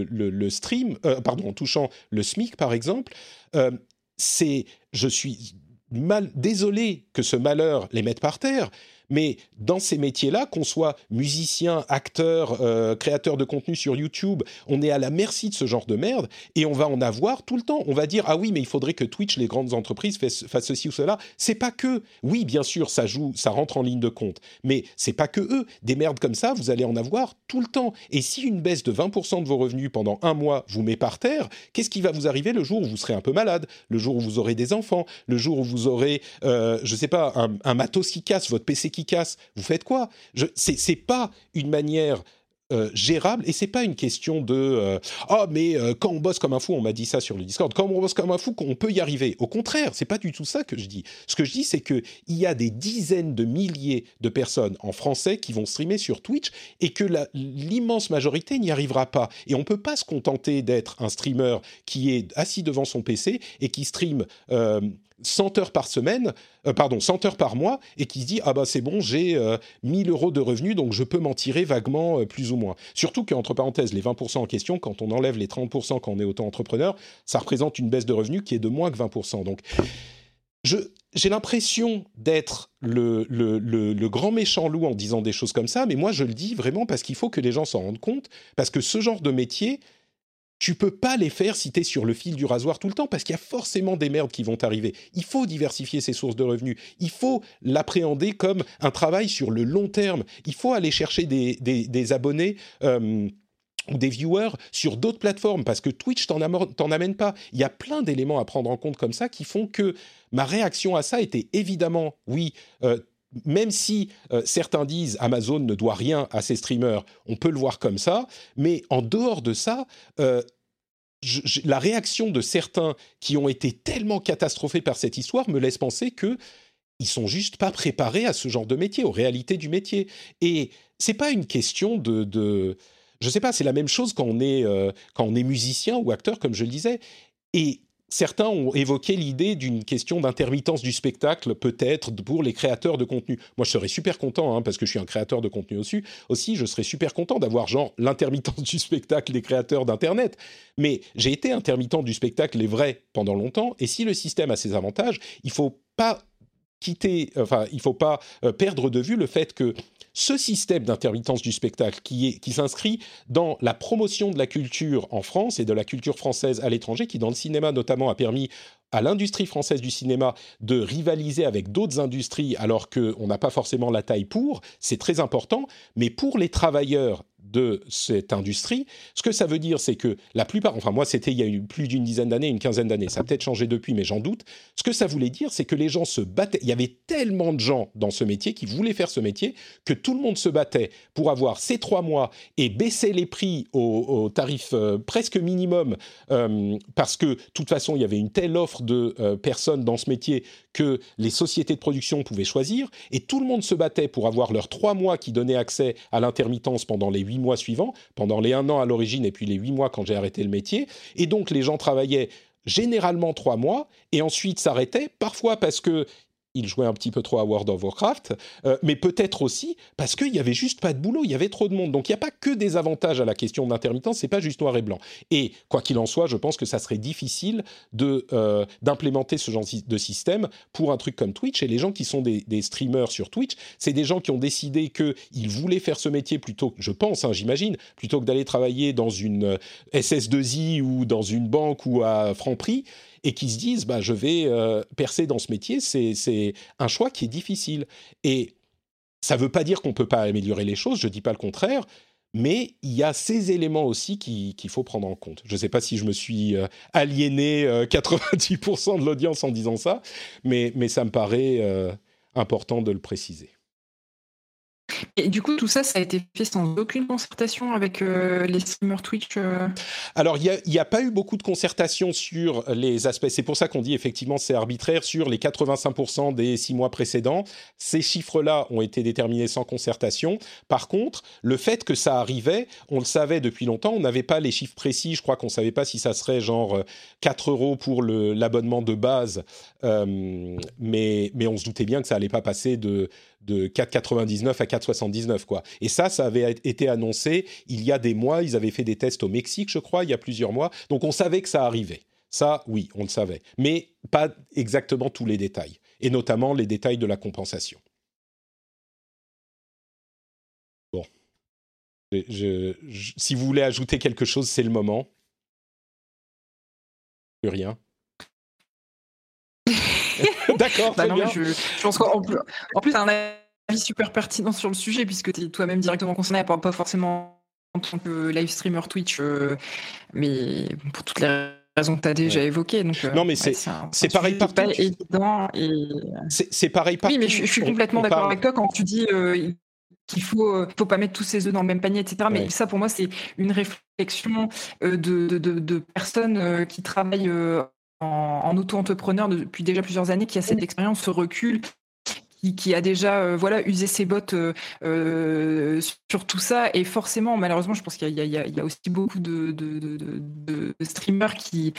en touchant le SMIC par exemple, je suis désolé que ce malheur les mette par terre. Mais dans ces métiers-là, qu'on soit musicien, acteur, créateur de contenu sur YouTube, on est à la merci de ce genre de merde et on va en avoir tout le temps. On va dire « Ah oui, mais il faudrait que Twitch, les grandes entreprises, fassent ceci ou cela. » C'est pas que. Oui, bien sûr, ça rentre en ligne de compte. Mais c'est pas que eux. Des merdes comme ça, vous allez en avoir tout le temps. Et si une baisse de 20% de vos revenus pendant un mois vous met par terre, qu'est-ce qui va vous arriver le jour où vous serez un peu malade, le jour où vous aurez des enfants, le jour où vous aurez, je sais pas, un matos qui casse, votre PC qui casse, vous faites quoi ? C'est pas une manière gérable et c'est pas une question de quand on bosse comme un fou, on m'a dit ça sur le Discord, quand on bosse comme un fou, on peut y arriver. Au contraire, c'est pas du tout ça que je dis. Ce que je dis, c'est que il y a des dizaines de milliers de personnes en français qui vont streamer sur Twitch et que l'immense majorité n'y arrivera pas. Et on peut pas se contenter d'être un streamer qui est assis devant son PC et qui stream 100 heures par semaine, 100 heures par mois, et qui se dit « Ah bah c'est bon, j'ai 1000 € de revenus, donc je peux m'en tirer vaguement plus ou moins. » Surtout qu'entre parenthèses, les 20% en question, quand on enlève les 30% quand on est auto-entrepreneur, ça représente une baisse de revenus qui est de moins que 20%. Donc j'ai l'impression d'être le grand méchant loup en disant des choses comme ça, mais moi je le dis vraiment parce qu'il faut que les gens s'en rendent compte, parce que ce genre de métier... Tu peux pas les faire si tu es sur le fil du rasoir tout le temps, parce qu'il y a forcément des merdes qui vont arriver. Il faut diversifier ses sources de revenus. Il faut l'appréhender comme un travail sur le long terme. Il faut aller chercher des abonnés ou des viewers sur d'autres plateformes, parce que Twitch t'en amène pas. Il y a plein d'éléments à prendre en compte comme ça qui font que ma réaction à ça était évidemment, oui, même si certains disent Amazon ne doit rien à ses streamers, on peut le voir comme ça, mais en dehors de ça, la réaction de certains qui ont été tellement catastrophés par cette histoire me laisse penser qu'ils sont juste pas préparés à ce genre de métier, aux réalités du métier. Et c'est pas une question je sais pas, c'est la même chose quand on est musicien ou acteur, comme je le disais. Et certains ont évoqué l'idée d'une question d'intermittence du spectacle, peut-être pour les créateurs de contenu. Moi, je serais super content, parce que je suis un créateur de contenu aussi, je serais super content d'avoir genre l'intermittence du spectacle des créateurs d'Internet. Mais j'ai été intermittent du spectacle, les vrais, pendant longtemps, et si le système a ses avantages, il faut pas perdre de vue le fait que ce système d'intermittence du spectacle qui s'inscrit dans la promotion de la culture en France et de la culture française à l'étranger, qui dans le cinéma notamment a permis à l'industrie française du cinéma de rivaliser avec d'autres industries alors qu'on n'a pas forcément la taille pour, c'est très important, mais pour les travailleurs de cette industrie, ce que ça veut dire, c'est que la plupart, enfin moi c'était il y a eu plus d'une dizaine d'années, une quinzaine d'années, ça a peut-être changé depuis, mais j'en doute, ce que ça voulait dire, c'est que les gens se battaient, il y avait tellement de gens dans ce métier qui voulaient faire ce métier, que tout le monde se battait pour avoir ces 3 mois et baisser les prix au tarif presque minimum, parce que de toute façon il y avait une telle offre de personnes dans ce métier que les sociétés de production pouvaient choisir, et tout le monde se battait pour avoir leurs 3 mois qui donnaient accès à l'intermittence pendant les 8 mois suivants, pendant les 1 an à l'origine et puis les 8 mois quand j'ai arrêté le métier. Et donc les gens travaillaient généralement 3 mois et ensuite s'arrêtaient, parfois parce que ils jouaient un petit peu trop à World of Warcraft, mais peut-être aussi parce qu'il n'y avait juste pas de boulot, il y avait trop de monde. Donc il n'y a pas que des avantages à la question d'intermittence, c'est pas juste noir et blanc. Et quoi qu'il en soit, je pense que ça serait difficile d'implémenter ce genre de système pour un truc comme Twitch. Et les gens qui sont des streamers sur Twitch, c'est des gens qui ont décidé qu'ils voulaient faire ce métier plutôt, je pense, j'imagine, plutôt que d'aller travailler dans une SS2I ou dans une banque ou à Franprix, et qui se disent je vais percer dans ce métier, c'est un choix qui est difficile. Et ça ne veut pas dire qu'on ne peut pas améliorer les choses, je ne dis pas le contraire, mais il y a ces éléments aussi qu'il faut prendre en compte. Je ne sais pas si je me suis aliéné 90% de l'audience en disant ça, mais ça me paraît important de le préciser. Et du coup, tout ça, ça a été fait sans aucune concertation avec les streamers Twitch Alors, il n'y a pas eu beaucoup de concertation sur les aspects. C'est pour ça qu'on dit effectivement c'est arbitraire sur les 85% des 6 mois précédents. Ces chiffres-là ont été déterminés sans concertation. Par contre, le fait que ça arrivait, on le savait depuis longtemps. On n'avait pas les chiffres précis. Je crois qu'on ne savait pas si ça serait genre 4 € pour l'abonnement de base. Mais on se doutait bien que ça n'allait pas passer de 4,99 à 4,79 quoi. Et ça avait été annoncé il y a des mois. Ils avaient fait des tests au Mexique, je crois, il y a plusieurs mois. Donc on savait que ça arrivait. Ça, oui, on le savait. Mais pas exactement tous les détails. Et notamment les détails de la compensation. Bon. Si vous voulez ajouter quelque chose, c'est le moment. Plus rien. D'accord, très bien. Je pense qu'en plus, t'as un avis super pertinent sur le sujet, puisque tu es toi-même directement concerné, pas forcément en tant que live streamer Twitch, mais pour toutes les raisons que tu as déjà évoquées. Donc, non, mais c'est pareil partout. Pas évident. C'est pareil partout. Oui, mais je suis complètement d'accord avec toi quand tu dis qu'il faut pas mettre tous ses œufs dans le même panier, etc. Mais ça, pour moi, c'est une réflexion de personnes qui travaillent en auto-entrepreneur depuis déjà plusieurs années, qui a cette expérience, ce recul, qui a déjà usé ses bottes sur tout ça. Et forcément, malheureusement, je pense qu'il y a aussi beaucoup de streamers qui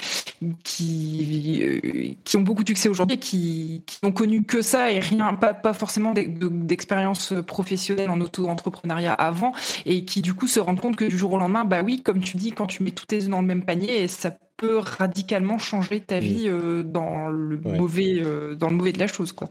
ont beaucoup de succès aujourd'hui, qui n'ont connu que ça et rien, pas forcément d'expérience professionnelle en auto-entrepreneuriat avant, et qui du coup se rendent compte que du jour au lendemain, bah oui, comme tu dis, quand tu mets tous tes œufs dans le même panier, et ça peut radicalement changer ta vie dans le mauvais de la chose, quoi.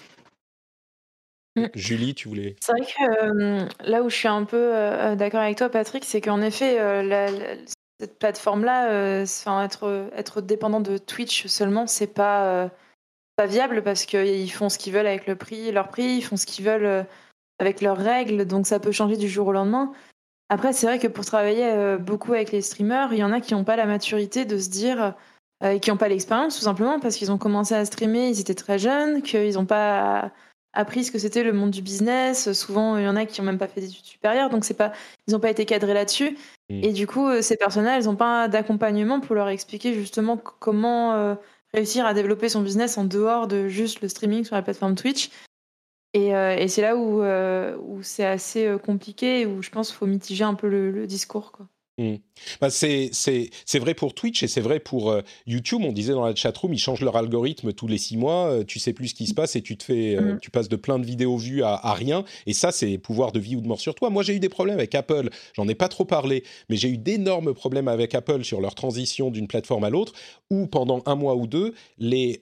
Julie, tu voulais... C'est vrai que là où je suis un peu d'accord avec toi, Patrick, c'est qu'en effet, cette plateforme-là, être dépendant de Twitch seulement, c'est pas viable, parce qu'ils font ce qu'ils veulent avec leur prix, ils font ce qu'ils veulent avec leurs règles, donc ça peut changer du jour au lendemain. Après, c'est vrai que pour travailler beaucoup avec les streamers, il y en a qui n'ont pas la maturité de se dire, et qui n'ont pas l'expérience, tout simplement parce qu'ils ont commencé à streamer, ils étaient très jeunes, qu'ils n'ont pas appris ce que c'était le monde du business. Souvent, il y en a qui n'ont même pas fait d'études supérieures, donc ils n'ont pas été cadrés là-dessus. Et du coup, ces personnes-là, elles n'ont pas d'accompagnement pour leur expliquer justement comment réussir à développer son business en dehors de juste le streaming sur la plateforme Twitch. Et c'est là où c'est assez compliqué, et où je pense qu'il faut mitiger un peu le discours, quoi. Bah c'est vrai pour Twitch et c'est vrai pour YouTube. On disait dans la chatroom, ils changent leur algorithme tous les 6 mois. Tu sais plus ce qui se passe et tu passes de plein de vidéos vues à rien. Et ça, c'est pouvoir de vie ou de mort sur toi. Moi, j'ai eu des problèmes avec Apple. J'en ai pas trop parlé, mais j'ai eu d'énormes problèmes avec Apple sur leur transition d'une plateforme à l'autre, où pendant 1 mois ou 2, les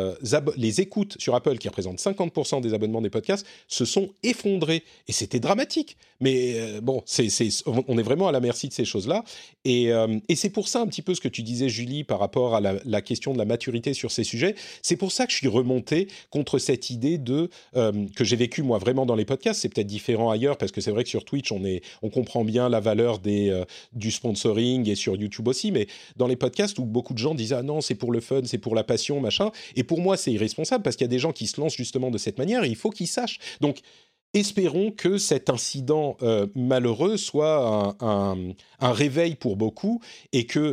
écoutes sur Apple, qui représentent 50% des abonnements des podcasts, se sont effondrées. Et c'était dramatique. Mais bon, on est vraiment à la merci de ces choses-là. Et c'est pour ça un petit peu ce que tu disais, Julie, par rapport à la question de la maturité sur ces sujets. C'est pour ça que je suis remonté contre cette idée que j'ai vécu moi vraiment dans les podcasts. C'est peut-être différent ailleurs, parce que c'est vrai que sur Twitch, on comprend bien la valeur du sponsoring, et sur YouTube aussi. Mais dans les podcasts où beaucoup de gens disaient « Ah non, c'est pour le fun, c'est pour la passion, machin ». Et pour moi, c'est irresponsable, parce qu'il y a des gens qui se lancent justement de cette manière, et il faut qu'ils sachent. Donc, espérons que cet incident malheureux soit un réveil pour beaucoup, et que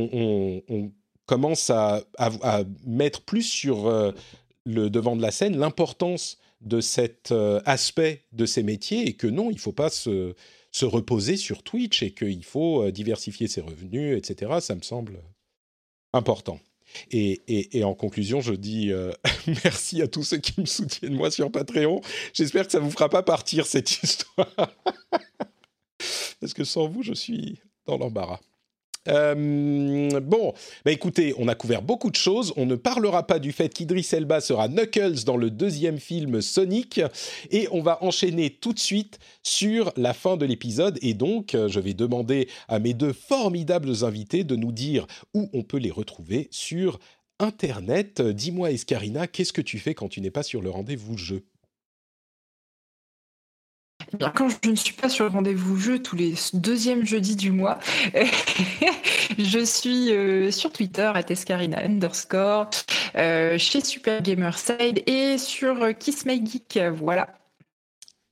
on commence à mettre plus sur le devant de la scène l'importance de cet aspect de ces métiers, et que non, il ne faut pas se reposer sur Twitch, et qu'il faut diversifier ses revenus, etc. Ça me semble important. Et en conclusion, je dis merci à tous ceux qui me soutiennent moi sur Patreon. J'espère que ça ne vous fera pas partir cette histoire. Parce que sans vous, je suis dans l'embarras. Bon, bah écoutez, on a couvert beaucoup de choses. On ne parlera pas du fait qu'Idris Elba sera Knuckles dans le 2e film Sonic, et on va enchaîner tout de suite sur la fin de l'épisode. Et donc, je vais demander à mes 2 formidables invités de nous dire où on peut les retrouver sur Internet. Dis-moi, Escarina, qu'est-ce que tu fais quand tu n'es pas sur le rendez-vous jeu ? Eh bien, quand je ne suis pas sur le rendez-vous jeu tous les 2e jeudis du mois, je suis sur Twitter @escarina_, chez Super Gamerside et sur Kiss My Geek, voilà.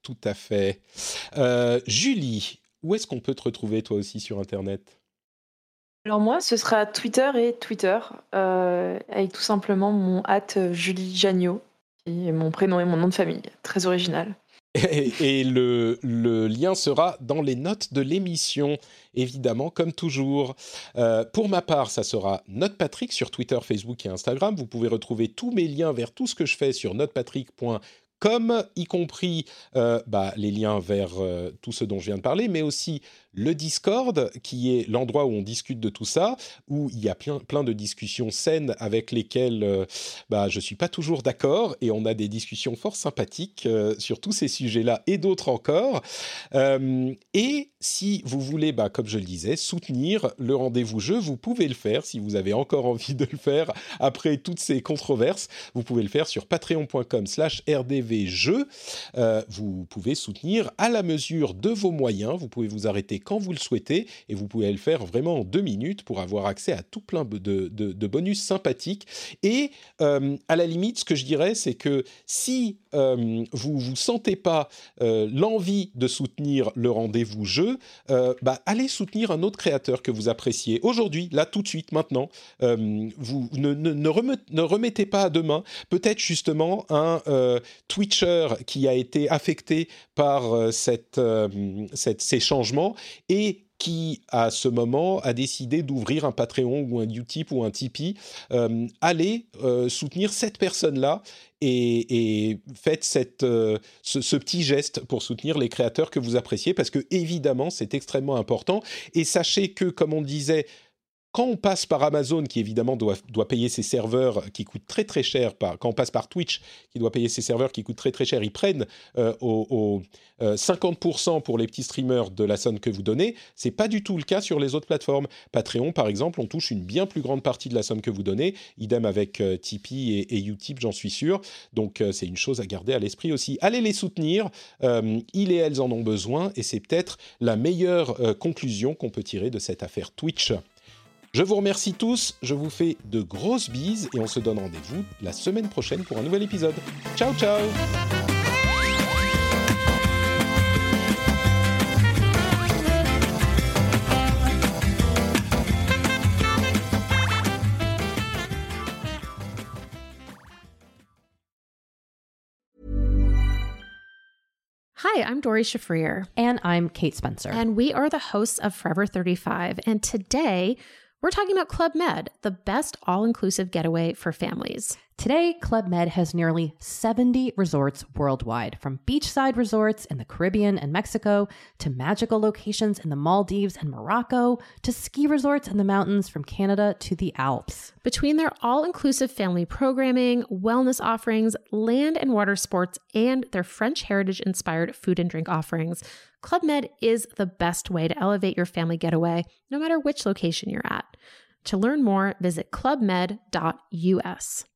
tout à fait. Julie, où est-ce qu'on peut te retrouver toi aussi sur Internet ? Alors moi, ce sera Twitter et Twitter, avec tout simplement mon @Julie Jagnot, qui est mon prénom et mon nom de famille. Très original. Et le lien sera dans les notes de l'émission, évidemment, comme toujours. Pour ma part, ça sera NotePatrick sur Twitter, Facebook et Instagram. Vous pouvez retrouver tous mes liens vers tout ce que je fais sur notepatrick.com, y compris les liens vers tout ce dont je viens de parler, mais aussi le Discord, qui est l'endroit où on discute de tout ça, où il y a plein de discussions saines avec lesquelles je ne suis pas toujours d'accord, et on a des discussions fort sympathiques sur tous ces sujets-là et d'autres encore. Et si vous voulez, comme je le disais, soutenir le rendez-vous jeu, vous pouvez le faire, si vous avez encore envie de le faire après toutes ces controverses, vous pouvez le faire sur patreon.com/rdvjeux. Vous pouvez soutenir à la mesure de vos moyens, vous pouvez vous arrêter quand vous le souhaitez, et vous pouvez le faire vraiment en 2 minutes pour avoir accès à tout plein de bonus sympathiques. Et à la limite, ce que je dirais, c'est que si vous ne sentez pas l'envie de soutenir le rendez-vous jeu, allez soutenir un autre créateur que vous appréciez. Aujourd'hui, là, tout de suite, maintenant, vous ne remettez pas à demain, peut-être justement un Twitcher qui a été affecté par ces changements et qui, à ce moment, a décidé d'ouvrir un Patreon ou un Utip ou un Tipeee. Allez soutenir cette personne-là et faites ce petit geste pour soutenir les créateurs que vous appréciez, parce que, évidemment, c'est extrêmement important. Et sachez que, comme on disait, quand on passe par Amazon, qui évidemment doit payer ses serveurs qui coûtent très très cher, quand on passe par Twitch, qui doit payer ses serveurs qui coûtent très très cher, ils prennent 50% pour les petits streamers de la somme que vous donnez. C'est pas du tout le cas sur les autres plateformes. Patreon, par exemple, on touche une bien plus grande partie de la somme que vous donnez. Idem avec Tipeee et Utip, j'en suis sûr. Donc c'est une chose à garder à l'esprit aussi. Allez les soutenir, ils et elles en ont besoin, et c'est peut-être la meilleure conclusion qu'on peut tirer de cette affaire Twitch. Je vous remercie tous, je vous fais de grosses bises et on se donne rendez-vous la semaine prochaine pour un nouvel épisode. Ciao, ciao! Hi, I'm Doree Shafrir. And I'm Kate Spencer. And we are the hosts of Forever 35. And today, we're talking about Club Med, the best all-inclusive getaway for families. Today, Club Med has nearly 70 resorts worldwide, from beachside resorts in the Caribbean and Mexico, to magical locations in the Maldives and Morocco, to ski resorts in the mountains from Canada to the Alps. Between their all-inclusive family programming, wellness offerings, land and water sports, and their French heritage-inspired food and drink offerings, Club Med is the best way to elevate your family getaway, no matter which location you're at. To learn more, visit clubmed.us.